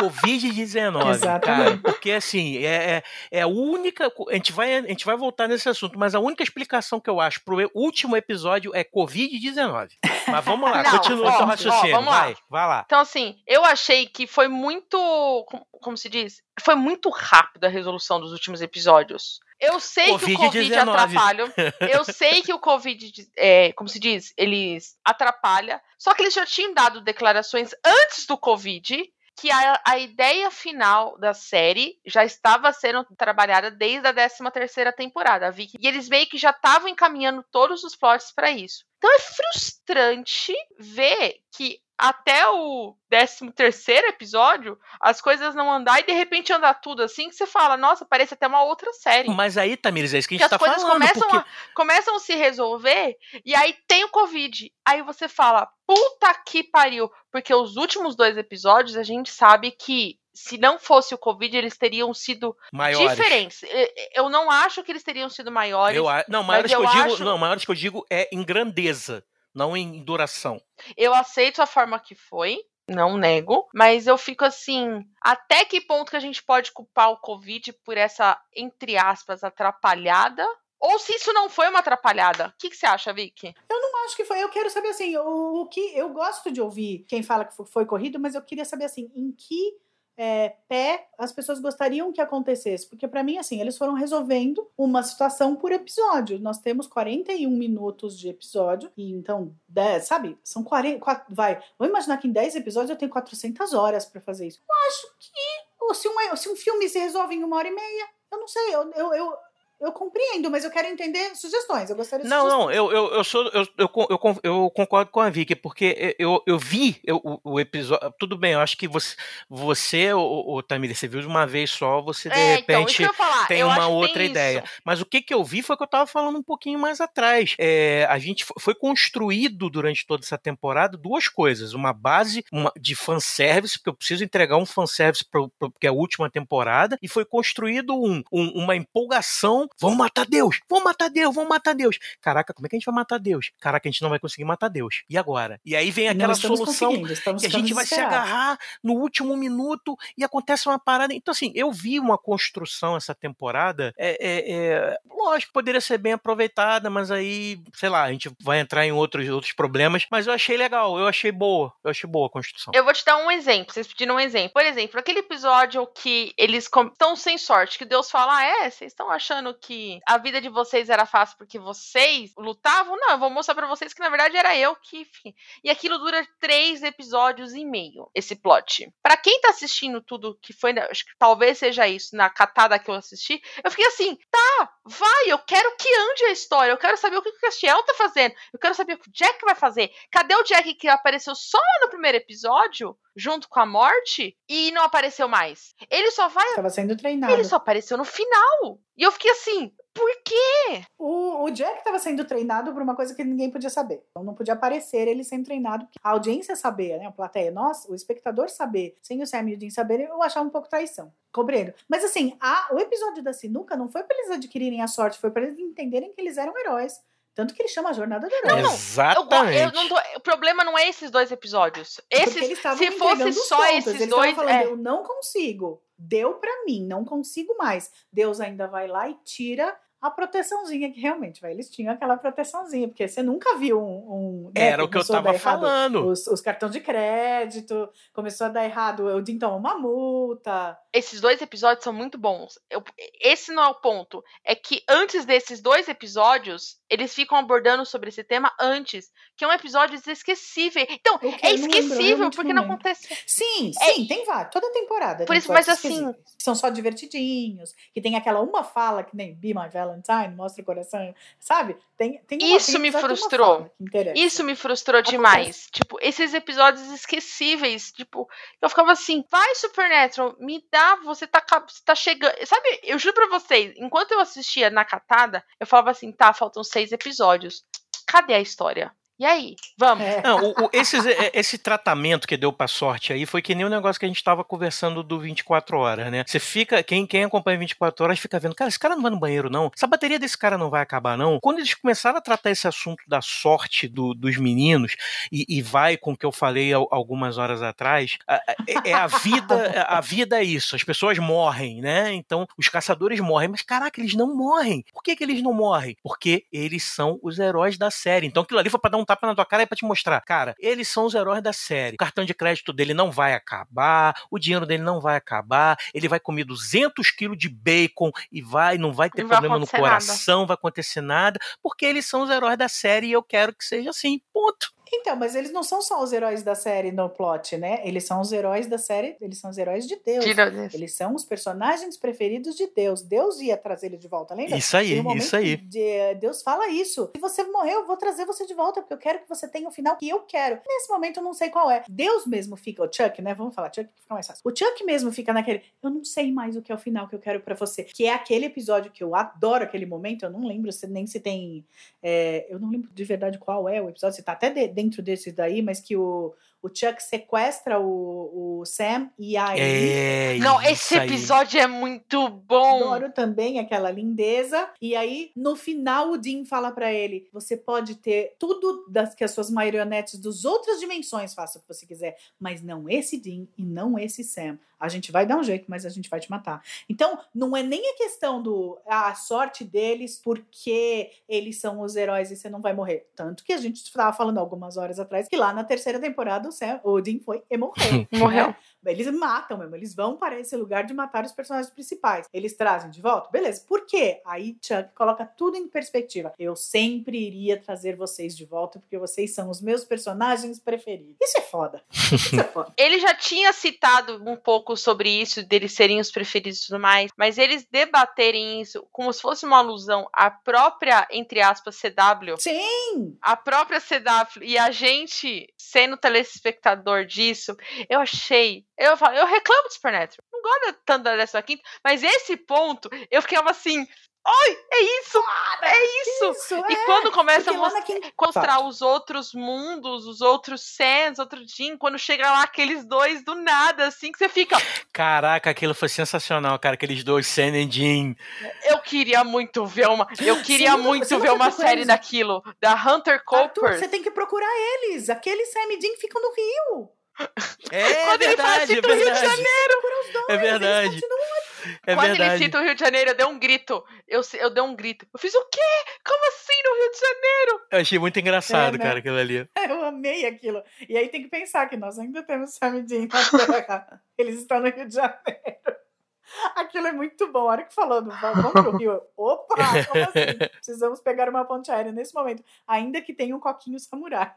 covid dezenove, Exatamente. cara. Porque, assim, é, é, é a única... A gente, vai, a gente vai voltar nesse assunto, mas a única explicação que eu acho pro último episódio é covid dezenove. Mas vamos lá, Não, continua ó, seu ó, raciocínio. vamos lá. Vai, vai lá. Então, assim, eu achei que foi muito... Como, como se diz? Foi muito rápido a resolução dos últimos episódios. Eu sei covid que o Covid atrapalha. Eu sei que o Covid, é, como se diz, eles atrapalham. Só que eles já tinham dado declarações antes do Covid que a, a ideia final da série já estava sendo trabalhada desde a décima terceira temporada, Vicky. E eles meio que já estavam encaminhando todos os plots para isso. Então é frustrante ver que até o décimo terceiro episódio, as coisas não andar e de repente andar tudo assim, que você fala, nossa, parece até uma outra série. Mas aí, Tamires, é isso que a que gente tá falando. As coisas começam, porque... a, começam a se resolver e aí tem o Covid. Aí você fala, puta que pariu. Porque os últimos dois episódios, a gente sabe que se não fosse o Covid, eles teriam sido maiores. Diferentes. Eu não acho que eles teriam sido maiores. Eu, não, maiores que eu, eu acho... digo, não, maiores que eu digo é em grandeza, não em duração. Eu aceito a forma que foi, não nego, mas eu fico assim, até que ponto que a gente pode culpar o Covid por essa, entre aspas, atrapalhada? Ou se isso não foi uma atrapalhada? O que, que você acha, Vicky? Eu não acho que foi. Eu quero saber, assim, o, o que... Eu gosto de ouvir quem fala que foi corrido, mas eu queria saber, assim, em que é, pé as pessoas gostariam que acontecesse. Porque, pra mim, assim, eles foram resolvendo uma situação por episódio. Nós temos quarenta e um minutos de episódio. E, então, dez, sabe? São quarenta... quatro, vai. Vamos imaginar que em dez episódios eu tenho quatrocentas horas pra fazer isso. Eu acho que... Se um, se um filme se resolve em uma hora e meia, eu não sei, eu... eu, eu Eu compreendo, mas eu quero entender sugestões. Eu gostaria de Não, sugestões. não, eu, eu, eu sou. Eu, eu, eu, eu concordo com a Vicky, porque eu, eu vi eu, o, o episódio. Tudo bem, eu acho que você, você o, o Tamires, você viu de uma vez só, você de é, repente então, falar, tem uma outra tem ideia. Isso. Mas o que, que eu vi foi que eu tava falando um pouquinho mais atrás. É, a gente foi construído durante toda essa temporada duas coisas. Uma base uma, de fanservice, porque eu preciso entregar um fanservice porque é a última temporada, e foi construído um, um, uma empolgação. Vamos matar Deus, vamos matar Deus, vamos matar Deus. Caraca, como é que a gente vai matar Deus? Caraca, a gente não vai conseguir matar Deus. E agora? E aí vem aquela solução que a gente vai se agarrar no último minuto e acontece uma parada. Então, assim, eu vi uma construção essa temporada, é, é, é, lógico, poderia ser bem aproveitada, mas aí, sei lá, a gente vai entrar em outros, outros problemas, mas eu achei legal, eu achei boa, eu achei boa a construção. Eu vou te dar um exemplo, vocês pediram um exemplo. Por exemplo, aquele episódio que eles estão sem sorte, que Deus fala, ah, é, vocês estão achando que a vida de vocês era fácil porque vocês lutavam? Não, eu vou mostrar pra vocês que na verdade era eu que, enfim. E aquilo dura três episódios e meio, esse plot. Pra quem tá assistindo tudo que foi, acho que talvez seja isso, na catada que eu assisti, eu fiquei assim, tá, vai, eu quero que ande a história, eu quero saber o que o Castiel tá fazendo, eu quero saber o que o Jack vai fazer. Cadê o Jack que apareceu só no primeiro episódio, junto com a morte, e não apareceu mais? Ele só vai... Tava sendo treinado. Ele só apareceu no final. E eu fiquei assim, por quê? O, o Jack estava sendo treinado por uma coisa que ninguém podia saber. Então não podia aparecer ele sendo treinado. A audiência saber, né? A plateia, nós, o espectador saber, sem o Sam e o Dean saberem, eu achava um pouco traição. Compreendo. Mas assim, a, o episódio da sinuca não foi para eles adquirirem a sorte, foi para eles entenderem que eles eram heróis. Tanto que ele chama a jornada do herói. Não, não. Exatamente. Eu, eu não tô, o problema não é esses dois episódios. Esses, se fosse só pontos. esses eles dois... falando, é. eu não consigo. Deu pra mim, não consigo mais. Deus ainda vai lá e tira a proteçãozinha, que realmente, véio, eles tinham aquela proteçãozinha, porque você nunca viu um... um Era né, o que eu tava falando. Os, os cartões de crédito, começou a dar errado, o Dean tomou uma multa. Esses dois episódios são muito bons. Eu, esse não é o ponto. É que antes desses dois episódios, eles ficam abordando sobre esse tema antes, que é um episódio inesquecível. Então, é esquecível porque não, não acontece. Sim, é, sim, tem vários. Toda temporada. Por isso, mas assim... Que são só divertidinhos, que tem aquela uma fala que nem Be My Valentine, mostra o coração, sabe? Tem, tem uma, isso tem me frustrou. Isso me frustrou Acontece. demais. Tipo, esses episódios esquecíveis. Tipo, eu ficava assim, vai, Supernatural, me dá, você tá, você tá chegando. Sabe, eu juro pra vocês, enquanto eu assistia na catada, eu falava assim, tá, faltam seis episódios. Cadê a história? E aí? Vamos. É. Não, o, o, esse, esse tratamento que deu pra sorte aí foi que nem o negócio que a gente tava conversando do vinte e quatro horas, né? Você fica, quem, quem acompanha vinte e quatro horas fica vendo, cara, esse cara não vai no banheiro, não. Essa bateria desse cara não vai acabar, não. Quando eles começaram a tratar esse assunto da sorte do, dos meninos, e, e vai com o que eu falei algumas horas atrás, é, é a vida, a vida é isso. As pessoas morrem, né? Então, os caçadores morrem. Mas, caraca, eles não morrem. Por que que eles não morrem? Porque eles são os heróis da série. Então, aquilo ali foi pra dar um tapa na tua cara e pra te mostrar, cara, eles são os heróis da série. O cartão de crédito dele não vai acabar, o dinheiro dele não vai acabar, ele vai comer duzentos quilos de bacon e vai, não vai ter Não vai problema no acontecer coração, não vai acontecer nada, porque eles são os heróis da série e eu quero que seja assim, ponto. Então, mas eles não são só os heróis da série no plot, né? Eles são os heróis da série, eles são os heróis de Deus. De Deus. Eles são os personagens preferidos de Deus. Deus ia trazer ele de volta, lembra? Isso aí, Tem um momento isso aí. que de- Deus fala isso. Se você morreu, eu vou trazer você de volta, porque eu quero que você tenha o final que eu quero. Nesse momento eu não sei qual é. Deus mesmo fica, o Chuck, né? Vamos falar, Chuck que fica mais fácil. O Chuck mesmo fica naquele, eu não sei mais o que é o final que eu quero pra você. Que é aquele episódio que eu adoro, aquele momento, eu não lembro se, nem se tem... é, eu não lembro de verdade qual é o episódio, se tá até de- dentro desse daí, mas que o, o Chuck sequestra o, o Sam e a Amy. É Não, isso esse aí. episódio é muito bom. Adoro também aquela lindeza. E aí, no final, o Dean fala pra ele, você pode ter tudo das que as suas marionetes das outras dimensões façam o que você quiser, mas não esse Dean e não esse Sam. A gente vai dar um jeito, mas a gente vai te matar. Então, não é nem a questão do a sorte deles porque eles são os heróis e você não vai morrer. Tanto que a gente estava falando algumas horas atrás que lá na terceira temporada o, Sam, o Dean foi e morreu. Morreu. Né? Eles matam mesmo, eles vão para esse lugar de matar os personagens principais. Eles trazem de volta? Beleza. Por quê? Aí Chuck coloca tudo em perspectiva. Eu sempre iria trazer vocês de volta porque vocês são os meus personagens preferidos. Isso é foda. Isso é foda. Ele já tinha citado um pouco sobre isso, deles serem os preferidos e tudo mais, mas eles debaterem isso como se fosse uma alusão à própria, entre aspas, C W. Sim! A própria C W e a gente sendo telespectador disso, eu achei. Eu falo, eu reclamo de Supernatural. Não gosto tanto da décima quinta, mas esse ponto eu ficava assim. Oi, é isso! É isso! Isso, E é. quando começa a Porque lá mostrar, na quinta- mostrar Fala. os outros mundos, os outros Sans, outro Jim, quando chega lá aqueles dois do nada, assim, que você fica. Caraca, aquilo foi sensacional, cara, aqueles dois, Sam e Dean. Eu queria muito ver uma. Eu queria Você nunca- muito você ver nunca uma procurou série eles? daquilo. Da Hunter Arthur, Cooper. você tem que procurar eles. Aqueles Sam e Dean ficam no Rio. É Quando ele fala, verdade, é "Cita o Rio de verdade. Janeiro." Procura os dois. É verdade. Eles continuam. É Quando ele verdade. cita o Rio de Janeiro, eu dei um grito. Eu, eu dei um grito. Eu fiz o quê? Como assim no Rio de Janeiro? Eu achei muito engraçado, É, né? cara, aquilo ali. Eu amei aquilo. E aí tem que pensar que nós ainda temos Sam e Dean na Terra. Eles estão no Rio de Janeiro. Aquilo é muito bom. A hora que falou, do, vamos pro Rio. eu, Opa, como assim? Precisamos pegar uma ponte aérea nesse momento. Ainda que tenha um coquinho samurai.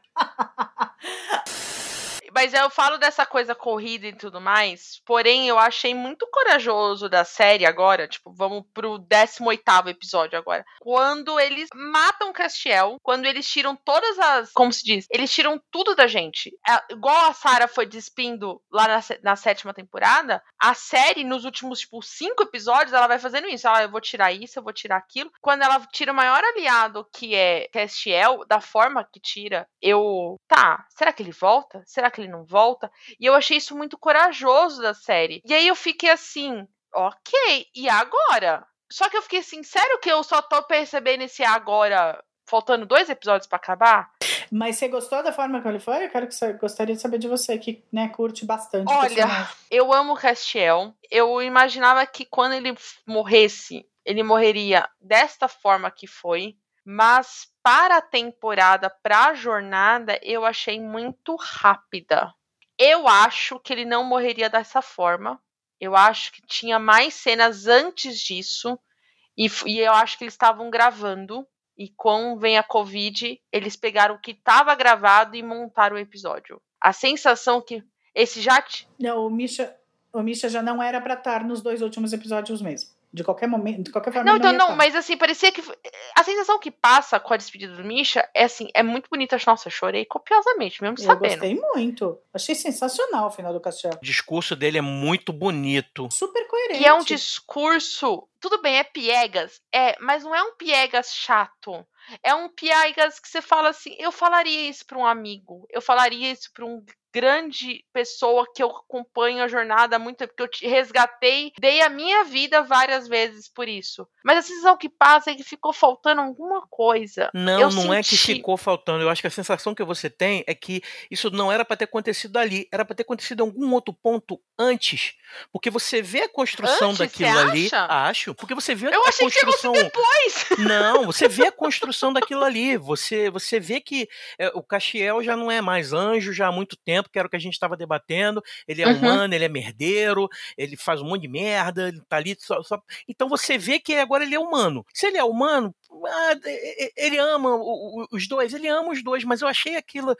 Mas eu falo dessa coisa corrida e tudo mais, porém eu achei muito corajoso da série agora, tipo, vamos pro décimo oitavo episódio agora, quando eles matam Castiel, quando eles tiram todas as, como se diz, eles tiram tudo da gente. É, igual a Sarah foi despindo lá na, na sétima temporada, a série, nos últimos, tipo, cinco episódios, ela vai fazendo isso, ela, eu vou tirar isso, eu vou tirar aquilo. Quando ela tira o maior aliado, que é Castiel, da forma que tira, eu, tá, será que ele volta? Será que ele não volta? E eu achei isso muito corajoso da série. E aí eu fiquei assim, ok, e agora? Só que eu fiquei assim, sério que eu só tô percebendo esse agora, faltando dois episódios pra acabar? Mas você gostou da forma que ele foi? Eu quero que você, gostaria de saber de você, que, né, curte bastante. Olha, personagem. eu amo o Castiel. Eu imaginava que quando ele morresse, ele morreria desta forma que foi. Mas para a temporada, para a jornada, eu achei muito rápida. Eu acho que ele não morreria dessa forma. Eu acho que tinha mais cenas antes disso. E, e eu acho que eles estavam gravando. E quando vem a Covid, eles pegaram o que estava gravado e montaram o episódio. A sensação que esse já... T... Não, o Misha, o Misha já não era pra estar nos dois últimos episódios mesmo. De qualquer momento, de qualquer forma. Não, ele então ia não, estar. mas assim, parecia que. A sensação que passa com a despedida do Misha é assim, é muito bonita. Nossa, eu chorei copiosamente, mesmo Eu sabendo. gostei muito. Achei sensacional o final do Castiel. O discurso dele é muito bonito. Super coerente. E é um discurso. Tudo bem, é piegas, é, mas não é um piegas chato. É um piegas que você fala assim, eu falaria isso pra um amigo, eu falaria isso pra um grande pessoa que eu acompanho a jornada há muito tempo, porque eu te resgatei, dei a minha vida várias vezes por isso. Mas a sensação que passa é que ficou faltando alguma coisa. Não, eu não senti... é que ficou faltando. Eu acho que a sensação que você tem é que isso não era para ter acontecido ali, era para ter acontecido em algum outro ponto antes. Porque você vê a construção Antes, daquilo você ali. acha? Acho. Porque você vê Eu a achei construção. que depois. Não, você vê a construção daquilo ali. Você, você vê que é, o Castiel já não é mais anjo já há muito tempo, que era o que a gente estava debatendo. Ele é Uhum. humano, ele é merdeiro, ele faz um monte de merda, ele tá ali só, só... Então você vê que agora ele é humano. Se ele é humano, ele ama os dois, ele ama os dois, mas eu achei aquilo,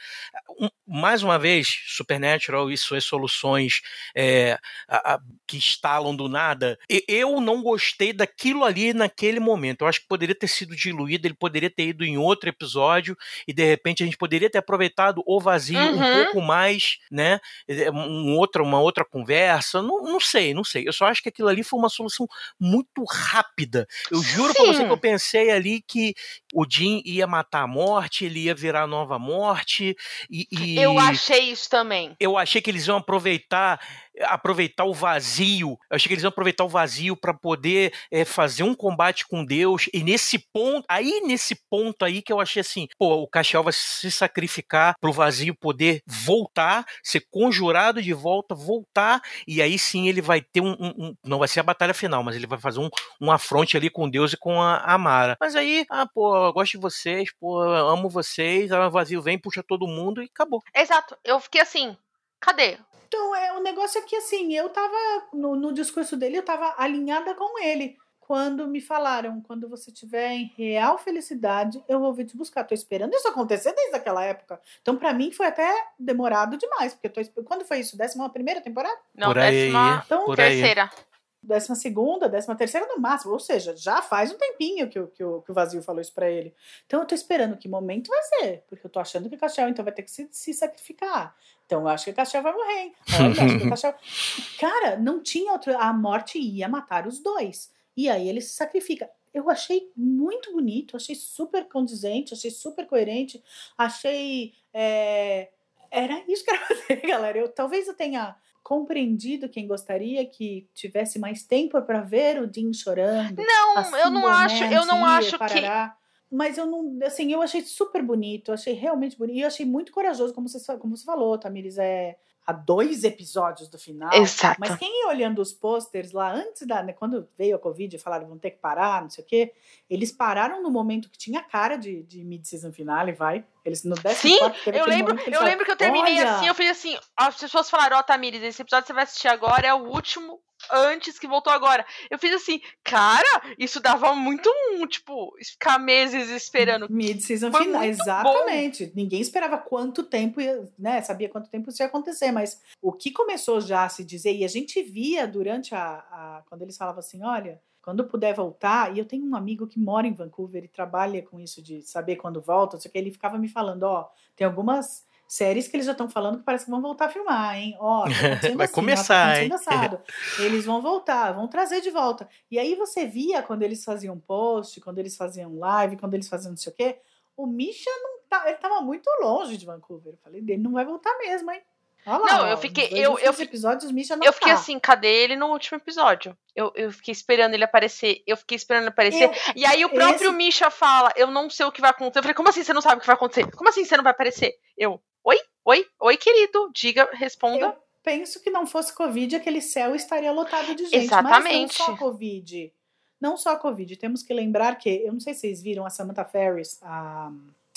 mais uma vez, Supernatural e suas soluções é, a, a, que estalam do nada, eu não gostei daquilo ali naquele momento. Eu acho que poderia ter sido diluído, ele poderia ter ido em outro episódio e de repente a gente poderia ter aproveitado o vazio Uhum. um pouco mais, né, um outro, uma outra conversa, não, não sei, não sei, eu só acho que aquilo ali foi uma solução muito rápida. Eu juro Sim. pra você que eu pensei ali que o Jim ia matar a morte, ele ia virar a nova morte e, e... Eu achei isso também. Eu achei que eles iam aproveitar aproveitar o vazio, eu achei que eles iam aproveitar o vazio para poder é, fazer um combate com Deus, e nesse ponto, aí nesse ponto aí que eu achei assim, pô, o Castiel vai se sacrificar pro vazio poder voltar, ser conjurado de volta, voltar, e aí sim ele vai ter um, um, um não vai ser a batalha final, mas ele vai fazer um, um afronte ali com Deus e com a, a Mara. Mas aí, ah, pô, eu gosto de vocês, pô, eu amo vocês, aí o vazio vem, puxa todo mundo e acabou. Exato, eu fiquei assim, cadê? Então, é, o negócio é que, assim, eu tava, no, no discurso dele, eu tava alinhada com ele. Quando me falaram, quando você tiver em real felicidade, eu vou vir te buscar. Tô esperando isso acontecer desde aquela época. Então, pra mim, foi até demorado demais. Porque eu tô, quando foi isso? Décima primeira temporada? Não, por aí, décima então, por terceira. Aí. Décima segunda, décima terceira no máximo. Ou seja, já faz um tempinho que o, que o, que o vazio falou isso pra ele. Então, eu tô esperando que momento vai ser. Porque eu tô achando que o Castiel, então, vai ter que se, se sacrificar. Então, eu acho que o Castiel vai morrer. Olha, acho que o Castiel... Cara, não tinha outro... A morte ia matar os dois. E aí ele se sacrifica. Eu achei muito bonito, achei super condizente, achei super coerente, achei... É... Era isso que era fazer, galera. Eu, talvez eu tenha compreendido quem gostaria que tivesse mais tempo para ver o Dean chorando. Não, eu não acho, eu não acho parará. que... Mas eu não, assim, eu achei super bonito, eu achei realmente bonito, e eu achei muito corajoso, como você, como você falou, Tamires, é há dois episódios do final. Exato. Mas quem ia olhando os posters lá, antes da, né, quando veio a Covid e falaram, vão ter que parar, não sei o quê, eles pararam no momento que tinha cara de, de mid-season finale, vai. Eles no décimo Sim, quarto, eu lembro, que eu falaram, lembro que eu terminei olha... assim, eu fiz assim, as pessoas falaram, ó, oh, Tamires, esse episódio você vai assistir agora, é o último antes que voltou agora. Eu fiz assim, cara, isso dava muito um, tipo, ficar meses esperando. Mid-season final, exatamente. Bom. Ninguém esperava quanto tempo, ia, né, sabia quanto tempo isso ia acontecer, mas o que começou já a se dizer, e a gente via durante a, a quando eles falavam assim, olha, quando puder voltar, e eu tenho um amigo que mora em Vancouver e trabalha com isso de saber quando volta, só que ele ficava me falando, ó, tem algumas séries que eles já estão falando que parece que vão voltar a filmar, hein? Ó, tá vai assim, começar, ó, tá hein? Assado. Eles vão voltar, vão trazer de volta. E aí você via quando eles faziam post, quando eles faziam live, quando eles faziam não sei o quê, o Misha não tá, ele tava muito longe de Vancouver. Eu falei, ele não vai voltar mesmo, hein? Olha lá, não, eu fiquei, eu, eu, episódios, Misha não eu fiquei tá. assim, cadê ele no último episódio? Eu, eu fiquei esperando ele aparecer, eu fiquei esperando ele aparecer, eu, e aí o próprio esse... Misha fala, eu não sei o que vai acontecer. Eu falei, como assim você não sabe o que vai acontecer? Como assim você não vai aparecer? Eu, oi? Oi? Oi, querido, diga, responda. Eu penso que não fosse Covid, aquele céu estaria lotado de gente. Exatamente. Mas não só Covid. Não só Covid. Temos que lembrar que, eu não sei se vocês viram, a Samantha Ferris, a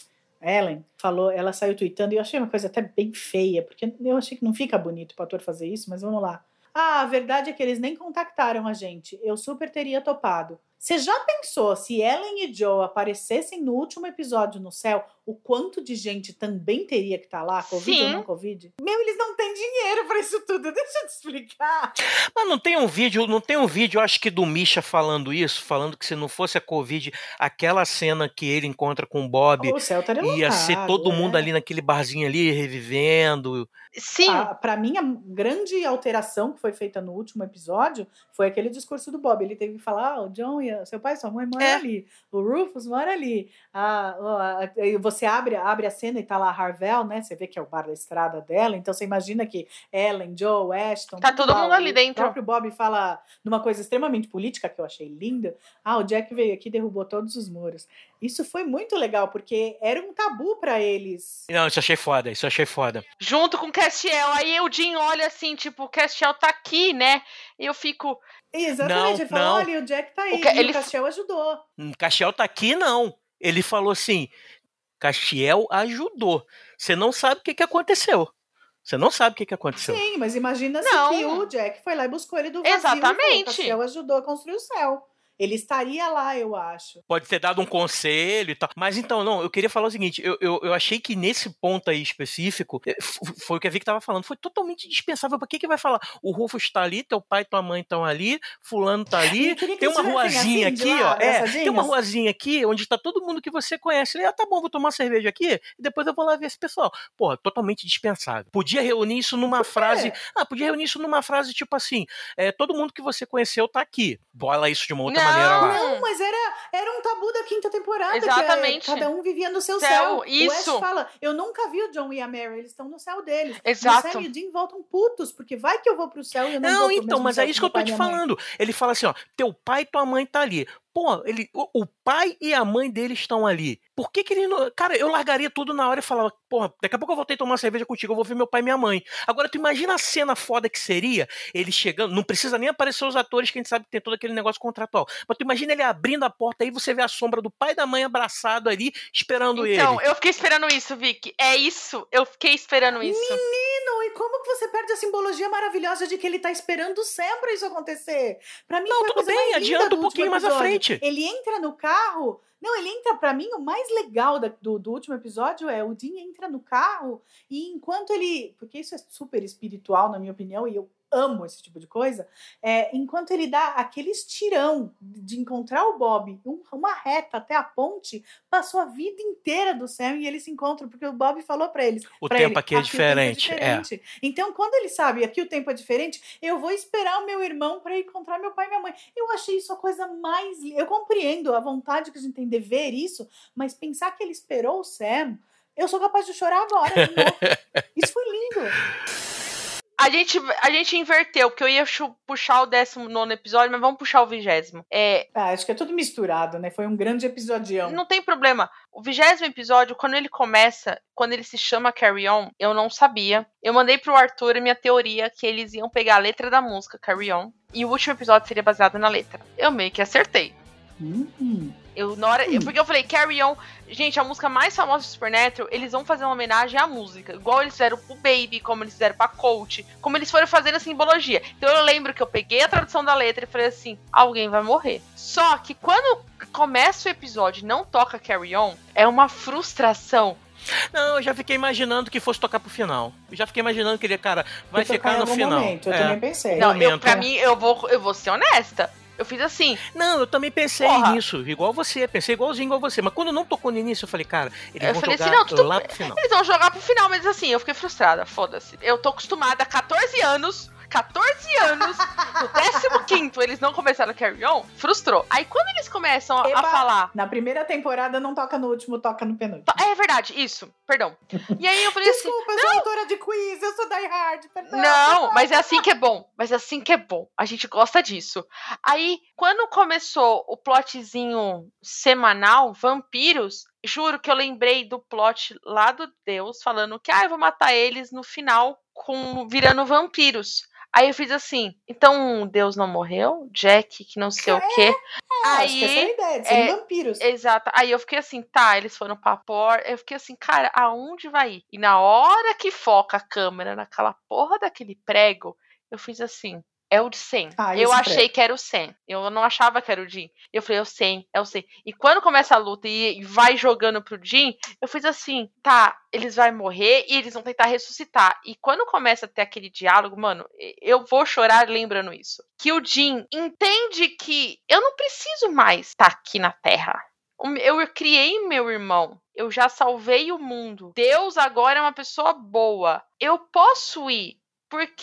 Ellen, falou, ela saiu tweetando, e eu achei uma coisa até bem feia, porque eu achei que não fica bonito pro ator fazer isso, mas vamos lá. Ah, a verdade é que eles nem contactaram a gente. Eu super teria topado. Você já pensou se Ellen e Joe aparecessem no último episódio no céu, o quanto de gente também teria que estar lá, Covid Sim. ou não Covid? Meu, eles não têm dinheiro pra isso tudo, deixa eu te explicar. Mas não tem um vídeo, não tem um vídeo, eu acho que do Misha falando isso, falando que se não fosse a Covid, aquela cena que ele encontra com o Bob, o céu estaria ia lotado, ser todo é. mundo ali naquele barzinho ali, revivendo. Sim. Ah, pra mim, a grande alteração que foi feita no último episódio foi aquele discurso do Bob. Ele teve que falar, ah, o John e seu pai e sua mãe moram É. ali. O Rufus mora ali. Ah, ah, ah, você abre, abre a cena e tá lá a Harvell, né? Você vê que é o bar da estrada dela. Então você imagina que Ellen, Joe, Ashton... Tá tudo todo lá. mundo ali O dentro. próprio Bob fala numa coisa extremamente política, que eu achei linda. Ah, o Jack veio aqui e derrubou todos os muros. Isso foi muito legal, porque era um tabu pra eles. Não, isso eu achei foda, isso eu achei foda. Junto com o Castiel. Aí o Jim olha assim, tipo, o Castiel tá aqui, né? E eu fico... Exatamente, Não, ele falou, não. olha, o Jack tá aí, O que- e ele- o Castiel ajudou. Hum, Castiel tá aqui, não. Ele falou assim, Castiel ajudou. Você não sabe o que, que aconteceu. Você não sabe o que, que aconteceu. Sim, mas imagina se Não. que o Jack foi lá e buscou ele do vazio. Exatamente. E falou, o Castiel ajudou a construir o céu. Ele estaria lá, eu acho. Pode ter dado um conselho e tal. Mas então, não, eu queria falar o seguinte, eu, eu, eu achei que nesse ponto aí específico, eh, f- foi o que a Vicky tava falando, foi totalmente dispensável. Pra que que vai falar? O Rufus tá ali, teu pai e tua mãe estão ali, fulano tá ali, Eu queria que tem eles uma tivessem ruazinha assim, de aqui, lá, ó. É, tem uma abraçadinhos. ruazinha aqui onde tá todo mundo que você conhece. Ele, ah, tá bom, vou tomar uma cerveja aqui e depois eu vou lá ver esse pessoal. Porra, totalmente dispensável. Podia reunir isso numa frase. Ah, podia reunir isso numa frase tipo assim: é, todo mundo que você conheceu tá aqui. Bola isso de uma outra Não. maneira lá. Não, mas era, era um tabu da quinta temporada. Exatamente. Que é, cada um vivia no seu Céu, céu. O isso. Ash fala, eu nunca vi o John e a Mary, eles estão no céu deles. Exato. O Sam e o Jim voltam putos, porque vai que eu vou pro céu e eu não, vou Não, pro então, mesmo mas céu é isso que eu meu tô pai e te minha mãe. falando. Ele fala assim, ó, teu pai e tua mãe tá ali. Pô, ele, o, o pai e a mãe dele estão ali. Por que que ele não... Cara, eu largaria tudo na hora e falava, porra, daqui a pouco eu voltei a tomar uma cerveja contigo, eu vou ver meu pai e minha mãe. Agora, tu imagina a cena foda que seria ele chegando, não precisa nem aparecer os atores, que a gente sabe que tem todo aquele negócio contratual, mas tu imagina ele abrindo a porta aí, você vê a sombra do pai e da mãe abraçado ali, esperando Então, ele. eu fiquei esperando isso, Vicky. É isso. Eu fiquei esperando isso. Menino, e como que você perde a simbologia maravilhosa de que ele tá esperando o Sam pra isso acontecer? Pra mim Não, foi a tudo coisa bem, mais linda adianta do um pouquinho último mais à episódio. frente. Ele entra no carro... Não, ele entra, pra mim, o mais legal da- do, do último episódio é o Dean entra no carro e enquanto ele... Porque isso é super espiritual, na minha opinião, e eu amo esse tipo de coisa. É, enquanto ele dá aquele estirão de encontrar o Bob, um- uma reta até a ponte, passou a vida inteira do Sam e eles se encontram, porque o Bob falou pra eles. O pra tempo ele, aqui é o tempo é diferente, é. diferente. Então, quando ele sabe aqui o tempo é diferente, eu vou esperar o meu irmão pra encontrar meu pai e minha mãe. Eu achei isso a coisa mais... li- Eu compreendo a vontade que a gente tem de ver isso, mas pensar que ele esperou o Sam, eu sou capaz de chorar agora de novo. Isso foi lindo. A gente, a gente inverteu, porque eu ia chu- puxar o décimo nono episódio, mas vamos puxar o vigésimo. É, Ah, acho que é tudo misturado, né? Foi um grande episodião. não tem problema. O vigésimo episódio, quando ele começa, quando ele se chama Carry On, eu não sabia. Eu mandei pro Arthur a minha teoria que eles iam pegar a letra da música Carry On e o último episódio seria baseado na letra. Eu meio que acertei. Hum. Eu, na hora, eu- porque eu falei, Carry On, gente, a música mais famosa do Supernatural, eles vão fazer uma homenagem à música, igual eles fizeram pro Baby, como eles fizeram pra Coach, como eles foram fazendo a simbologia. Então eu lembro que eu peguei a tradução da letra e falei assim, alguém vai morrer. Só que quando começa o episódio e não toca Carry On, é uma frustração. Não, eu já fiquei imaginando que fosse tocar pro final. Eu já fiquei imaginando que ele, cara, vai Foi tocar ficar em no algum final. momento, eu É. também pensei. Não, eu, momento. pra mim, eu vou, eu vou ser honesta. Eu fiz assim, Não, eu também pensei Porra. nisso, igual você, pensei igualzinho igual você. Mas quando não tocou no início, eu falei, cara, eles Eu vão falei jogar assim, não, tudo lá bem. pro final. eles vão jogar pro final, mas assim, eu fiquei frustrada, foda-se. Eu tô acostumada há catorze anos, catorze anos, no décimo quinto eles não começaram a Carry On, frustrou. Aí quando eles começam a, a Eba. falar... Na primeira temporada não toca no último, toca no penúltimo. É verdade, isso, perdão. E aí eu falei assim, Desculpa, eu sou autora de quiz, eu sou die hard. Perdão, não, perdão. mas é assim que é bom. Mas é assim que é bom. A gente gosta disso. Aí, quando começou o plotzinho semanal, vampiros, juro que eu lembrei do plot lá do Deus, falando que, ah, eu vou matar eles no final, com virando vampiros. Aí eu fiz assim, então Deus não morreu? Jack, que não sei o quê. É, acho que essa é a Aí, ideia, de serem é, vampiros. exato. Aí eu fiquei assim, tá, eles foram pra porta. Eu fiquei assim, cara, aonde vai ir? E na hora que foca a câmera naquela porra daquele prego, eu fiz assim, é o de Sam. Ah, eu esse achei prego. que era o Sam. Eu não achava que era o Jim. Eu falei, é o Sam, é o Sam. E quando começa a luta e, e vai jogando pro Jim, eu fiz assim, tá, eles vão morrer e eles vão tentar ressuscitar. E quando começa a ter aquele diálogo, mano, eu vou chorar lembrando isso. Que o Jim entende que eu não preciso mais estar aqui na Terra. Eu criei meu irmão. Eu já salvei o mundo. Deus agora é uma pessoa boa. Eu posso ir. Porque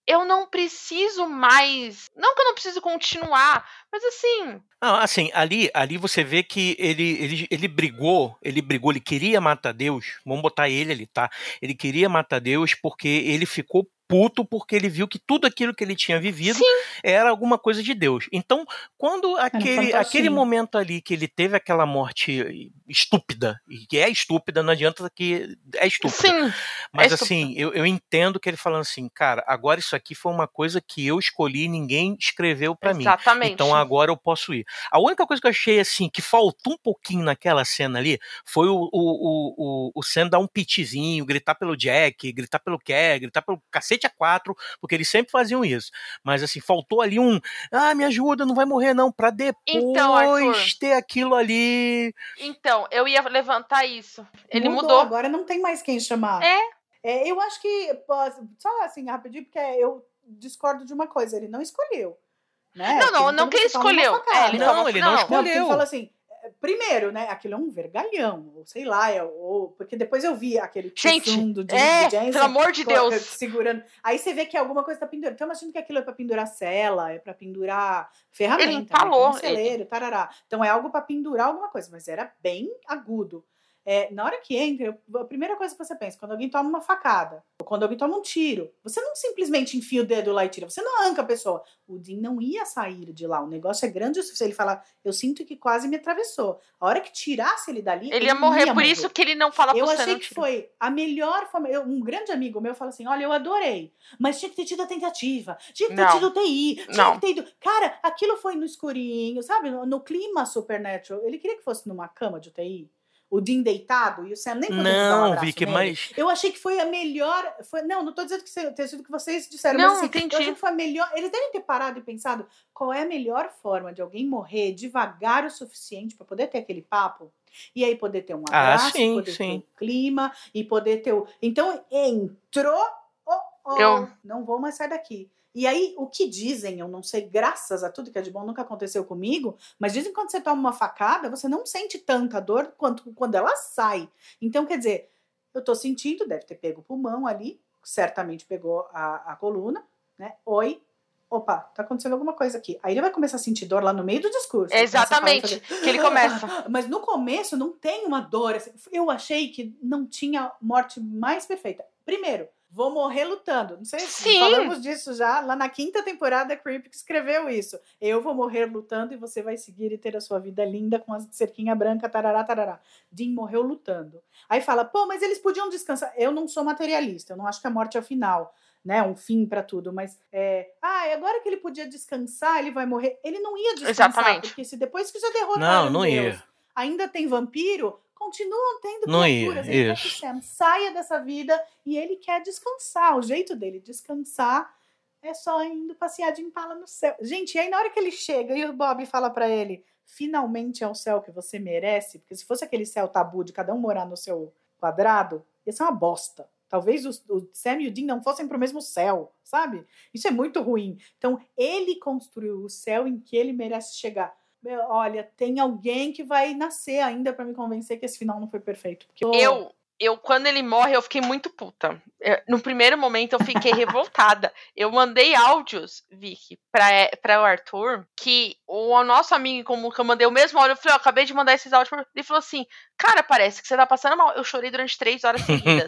eu não preciso mais. Não que eu não preciso continuar, mas assim. Não, assim, ali, ali você vê que ele, ele, ele brigou, ele brigou, ele queria matar Deus. Vamos botar ele ali, tá? Ele queria matar Deus porque ele ficou puto porque ele viu que tudo aquilo que ele tinha vivido Sim. era alguma coisa de Deus. Então, quando aquele, aquele momento ali que ele teve aquela morte estúpida, e que é estúpida, não adianta que é estúpida. Sim, mas é assim, eu, eu entendo que ele falando assim, cara, agora isso aqui foi uma coisa que eu escolhi, ninguém escreveu pra mim. Exatamente. Então agora eu posso ir. A única coisa que eu achei assim, que faltou um pouquinho naquela cena ali, foi o, o, o, o, o Sam dar um pitizinho, gritar pelo Jack, gritar pelo Kerr, gritar pelo cacete a quatro, porque eles sempre faziam isso. Mas assim, faltou ali um, ah, me ajuda, não vai morrer não, pra depois então, Arthur, ter aquilo ali. Então, eu ia levantar isso. Ele mudou, mudou. Agora não tem mais quem chamar. É. é eu acho que, só assim, rapidinho, porque eu discordo de uma coisa, ele não escolheu. Né? Não, não, não que ele escolheu. É, ele não, tava, ele não, não escolheu. Não, ele falou assim, primeiro, né, aquilo é um vergalhão, ou sei lá, é, ou, porque depois eu vi aquele Gente, do, de, é, do Jensen, pelo amor de Deus, segurando, aí você vê que alguma coisa tá pendurando, então imagina que aquilo é pra pendurar cela, é pra pendurar ferramenta, ele falou, né, um celeiro, tarará, então é algo pra pendurar alguma coisa, mas era bem agudo. É, na hora que entra, a primeira coisa que você pensa, quando alguém toma uma facada, ou quando alguém toma um tiro, você não simplesmente enfia o dedo lá e tira, você não arranca a pessoa. O Dean não ia sair de lá, o negócio é grande o suficiente. Ele fala, eu sinto que quase me atravessou. A hora que tirasse ele dali, ele, ele ia morrer, ia por morrer. Isso que ele não fala Eu pro achei você, que foi a melhor forma. Eu, um grande amigo meu fala assim, olha, eu adorei, mas tinha que ter tido a tentativa, tinha que ter não. tido o T I, tinha não. que ter ido... Cara, aquilo foi no escurinho, sabe, no, no clima Supernatural. Ele queria que fosse numa cama de U T I. O Dean deitado e o Sam nem poderia dar um abraço Vicky, nele. mas... Eu achei que foi a melhor... Foi, não, não tô dizendo que tenha sido o que vocês disseram, não, mas assim, entendi. eu achei que foi a melhor... Eles devem ter parado e pensado qual é a melhor forma de alguém morrer devagar o suficiente para poder ter aquele papo e aí poder ter um abraço, ah, sim, poder sim. ter o clima e poder ter o... Então, entrou... Oh, oh, eu... Não vou mais sair daqui. E aí, o que dizem, eu não sei, graças a tudo que é de bom, nunca aconteceu comigo, mas dizem que quando você toma uma facada, você não sente tanta dor quanto quando ela sai. Então, quer dizer, eu tô sentindo, deve ter pego o pulmão ali, certamente pegou a, a coluna, né? Oi, opa, tá acontecendo alguma coisa aqui. Aí ele vai começar a sentir dor lá no meio do discurso. Exatamente, fazer... que ele começa. Mas no começo não tem uma dor. Assim, eu achei que não tinha morte mais perfeita. Primeiro, vou morrer lutando. Não sei se Sim. falamos disso já. Lá na quinta temporada, a Creep escreveu isso. Eu vou morrer lutando e você vai seguir e ter a sua vida linda com a cerquinha branca, tarará, tarará. Dean morreu lutando. Aí fala, pô, mas eles podiam descansar. Eu não sou materialista, eu não acho que a morte é o final, né? Um fim pra tudo. Mas, é... ah, agora que ele podia descansar, ele vai morrer. Ele não ia descansar. Exatamente. Porque se depois que já derrotaram não, não Deus, ia. ainda tem vampiro... Continuam tendo não criaturas. ia, Ele isso. quer que Sam saia dessa vida e ele quer descansar. O jeito dele descansar é só indo passear de Impala no céu. Gente, e aí na hora que ele chega e o Bob fala pra ele, finalmente é o céu que você merece, porque se fosse aquele céu tabu de cada um morar no seu quadrado, ia ser uma bosta. Talvez o, o Sam e o Dean não fossem pro mesmo céu, sabe? Isso é muito ruim. Então, ele construiu o céu em que ele merece chegar. Olha, tem alguém que vai nascer ainda pra me convencer que esse final não foi perfeito. Porque eu... eu, eu, quando ele morre, eu fiquei muito puta. Eu, no primeiro momento, eu fiquei revoltada. Eu mandei áudios, Vicky, pra, pra o Arthur, que o nosso amigo, como que eu mandei o mesmo áudio, eu falei, ó, acabei de mandar esses áudios, ele falou assim, cara, parece que você tá passando mal. Eu chorei durante três horas seguidas.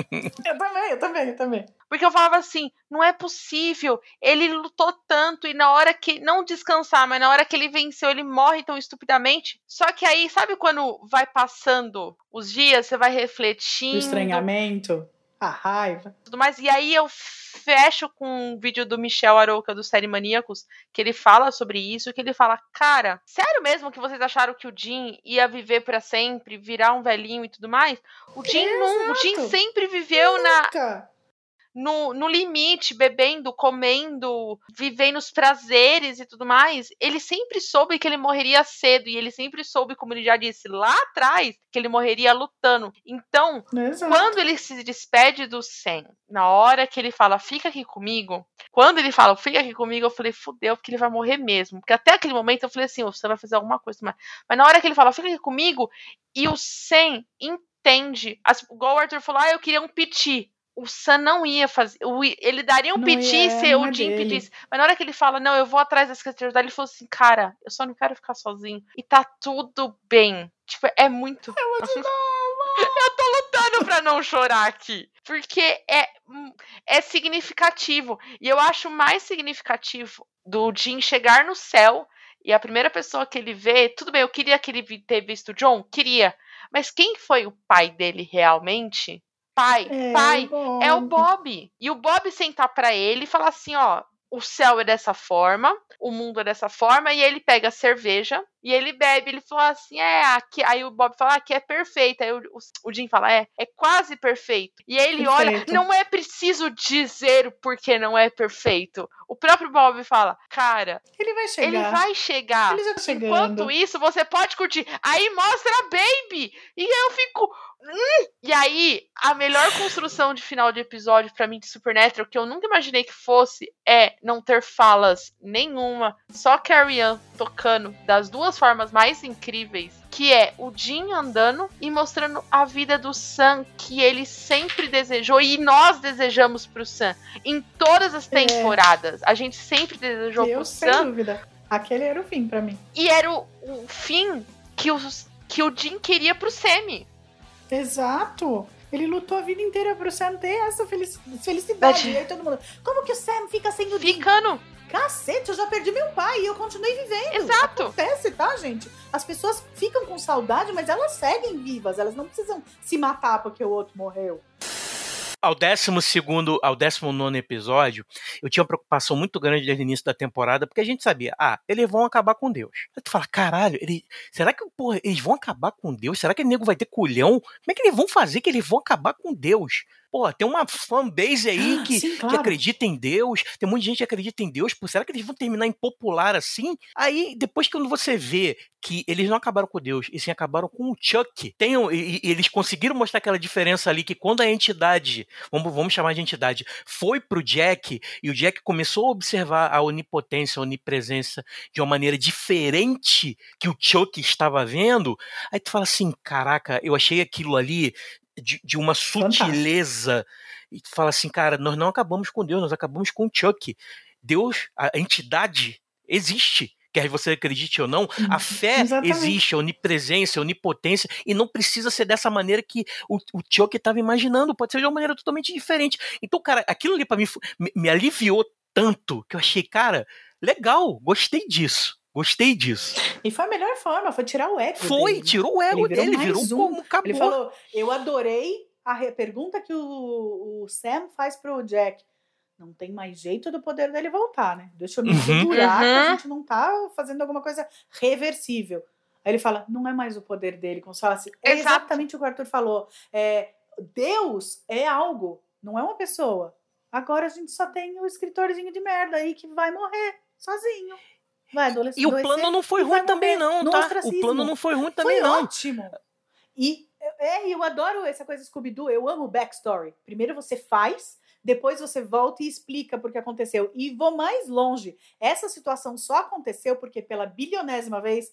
eu também, eu também, eu também. Porque eu falava assim, não é possível, ele lutou tanto e na hora que, não descansar, mas na hora que ele venceu, ele morre tão estupidamente. Só que aí, sabe quando vai passando os dias, você vai refletindo. O estranhamento, a raiva. Tudo mais, e aí eu fecho com um vídeo do Michel Arouca, do Série Maníacos, que ele fala sobre isso, que ele fala, cara, sério mesmo que vocês acharam que o Dean ia viver pra sempre, virar um velhinho e tudo mais? O Dean, não, o Dean sempre viveu Nunca. na... No, no limite, bebendo, comendo, vivendo os prazeres e tudo mais, ele sempre soube que ele morreria cedo, e ele sempre soube, como ele já disse lá atrás, que ele morreria lutando. Então, Exato. Quando ele se despede do Sam, na hora que ele fala, fica aqui comigo, quando ele fala, fica aqui comigo, eu falei, fudeu, porque ele vai morrer mesmo. Porque até aquele momento eu falei assim, oh, você vai fazer alguma coisa. Mas, mas na hora que ele fala, fica aqui comigo, e o Sam entende, as, igual o Arthur falou, ah, eu queria um piti. o Sam não ia fazer. O, ele daria um Não piti ia, se não o é Jim dele. pedisse. Mas na hora que ele fala, não, eu vou atrás das criaturas, ele falou assim, cara, eu só não quero ficar sozinho. E tá tudo bem. Tipo, é muito. Eu vou te dar, eu tô lutando pra não chorar aqui. Porque é, é significativo. E eu acho mais significativo do Jim chegar no céu e a primeira pessoa que ele vê. Tudo bem, eu queria que ele ter visto o John? Queria. Mas quem foi o pai dele realmente? Pai, É, pai, o é o Bob. Bob. E o Bob sentar pra ele e falar assim, ó, o céu é dessa forma, o mundo é dessa forma, e ele pega a cerveja e ele bebe, ele fala assim, é, aqui, aí o Bob fala, aqui é perfeito, aí o, o, o Jim fala, é, é quase perfeito. E aí ele Perfeito. olha, não é preciso dizer o porquê não é perfeito. O próprio Bob fala, cara, Ele vai chegar. ele vai chegar. Ele já tá chegando. Enquanto isso, você pode curtir. Aí mostra a Baby. E eu fico... Hum! E aí, a melhor construção de final de episódio pra mim de Supernatural, que eu nunca imaginei que fosse, é não ter falas nenhuma. Só Carrie Ann tocando das duas formas mais incríveis. Que é o Jim andando e mostrando a vida do Sam que ele sempre desejou. E nós desejamos pro Sam. Em todas as temporadas. A gente sempre desejou Eu, pro sem Sam. dúvida. Aquele era o fim pra mim. E era o, o fim que, os, que o Jim queria pro Sammy. Exato. Ele lutou a vida inteira pro Sam ter essa felici- felicidade. Verdade. E aí todo mundo... Como que o Sam fica sem o Jim? Ficando. Cacete, eu já perdi meu pai e eu continuei vivendo. Exato. Acontece, tá, gente? As pessoas ficam com saudade, mas elas seguem vivas. Elas não precisam se matar porque o outro morreu. Ao décimo segundo, ao décimo nono episódio, eu tinha uma preocupação muito grande desde o início da temporada, porque a gente sabia, ah, eles vão acabar com Deus. Aí tu fala, caralho, ele, será que, porra, eles vão acabar com Deus? Será que o nego vai ter culhão? Como é que eles vão fazer que eles vão acabar com Deus? Pô, tem uma fanbase aí que, Sim, claro. que acredita em Deus, tem muita gente que acredita em Deus, pô, será que eles vão terminar impopular assim? Aí, depois que você vê que eles não acabaram com Deus, e sim acabaram com o Chuck, tem, um, e, e eles conseguiram mostrar aquela diferença ali, que quando a entidade, vamos, vamos chamar de entidade, foi pro Jack, e o Jack começou a observar a onipotência, a onipresença de uma maneira diferente que o Chuck estava vendo, aí tu fala assim, caraca, eu achei aquilo ali De, de uma sutileza, Fantástico. E tu fala assim, cara, nós não acabamos com Deus, nós acabamos com o Chuck. Deus, a entidade existe, quer você acredite ou não, a fé Exatamente. existe, a onipresença, a onipotência, e não precisa ser dessa maneira que o, o Chuck estava imaginando, pode ser de uma maneira totalmente diferente. Então, cara, aquilo ali pra mim me, me aliviou tanto, que eu achei, cara, legal, gostei disso. Gostei disso. E foi a melhor forma, foi tirar o ego Foi, dele, né? tirou o ego Ele virou dele, mais virou um. como acabou. Ele falou, eu adorei a re- pergunta que o, o Sam faz pro Jack. Não tem mais jeito do poder dele voltar, né? Deixa eu me Uhum. segurar, Uhum. que a gente não tá fazendo alguma coisa reversível. Aí ele fala, não é mais o poder dele, como se falasse. É Exato. exatamente o que o Arthur falou. É, Deus é algo, não é uma pessoa. Agora a gente só tem o escritorzinho de merda aí que vai morrer sozinho. Vai adolescente. E o plano não foi ruim também não, no tá? ostracismo. O plano não foi ruim também Foi não. ótimo. E é, eu adoro essa coisa Scooby-Doo, eu amo backstory. Primeiro você faz, depois você volta e explica por que aconteceu. E vou mais longe. Essa situação só aconteceu porque pela bilionésima vez,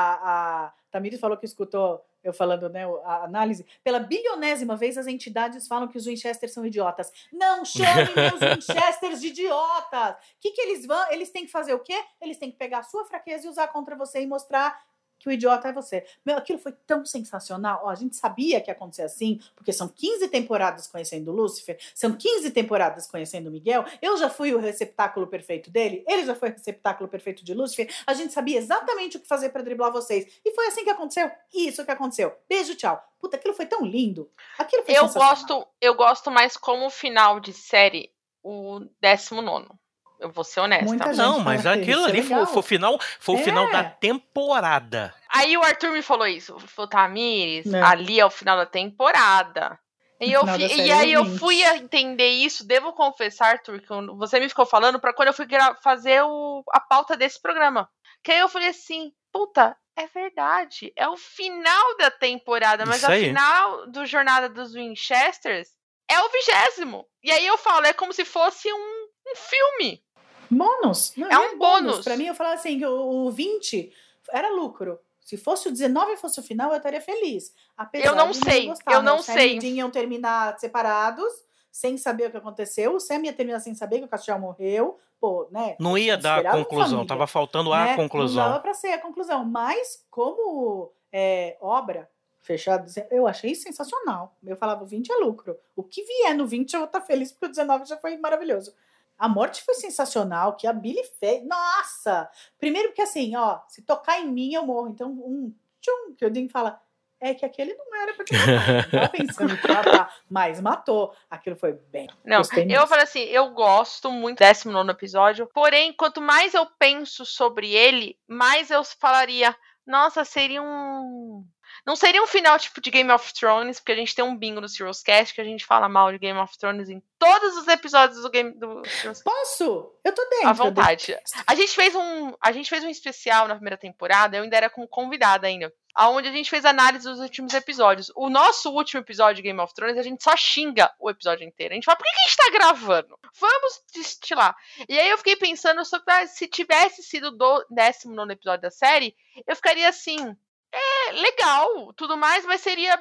a, a Tamires falou que escutou eu falando, né, a análise, pela bilionésima vez as entidades falam que os Winchesters são idiotas. Não chamem meus Winchesters de idiotas! O que, que eles vão? Eles têm que fazer o quê? Eles têm que pegar a sua fraqueza e usar contra você e mostrar que o idiota é você. Meu, aquilo foi tão sensacional. Ó, a gente sabia que ia acontecer assim, porque são quinze temporadas conhecendo o Lúcifer, são quinze temporadas conhecendo o Miguel. Eu já fui o receptáculo perfeito dele, ele já foi o receptáculo perfeito de Lúcifer. A gente sabia exatamente o que fazer pra driblar vocês. E foi assim que aconteceu. Isso que aconteceu. Beijo, tchau. Puta, aquilo foi tão lindo. Aquilo foi Eu sensacional. gosto, eu gosto mais como final de série o décimo nono. Eu vou ser honesta. Muita gente Não, mas fala aquilo isso, é ali foi, legal. foi o final, foi o É. final da temporada. Aí o Arthur me falou isso. Ele falou, Tamires, É. ali é o final da temporada. E, O eu final fi- da e série aí é eu vinte. fui a entender isso. Devo confessar, Arthur, que eu- você me ficou falando pra quando eu fui gra- fazer o- a pauta desse programa. Que aí eu falei assim, puta, é verdade. É o final da temporada, mas Isso a aí. final do Jornada dos Winchesters é o vigésimo. E aí eu falo, é como se fosse um, um filme. Bônus. Não, É um bônus. Pra mim, eu falava assim, que o, o vinte era lucro. Se fosse o dezenove fosse o final, eu estaria feliz. Apesar Eu não de sei, gostar, eu né? não O Sam sei. e o Dean iam terminar separados, sem saber o que aconteceu. O Sam ia terminar sem saber que o Castiel morreu. Pô, né? Não ia dar a conclusão, tava faltando a né? conclusão. Não dava pra ser a conclusão. Mas, como é, obra fechada, eu achei sensacional. Eu falava, o vinte é lucro. O que vier no vinte eu vou estar feliz, porque o dezenove já foi maravilhoso. A morte foi sensacional, que a Billy fez. Nossa! Primeiro porque assim, ó, se tocar em mim eu morro. Então, um tchum, que o Dean fala, é que aquele não era pra te matar. Não tava pensando que matar, mas matou. Aquilo foi bem. Não, eu falei assim, eu gosto muito do décimo nono episódio, porém, quanto mais eu penso sobre ele, mais eu falaria, nossa, seria um... Não seria um final tipo de Game of Thrones, porque a gente tem um bingo no Serious Cast que a gente fala mal de Game of Thrones em todos os episódios do Game do Serious Cast. Posso? Eu tô dentro. À vontade. A gente fez um, a gente fez um especial na primeira temporada, eu ainda era como convidada ainda, aonde a gente fez análise dos últimos episódios. O nosso último episódio de Game of Thrones, a gente só xinga o episódio inteiro. A gente fala, por que a gente tá gravando? Vamos destilar. E aí eu fiquei pensando sobre ah, se tivesse sido do décimo nono episódio da série, eu ficaria assim... É legal, tudo mais, mas seria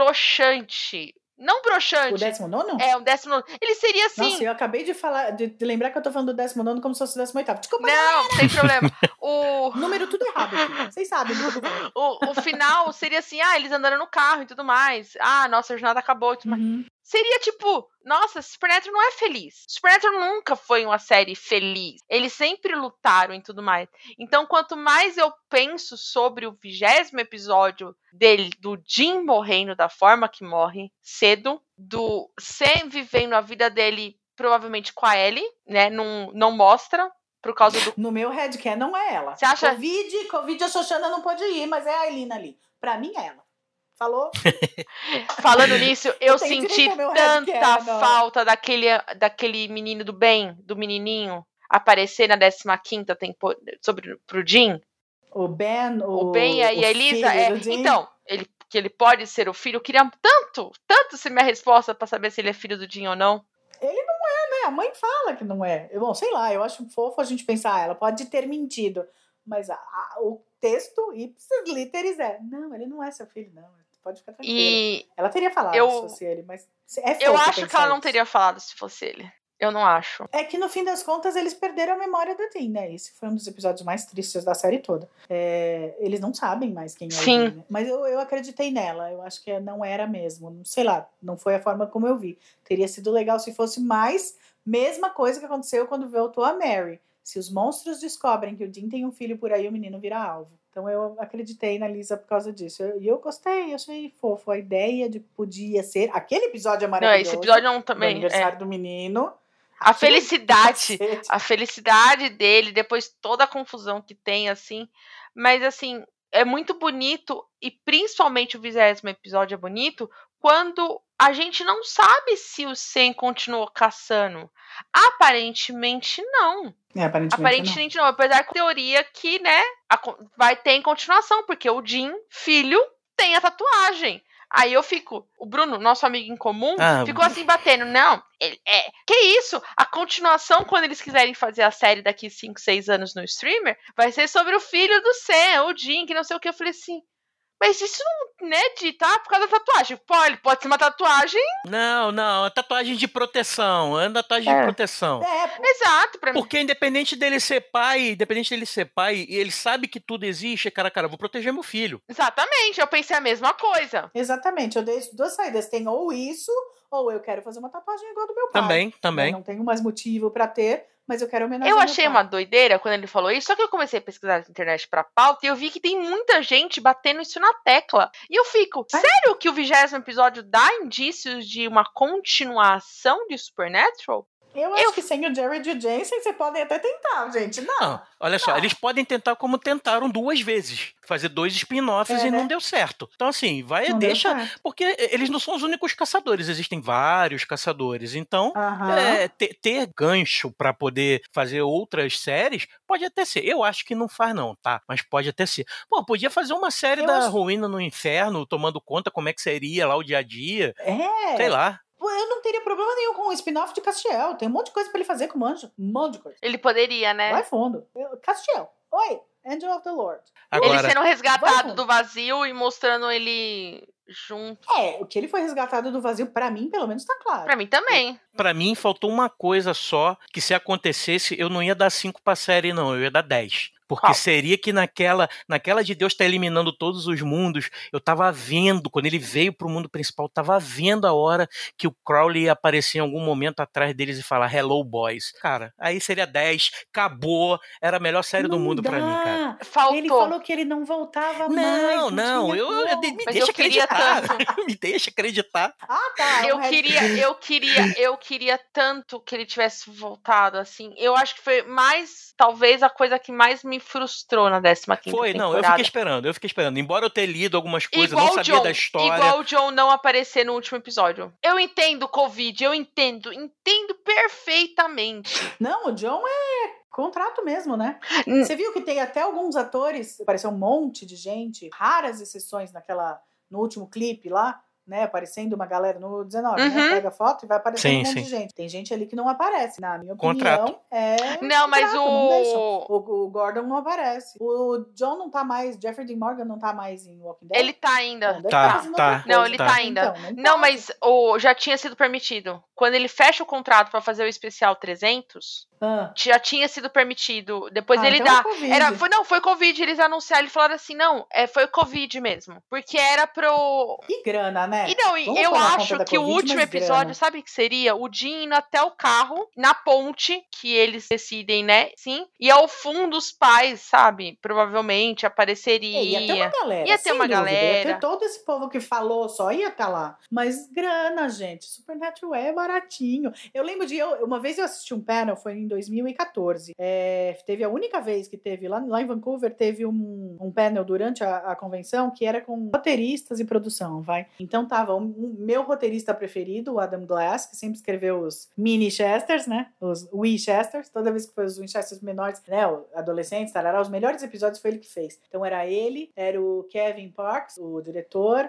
broxante. Não broxante. O décimo nono? É, o décimo nono. Ele seria assim... Nossa, eu acabei de falar, de, de lembrar que eu tô falando do décimo nono como se fosse o décimo oitavo. Desculpa, não, sem problema. O número tudo errado aqui. Vocês sabem. o, o final seria assim, ah, eles andando no carro e tudo mais. Ah, nossa, a jornada acabou e tudo mais. Uhum. Seria tipo, nossa, Supernatural não é feliz. Supernatural nunca foi uma série feliz. Eles sempre lutaram e tudo mais. Então, quanto mais eu penso sobre o vigésimo episódio dele, do Jim morrendo da forma que morre, cedo, do Sam vivendo a vida dele, provavelmente com a Ellie, né? Não, não mostra. Por causa do... No meu headcanon não é ela. Você acha? Covid, Covid a Xoxana não pode ir, mas é a Ailina ali. Pra mim é ela. Falou? Falando nisso, eu, eu senti tanta headcanon. falta daquele, daquele menino do bem, do menininho, aparecer na décima quinta temporada sobre pro Jim. O Ben, o, o Ben e a Elisa. É, então, ele, que ele pode ser o filho. Eu queria tanto, tanto ser minha resposta pra saber se ele é filho do Jim ou não. Ele não é, né? A mãe fala que não é. Bom, sei lá, eu acho fofo a gente pensar, ela pode ter mentido. Mas a, a, o texto, ipsis literis, é. Não, ele não é seu filho, não. Pode ficar tranquila. E ela teria falado eu, se fosse ele, mas é fofo eu acho que ela não isso. teria falado se fosse ele. Eu não acho. É que no fim das contas eles perderam a memória do Dean, né? Esse foi um dos episódios mais tristes da série toda. É, eles não sabem mais quem é Sim. o Dean, né? Mas eu, eu acreditei nela. Eu acho que não era mesmo. Não sei lá, não foi a forma como eu vi. Teria sido legal se fosse mais mesma coisa que aconteceu quando voltou a Mary. Se os monstros descobrem que o Dean tem um filho por aí, o menino vira alvo. Então eu acreditei na Lisa por causa disso. E eu, eu gostei, achei fofo. A ideia de podia ser... Aquele episódio é maravilhoso. Não, esse episódio não também... Do aniversário é. do menino. A felicidade, a felicidade dele, depois toda a confusão que tem, assim. Mas, assim, é muito bonito, e principalmente o vigésimo episódio é bonito, quando a gente não sabe se o Sam continuou caçando. Aparentemente, não. É, aparentemente, aparentemente não. não. Apesar da teoria que, né, a, vai ter em continuação, porque o Jim, filho, tem a tatuagem. Aí eu fico, o Bruno, nosso amigo em comum, ah, ficou assim batendo. Não, ele, é, que isso? A continuação, quando eles quiserem fazer a série daqui cinco, seis anos no streamer, vai ser sobre o filho do Sam, o Jim, que não sei o que. Eu falei assim, mas isso não, né, de tá por causa da tatuagem. Pô, ele pode ser uma tatuagem. Não, não, é tatuagem de proteção. É uma tatuagem é. de proteção. É, exato, pra mim. Porque independente dele ser pai, independente dele ser pai, ele sabe que tudo existe, cara, cara, eu vou proteger meu filho. Exatamente, eu pensei a mesma coisa. Exatamente, eu dei duas saídas. Tem ou isso, ou eu quero fazer uma tatuagem igual do meu pai. Também, também. Eu não tenho mais motivo pra ter, mas eu quero homenagear. Eu achei uma doideira quando ele falou isso, só que eu comecei a pesquisar na internet pra pauta e eu vi que tem muita gente batendo isso na tecla. E eu fico, Ai. sério que o vigésimo episódio dá indícios de uma continuação de Supernatural? Eu acho eu... que sem o Jared e o Jensen, vocês podem até tentar, gente. Não, não olha não. só, eles podem tentar como tentaram duas vezes. Fazer dois spin-offs é, e né? não deu certo. Então, assim, vai, não deixa... Porque eles não são os únicos caçadores. Existem vários caçadores. Então, uh-huh. é, ter, ter gancho pra poder fazer outras séries, pode até ser. Eu acho que não faz não, tá? Mas pode até ser. Pô, podia fazer uma série Eu da acho... Ruína no Inferno, tomando conta como é que seria lá o dia a dia. É. Sei lá. Eu não teria problema nenhum com o spin-off de Castiel. Tem um monte de coisa pra ele fazer com o Anjo. Um monte de coisa. Ele poderia, né? Vai fundo. Eu, Castiel. Oi. Angel of the Lord. Agora, ele sendo resgatado do vazio e mostrando ele junto. É, o que ele foi resgatado do vazio, pra mim, pelo menos tá claro. Pra mim também. Pra mim, faltou uma coisa só, que se acontecesse, eu não ia dar cinco pra série, não. Eu ia dar dez. Porque Qual? seria que naquela, naquela de Deus tá eliminando todos os mundos, eu tava vendo, quando ele veio pro mundo principal, eu tava vendo a hora que o Crowley ia aparecer em algum momento atrás deles e falar Hello, boys. Cara, aí seria dez, acabou, era a melhor série do Não mundo pra dá. mim, cara. Faltou. Ele falou que ele não voltava mais. Não, não, tinha eu, eu, como. me Mas deixa eu queria acreditar. tanto. Me deixa acreditar. Ah, tá. Eu o Red- queria, eu queria, eu queria tanto que ele tivesse voltado, assim. Eu acho que foi mais, talvez, a coisa que mais me frustrou na décima quinta Foi, temporada. não, eu fiquei esperando, eu fiquei esperando. Embora eu tenha lido algumas coisas, Igual não o sabia John, da história. igual o John não aparecer no último episódio. Eu entendo Covid, eu entendo, entendo perfeitamente. Não, o John é contrato mesmo, né? Hum. Você viu que tem até alguns atores, apareceu um monte de gente, raras exceções naquela, no último clipe lá, né? Aparecendo uma galera no dezenove, Uhum. né? Pega a foto e vai aparecendo Sim, um monte sim. de gente. Tem gente ali que não aparece. Na minha Contrato. opinião, é. Não, mas contrato, não deixam. o... O, o Gordon não aparece. O John não tá mais. Jeffrey Dean Morgan não tá mais em Walking Dead. Ele tá ainda. Bom, deve Tá, tá fazendo tá. outra coisa. Não, ele tá ainda. Então, não, Não, pode. mas o, já tinha sido permitido. Quando ele fecha o contrato pra fazer o especial trezentos, Ah. já tinha sido permitido. Depois Ah, ele então é dá. Covid. Era, foi, não, foi Covid. Eles anunciaram, eles falaram assim: não, é, foi Covid mesmo. Porque era pro. E grana, né? E não, e Vamos eu pôr na conta acho da que o Covid, último mas episódio, grana. sabe o que seria? O Jim indo até o carro, na ponte, que eles decidem, né? Sim. E ao fundo os pais, sabe? Provavelmente apareceria. É, ia ter uma galera. Ia ter sem uma dúvida, Ia galera. ter todo esse povo que falou, só ia estar lá. Mas grana, gente. Supernatural é baratinho. Eu lembro de. Eu, uma vez eu assisti um panel, foi em dois mil e catorze. É, teve a única vez que teve lá, lá em Vancouver, teve um, um panel durante a, a convenção que era com roteiristas e produção, vai. Então tava o um, um, meu roteirista preferido, o Adam Glass, que sempre escreveu os mini Chesters, né? Os Winchesters. Toda vez que foi os Winchesters menores, né? Adolescentes, tarará, os melhores episódios foi ele que fez. Então era ele, era o Kevin Parks, o diretor,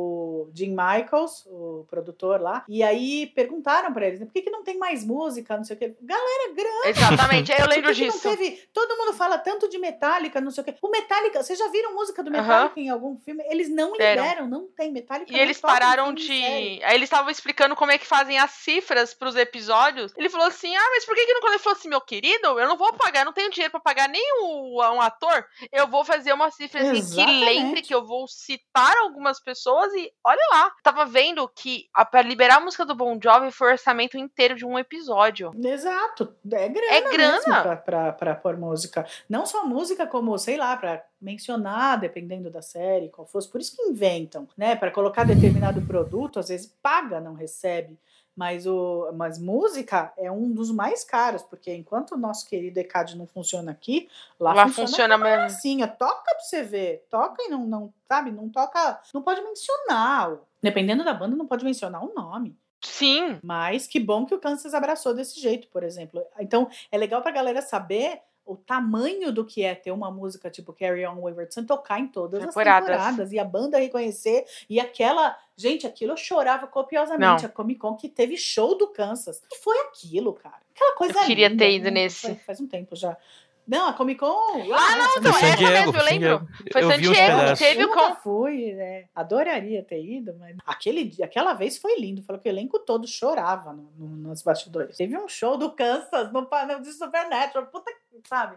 o Jim Michaels, o produtor lá. E aí perguntaram pra eles, né, por que, que não tem mais música, não sei o quê. Galera, grana! Exatamente, eu lembro Por que que disso. não teve... Todo mundo fala tanto de Metallica, não sei o quê. O Metallica, vocês já viram música do Metallica em algum filme? Eles não Deram. liberam, não tem Metallica. E não eles toca em pararam filme, série. de. Aí eles estavam explicando como é que fazem as cifras pros episódios. Ele falou assim: ah, mas por que, que não, quando ele falou assim, meu querido, eu não vou pagar, eu não tenho dinheiro pra pagar nem o, um ator, eu vou fazer uma cifra assim, que Exatamente. lembre que eu vou citar algumas pessoas e olha lá. Tava vendo que a, pra liberar a música do Bon Jovi foi o orçamento inteiro de um episódio. Exato. É grana, É grana. mesmo pra, pra, pra pôr música. Não só música, como, sei lá, pra mencionar, dependendo da série, qual fosse. Por isso que inventam, né? Pra colocar determinado produto, às vezes paga, não recebe. Mas, o, mas música é um dos mais caros, porque enquanto o nosso querido E C A D não funciona aqui, lá, Lá funciona, funciona mesmo. assim, toca pra você ver. Toca e não, não, sabe, não toca, não pode mencionar. Dependendo da banda, não pode mencionar o nome. Sim. Mas que bom que o Kansas abraçou desse jeito, por exemplo. Então, é legal pra galera saber o tamanho do que é ter uma música tipo Carry On Wayward Son tocar em todas Temporadas. as temporadas. E a banda reconhecer. E aquela... Gente, aquilo eu chorava copiosamente. Não. A Comic Con que teve show do Kansas. E foi aquilo, cara. Aquela coisa Eu queria linda, ter ido né? nesse. Foi- faz um tempo já. Não, a Comic Con... Ah, não, essa então, Foi San essa Diego, mesmo, eu San lembro. Diego. Foi Eu San vi uns Diego, pedaços. teve eu o nunca com... fui, né? Adoraria ter ido, mas aquele, dia- aquela vez foi lindo. Falou que o elenco todo chorava no, no, nos bastidores. Teve um show do Kansas no painel de Supernatural. Puta que, sabe?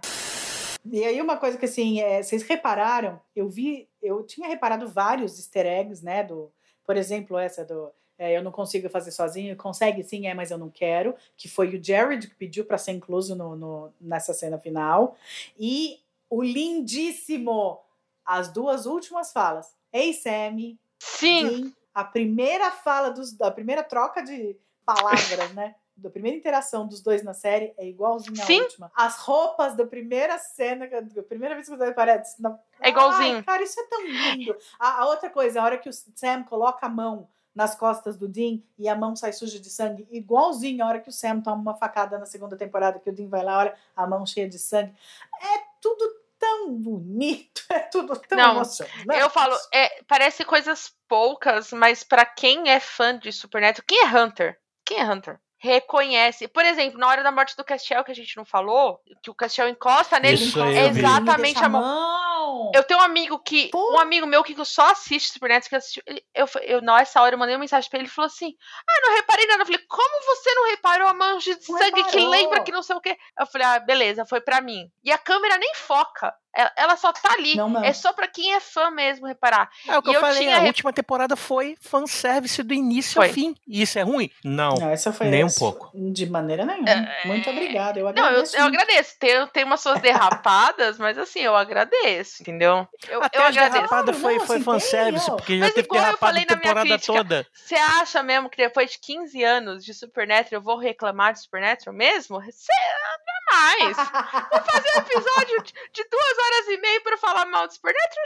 E aí uma coisa que, assim, é, vocês repararam, eu vi, eu tinha reparado vários easter eggs, né, do, por exemplo, essa do é, eu não consigo fazer sozinho, consegue sim, é, mas eu não quero, que foi o Jared que pediu para ser incluso no, no, nessa cena final, e o lindíssimo, as duas últimas falas, Ei, Sammy, Sim. Dean, a primeira fala, dos, a primeira troca de palavras, né, da primeira interação dos dois na série é igualzinho à Sim. última. As roupas da primeira cena, da primeira vez que você aparece. Na... É igualzinho. Ai, cara, isso é tão lindo. A, a outra coisa, a hora que o Sam coloca a mão nas costas do Dean e a mão sai suja de sangue, igualzinho a hora que o Sam toma uma facada na segunda temporada, que o Dean vai lá, olha a mão cheia de sangue. É tudo tão bonito, é tudo tão Não, emocionante. Eu falo, é, parece coisas poucas, mas pra quem é fã de Supernatural, quem é Hunter? Quem é Hunter? Reconhece. Por exemplo, na hora da morte do Castiel, que a gente não falou, que o Castiel encosta nele, Isso aí é eu vi. exatamente Deixa a mão. não! Eu tenho um amigo que. Pô. Um amigo meu que só assiste Supernatural, que assistiu. ele- Eu, eu, nessa hora, eu mandei uma mensagem pra ele e falou assim: Ah, não reparei nada. Eu falei, como você não reparou a mancha de Não sangue que reparou. lembra que não sei o quê? Eu falei, ah, beleza, foi pra mim. E a câmera nem foca. Ela, ela só tá ali. Não, não. É só pra quem é fã mesmo reparar. É o que E eu, eu falei, tinha a rep- última temporada foi fanservice do início Foi. ao fim. E isso é ruim? Não, Não, essa foi nem um essa. pouco. De maneira nenhuma. É, Muito obrigada. Eu Não, eu, agradeço. eu muito. agradeço. Tem, tem umas suas derrapadas, mas assim, eu agradeço, entendeu? Eu, Até eu a agradeço. derrapada Claro, foi, não, foi assim, fanservice, tem, ó. porque já Mas teve igual eu derrapada falei a na minha temporada crítica, toda. Você acha mesmo que depois de quinze anos de Supernatural eu vou reclamar de Supernatural mesmo? Você jamais. Vou fazer um episódio de, de duas horas e meia pra falar mal de Supernatural?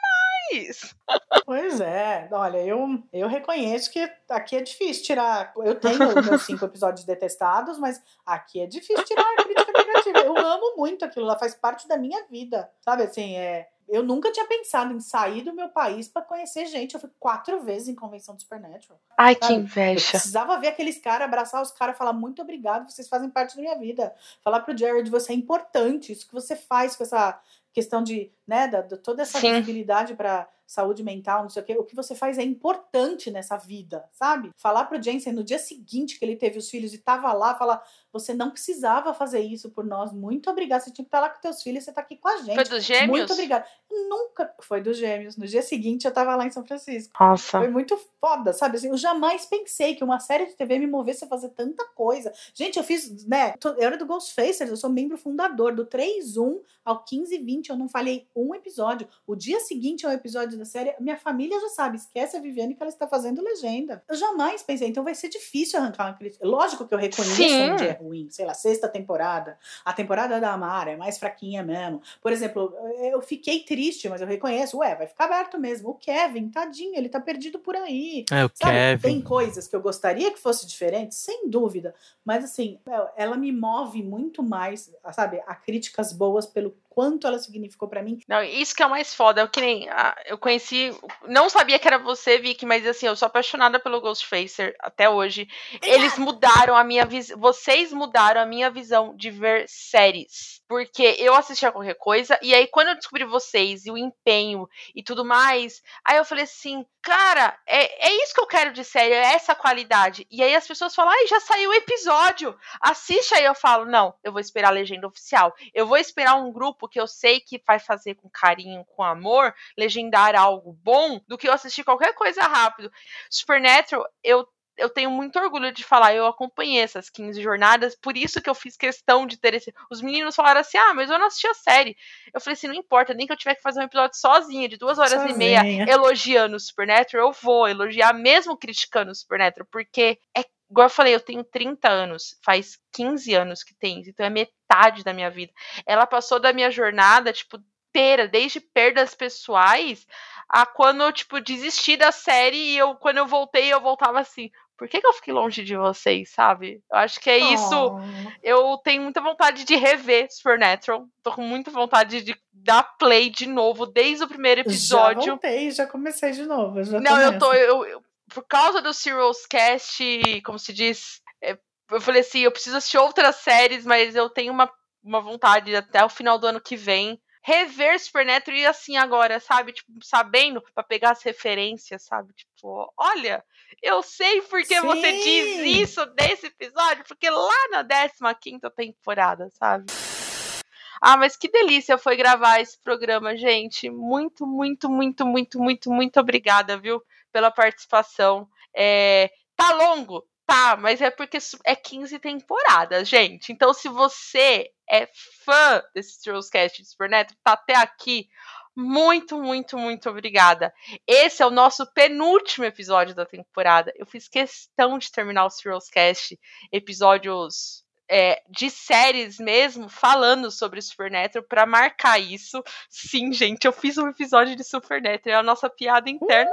Jamais. Pois é, olha, eu, eu reconheço que aqui é difícil tirar. Eu tenho meus cinco episódios detestados, mas aqui é difícil tirar a crítica negativa. Eu amo muito aquilo, ela faz parte da minha vida. Sabe assim, é. Eu nunca tinha pensado em sair do meu país pra conhecer gente. Eu fui quatro vezes em convenção do Supernatural. Ai, que Sabe? Eu inveja. precisava ver aqueles caras, abraçar os caras, falar muito obrigado, vocês fazem parte da minha vida. Falar pro Jared, você é importante, isso que você faz com essa questão de, né, da, da- toda essa Sim. visibilidade pra saúde mental, não sei o quê, o que você faz é importante nessa vida, sabe? Falar pro Jensen no dia seguinte que ele teve os filhos e tava lá, falar, você não precisava fazer isso por nós, muito obrigado, você tinha que estar lá com teus filhos, você tá aqui com a gente. Foi dos gêmeos? Muito obrigada. Nunca foi dos gêmeos. No dia seguinte eu tava lá em São Francisco. Nossa. Foi muito foda, sabe? Assim, eu jamais pensei que uma série de T V me movesse a fazer tanta coisa. Gente, eu fiz, né? tô- Eu era do Ghostfacers, eu sou membro fundador. Do três um ao quinze vinte, eu não falhei um episódio. O dia seguinte ao episódio da série, minha família já sabe, esquece a Viviane que ela está fazendo legenda. Eu jamais pensei, então vai ser difícil arrancar uma crítica. Lógico que eu reconheço Sim. onde é ruim. Sei lá, sexta temporada. A temporada da Amara é mais fraquinha mesmo. Por exemplo, eu fiquei triste, mas eu reconheço, ué, vai ficar aberto mesmo. O Kevin, tadinho, ele tá perdido por aí. É, o Sabe, Kevin. tem coisas que eu gostaria que fosse diferente, sem dúvida. Mas assim, meu, ela me move muito mais, sabe, a críticas boas pelo quanto ela significou pra mim. Não, isso que é o mais foda. Eu, que nem, ah, eu conheci. Não sabia que era você, Vicky, mas assim, eu sou apaixonada pelo Ghostfacer até hoje. Eles mudaram a minha visão. Vocês mudaram a minha visão de ver séries. Porque eu assistia qualquer coisa, e aí quando eu descobri vocês e o empenho e tudo mais, aí eu falei assim, cara, é, é isso que eu quero de série, é essa qualidade. E aí as pessoas falam, ai, já saiu o episódio, assiste aí. Eu falo, não, eu vou esperar a legenda oficial. Eu vou esperar um grupo que eu sei que vai fazer com carinho, com amor, legendar algo bom, do que eu assistir qualquer coisa rápido. Supernatural, eu eu tenho muito orgulho de falar, eu acompanhei essas quinze jornadas, por isso que eu fiz questão de ter esse... Os meninos falaram assim, ah, mas eu não assisti a série. Eu falei assim, não importa, nem que eu tiver que fazer um episódio sozinha, de duas horas Sozinha. e meia, elogiando o Supernatural, eu vou elogiar mesmo criticando o Supernatural, porque é igual eu falei, eu tenho trinta anos, faz quinze anos que tem, então é metade da minha vida. Ela passou da minha jornada, tipo, inteira, desde perdas pessoais, a quando eu, tipo, desisti da série e eu, quando eu voltei, eu voltava assim, por que que eu fiquei longe de vocês, sabe? Eu acho que é isso. Oh. Eu tenho muita vontade de rever Supernatural. Tô com muita vontade de dar play de novo, desde o primeiro Já episódio. voltei, já comecei de novo. Eu já Não, eu nessa. tô. Eu, eu- por causa do Serials Cast, como se diz, é, eu falei assim, eu preciso assistir outras séries, mas eu tenho uma, uma vontade até o final do ano que vem. Rever Supernatural e assim agora, sabe? Tipo, sabendo pra pegar as referências, sabe? Tipo, olha, eu sei porque você Sim. diz isso nesse episódio, porque lá na décima quinta temporada, sabe? Ah, mas que delícia foi gravar esse programa, gente. Muito, muito, muito, muito, muito, muito obrigada, viu? Pela participação. É, tá longo? Tá, mas é porque é quinze temporadas, gente. Então, se você é fã desse Trollscast de Supernatural, tá até aqui, muito, muito, muito obrigada. Esse é o nosso penúltimo episódio da temporada. Eu fiz questão de terminar o Trollscast, episódios é, de séries mesmo, falando sobre Supernatural, pra marcar isso. Sim, gente, eu fiz um episódio de Supernatural, é a nossa piada interna.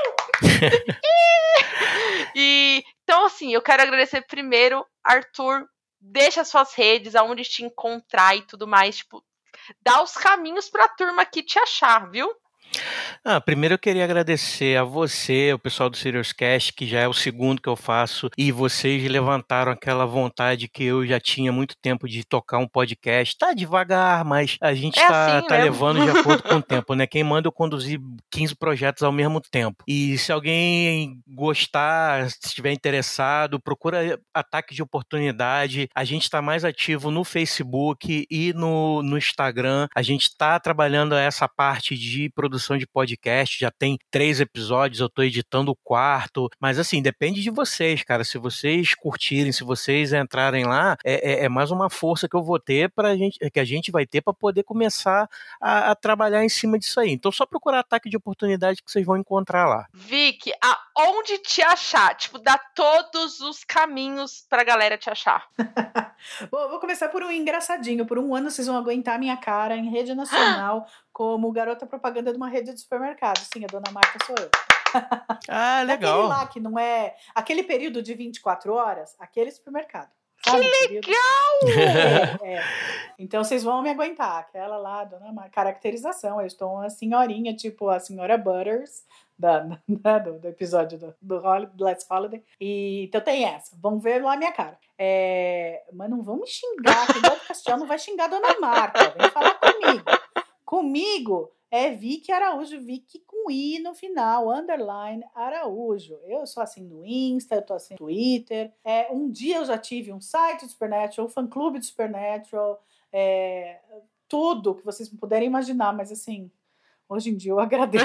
E então, assim, eu quero agradecer primeiro, Arthur, deixa as suas redes, aonde te encontrar e tudo mais, tipo, dá os caminhos pra turma aqui te achar, viu? Ah, primeiro eu queria agradecer a você, o pessoal do Serious Cast, que já é o segundo que eu faço, e vocês levantaram aquela vontade que eu já tinha há muito tempo de tocar um podcast. Tá devagar, mas a gente É tá, assim tá mesmo. levando de acordo com o tempo, né? Quem manda eu conduzir quinze projetos ao mesmo tempo. E se alguém gostar, se estiver interessado, procura Ataque de Oportunidade. A gente está mais ativo no Facebook e no, no Instagram. A gente está trabalhando essa parte de produção de podcast, já tem três episódios, eu tô editando o quarto, mas assim, depende de vocês, cara, se vocês curtirem, se vocês entrarem lá, é, é, é mais uma força que eu vou ter pra gente, que a gente vai ter para poder começar a, a trabalhar em cima disso aí. Então só procurar Ataque de Oportunidade que vocês vão encontrar lá. Vicky, aonde te achar? Tipo, dá todos os caminhos pra galera te achar. Bom, vou começar por um engraçadinho. Por um ano vocês vão aguentar minha cara em rede nacional como garota propaganda de uma rede de supermercado. Sim, a dona Marta sou eu. Ah, legal. Aquele lá que não é... Aquele período de vinte e quatro horas, aquele supermercado. Sabe? Que legal! É, é. Então vocês vão me aguentar. Aquela lá, dona Marta. Caracterização. Eu estou uma senhorinha, tipo a senhora Butters, da, da, do, do episódio do, do Last Holiday. E, então tem essa. Vão ver lá a minha cara. É, mas não vão me xingar. Quem gosta do Castiel não vai xingar a dona Marta. Vem falar comigo. Comigo é Vicky Araújo, Vicky com I no final, underline Araújo. Eu sou assim no Insta, eu tô assim no Twitter. É, um dia eu já tive um site de Supernatural, um fã-clube de Supernatural, é, tudo que vocês puderem imaginar, mas assim, hoje em dia eu agradeço.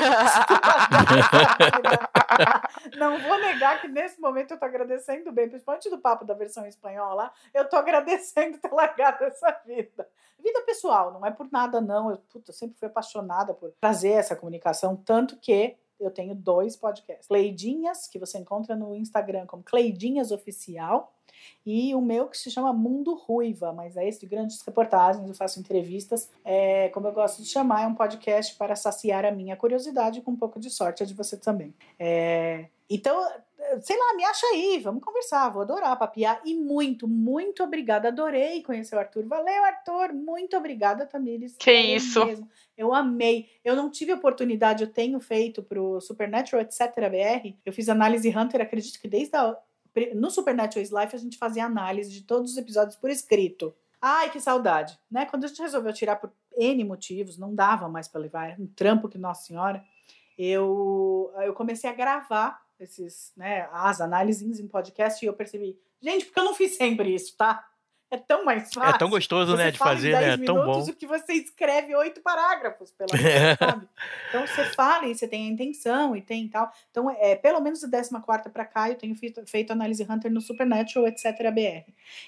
Não vou negar que nesse momento eu tô agradecendo bem, principalmente do papo da versão espanhola, eu tô agradecendo ter largado essa vida. Vida pessoal, não é por nada não, eu, puta, eu sempre fui apaixonada por trazer essa comunicação, tanto que eu tenho dois podcasts. Cleidinhas, que você encontra no Instagram como Cleidinhas Oficial, e o meu que se chama Mundo Ruiva, mas é esse de grandes reportagens, eu faço entrevistas, é, como eu gosto de chamar, é um podcast para saciar a minha curiosidade, com um pouco de sorte a de você também. É, então, sei lá, me acha aí, vamos conversar, vou adorar papiar, e muito, muito obrigada, adorei conhecer o Arthur, valeu Arthur, muito obrigada Tamires. Que isso. Mesmo. Eu amei, eu não tive oportunidade, eu tenho feito pro Supernatural, etc B R, eu fiz análise Hunter, acredito que desde a no Supernatural Life a gente fazia análise de todos os episódios por escrito. Ai, que saudade, né? Quando a gente resolveu tirar por N motivos, não dava mais para levar, era um trampo que Nossa Senhora, eu, eu comecei a gravar esses, né, as análises em podcast e eu percebi, gente, porque eu não fiz sempre isso, tá? É tão mais fácil. É tão gostoso, você né, de fala fazer, em dez né? É tão bom. minutos o que você escreve oito parágrafos, pelo menos, sabe? Então você fala e você tem a intenção e tem tal. Então, é, pelo menos da décima quarta para cá, eu tenho feito, feito análise Hunter no Supernatural, etc B R.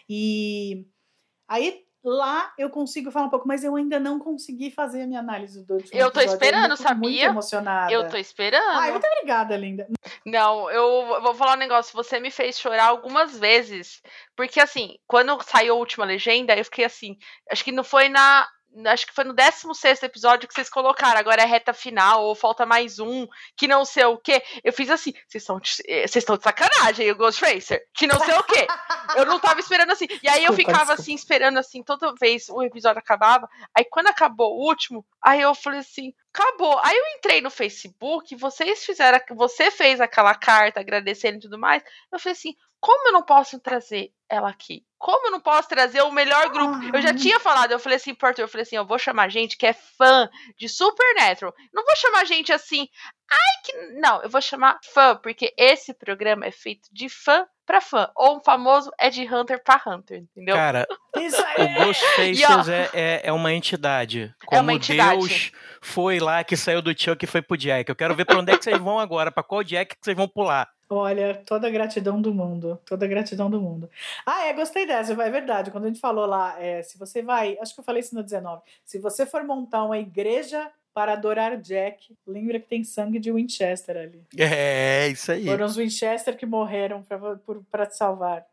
E aí, lá eu consigo falar um pouco, mas eu ainda não consegui fazer a minha análise do último Eu tô episódio. esperando, eu tô sabia? muito emocionada. Eu tô esperando. Ai, muito obrigada, linda. Não, eu vou falar um negócio. Você me fez chorar algumas vezes. Porque, assim, quando saiu a última legenda, eu fiquei assim. Acho que não foi na. Acho que foi no décimo sexto episódio que vocês colocaram. Agora é reta final, ou falta mais um, que não sei o quê. Eu fiz assim. Vocês estão vocês estão de sacanagem, o Ghost Racer. Que não sei o quê. Eu não tava esperando assim. E aí desculpa, eu ficava desculpa. assim, esperando assim, toda vez o episódio acabava. Aí quando acabou o último, aí eu falei assim. Acabou. Aí eu entrei no Facebook, vocês fizeram, você fez aquela carta agradecendo e tudo mais. Eu falei assim, como eu não posso trazer ela aqui? Como eu não posso trazer o melhor grupo? Eu já tinha falado, eu falei assim, Porto, eu falei assim, eu vou chamar gente que é fã de Supernatural. Não vou chamar gente assim, ai que... Não, eu vou chamar fã, porque esse programa é feito de fã pra fã. Ou o famoso é de Hunter pra Hunter, entendeu? Cara, isso o Ghostfacers é, é, é uma entidade. Como é uma entidade. Deus foi lá que saiu do Chuck e foi pro Jack. Eu quero ver pra onde é que vocês vão agora, pra qual Jack que vocês vão pular. Olha, toda a gratidão do mundo, toda a gratidão do mundo. Ah, é, gostei dessa, é verdade, quando a gente falou lá, é, se você vai, acho que eu falei isso no dezenove, se você for montar uma igreja para adorar Jack, lembra que tem sangue de Winchester ali. É, isso aí. Foram os Winchester que morreram para te salvar, tá?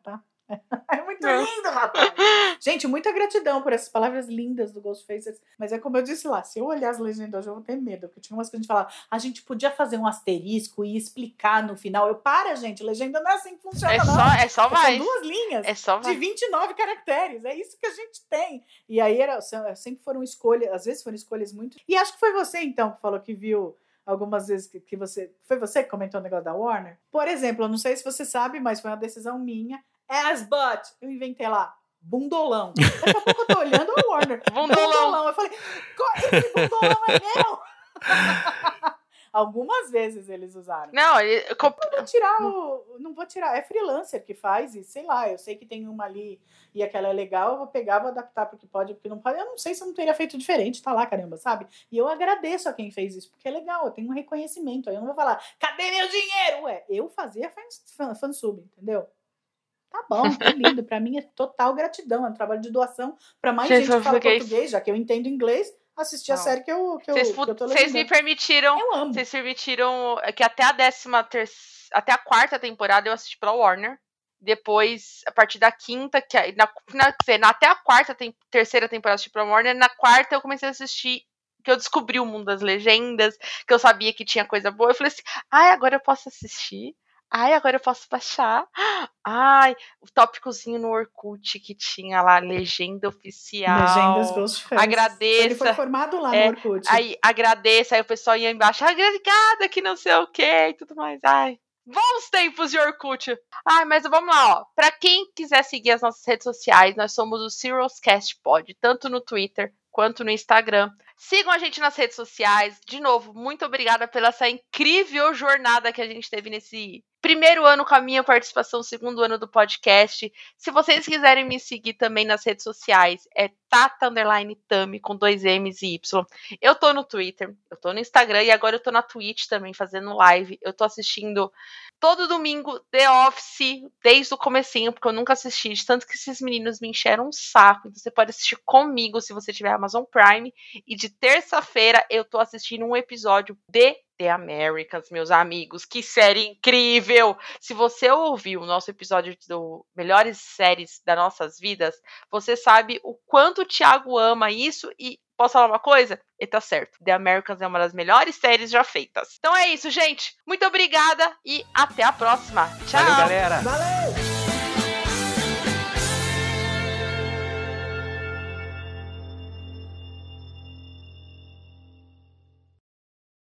É muito lindo, rapaz. Gente, muita gratidão por essas palavras lindas do Ghostface. Mas é como eu disse lá, se eu olhar as legendas hoje eu vou ter medo. Porque tinha umas que a gente falava, a gente podia fazer um asterisco e explicar no final. Eu, para, gente, legenda não é assim que funciona, É não. só, é só mais. São duas linhas É só de mais. vinte e nove caracteres. É isso que a gente tem. E aí era, sempre foram escolhas, às vezes foram escolhas muito... E acho que foi você, então, que falou que viu... Algumas vezes que, que você... Foi você que comentou o negócio da Warner? Por exemplo, eu não sei se você sabe, mas foi uma decisão minha. As but, eu inventei lá, bundolão. Daqui a pouco eu tô olhando a Warner. Bundolão. Bundolão. Eu falei, esse bundolão é meu? Algumas vezes eles usaram. Não, ele... Não vou tirar o... Não vou tirar. É freelancer que faz e sei lá, eu sei que tem uma ali e aquela é legal, eu vou pegar, vou adaptar porque pode, porque não pode. Eu não sei se eu não teria feito diferente, tá lá, caramba, sabe? E eu agradeço a quem fez isso, porque é legal, eu tenho um reconhecimento. Aí eu não vou falar, cadê meu dinheiro? Ué, eu fazia fan, fansub, entendeu? Tá bom, tá lindo. Pra mim é total gratidão. É um trabalho de doação pra mais gente, gente que fala português, já que eu entendo inglês. Assistir não. a série que eu, que Vocês, eu, que eu tô Vocês me permitiram. Eu amo. Vocês permitiram que até a décima terceira, até a quarta temporada eu assisti pela Warner. Depois, a partir da quinta, que na, na, na, até a quarta, tem, terceira temporada eu assisti pela Warner. Na quarta eu comecei a assistir, que eu descobri o mundo das legendas, que eu sabia que tinha coisa boa. Eu falei assim, ai, agora eu posso assistir. Ai, agora eu posso baixar. Ai, o tópicozinho no Orkut que tinha lá, legenda oficial. Legendas Ghostface. Agradeça. Ele foi formado lá é, no Orkut. Aí, agradeça. Aí o pessoal ia embaixo, obrigada, que não sei o que e tudo mais. Ai, bons tempos de Orkut. Ai, mas vamos lá, ó. Pra quem quiser seguir as nossas redes sociais, nós somos o Serials Cast Pod, tanto no Twitter quanto no Instagram. Sigam a gente nas redes sociais. De novo, muito obrigada pela essa incrível jornada que a gente teve nesse primeiro ano com a minha participação, segundo ano do podcast. Se vocês quiserem me seguir também nas redes sociais, é Tata underline Tami, com dois M's e Y. Eu tô no Twitter, eu tô no Instagram e agora eu tô na Twitch também, fazendo live. Eu tô assistindo todo domingo The Office, desde o comecinho, porque eu nunca assisti, de tanto que esses meninos me encheram um saco. Então você pode assistir comigo se você tiver Amazon Prime. E de terça-feira eu tô assistindo um episódio de The Americans, meus amigos. Que série incrível! Se você ouviu o nosso episódio do Melhores Séries das Nossas Vidas, você sabe o quanto o Thiago ama isso e posso falar uma coisa? Ele tá certo. The Americans é uma das melhores séries já feitas. Então é isso, gente. Muito obrigada e até a próxima. Tchau! Valeu, galera! Valeu!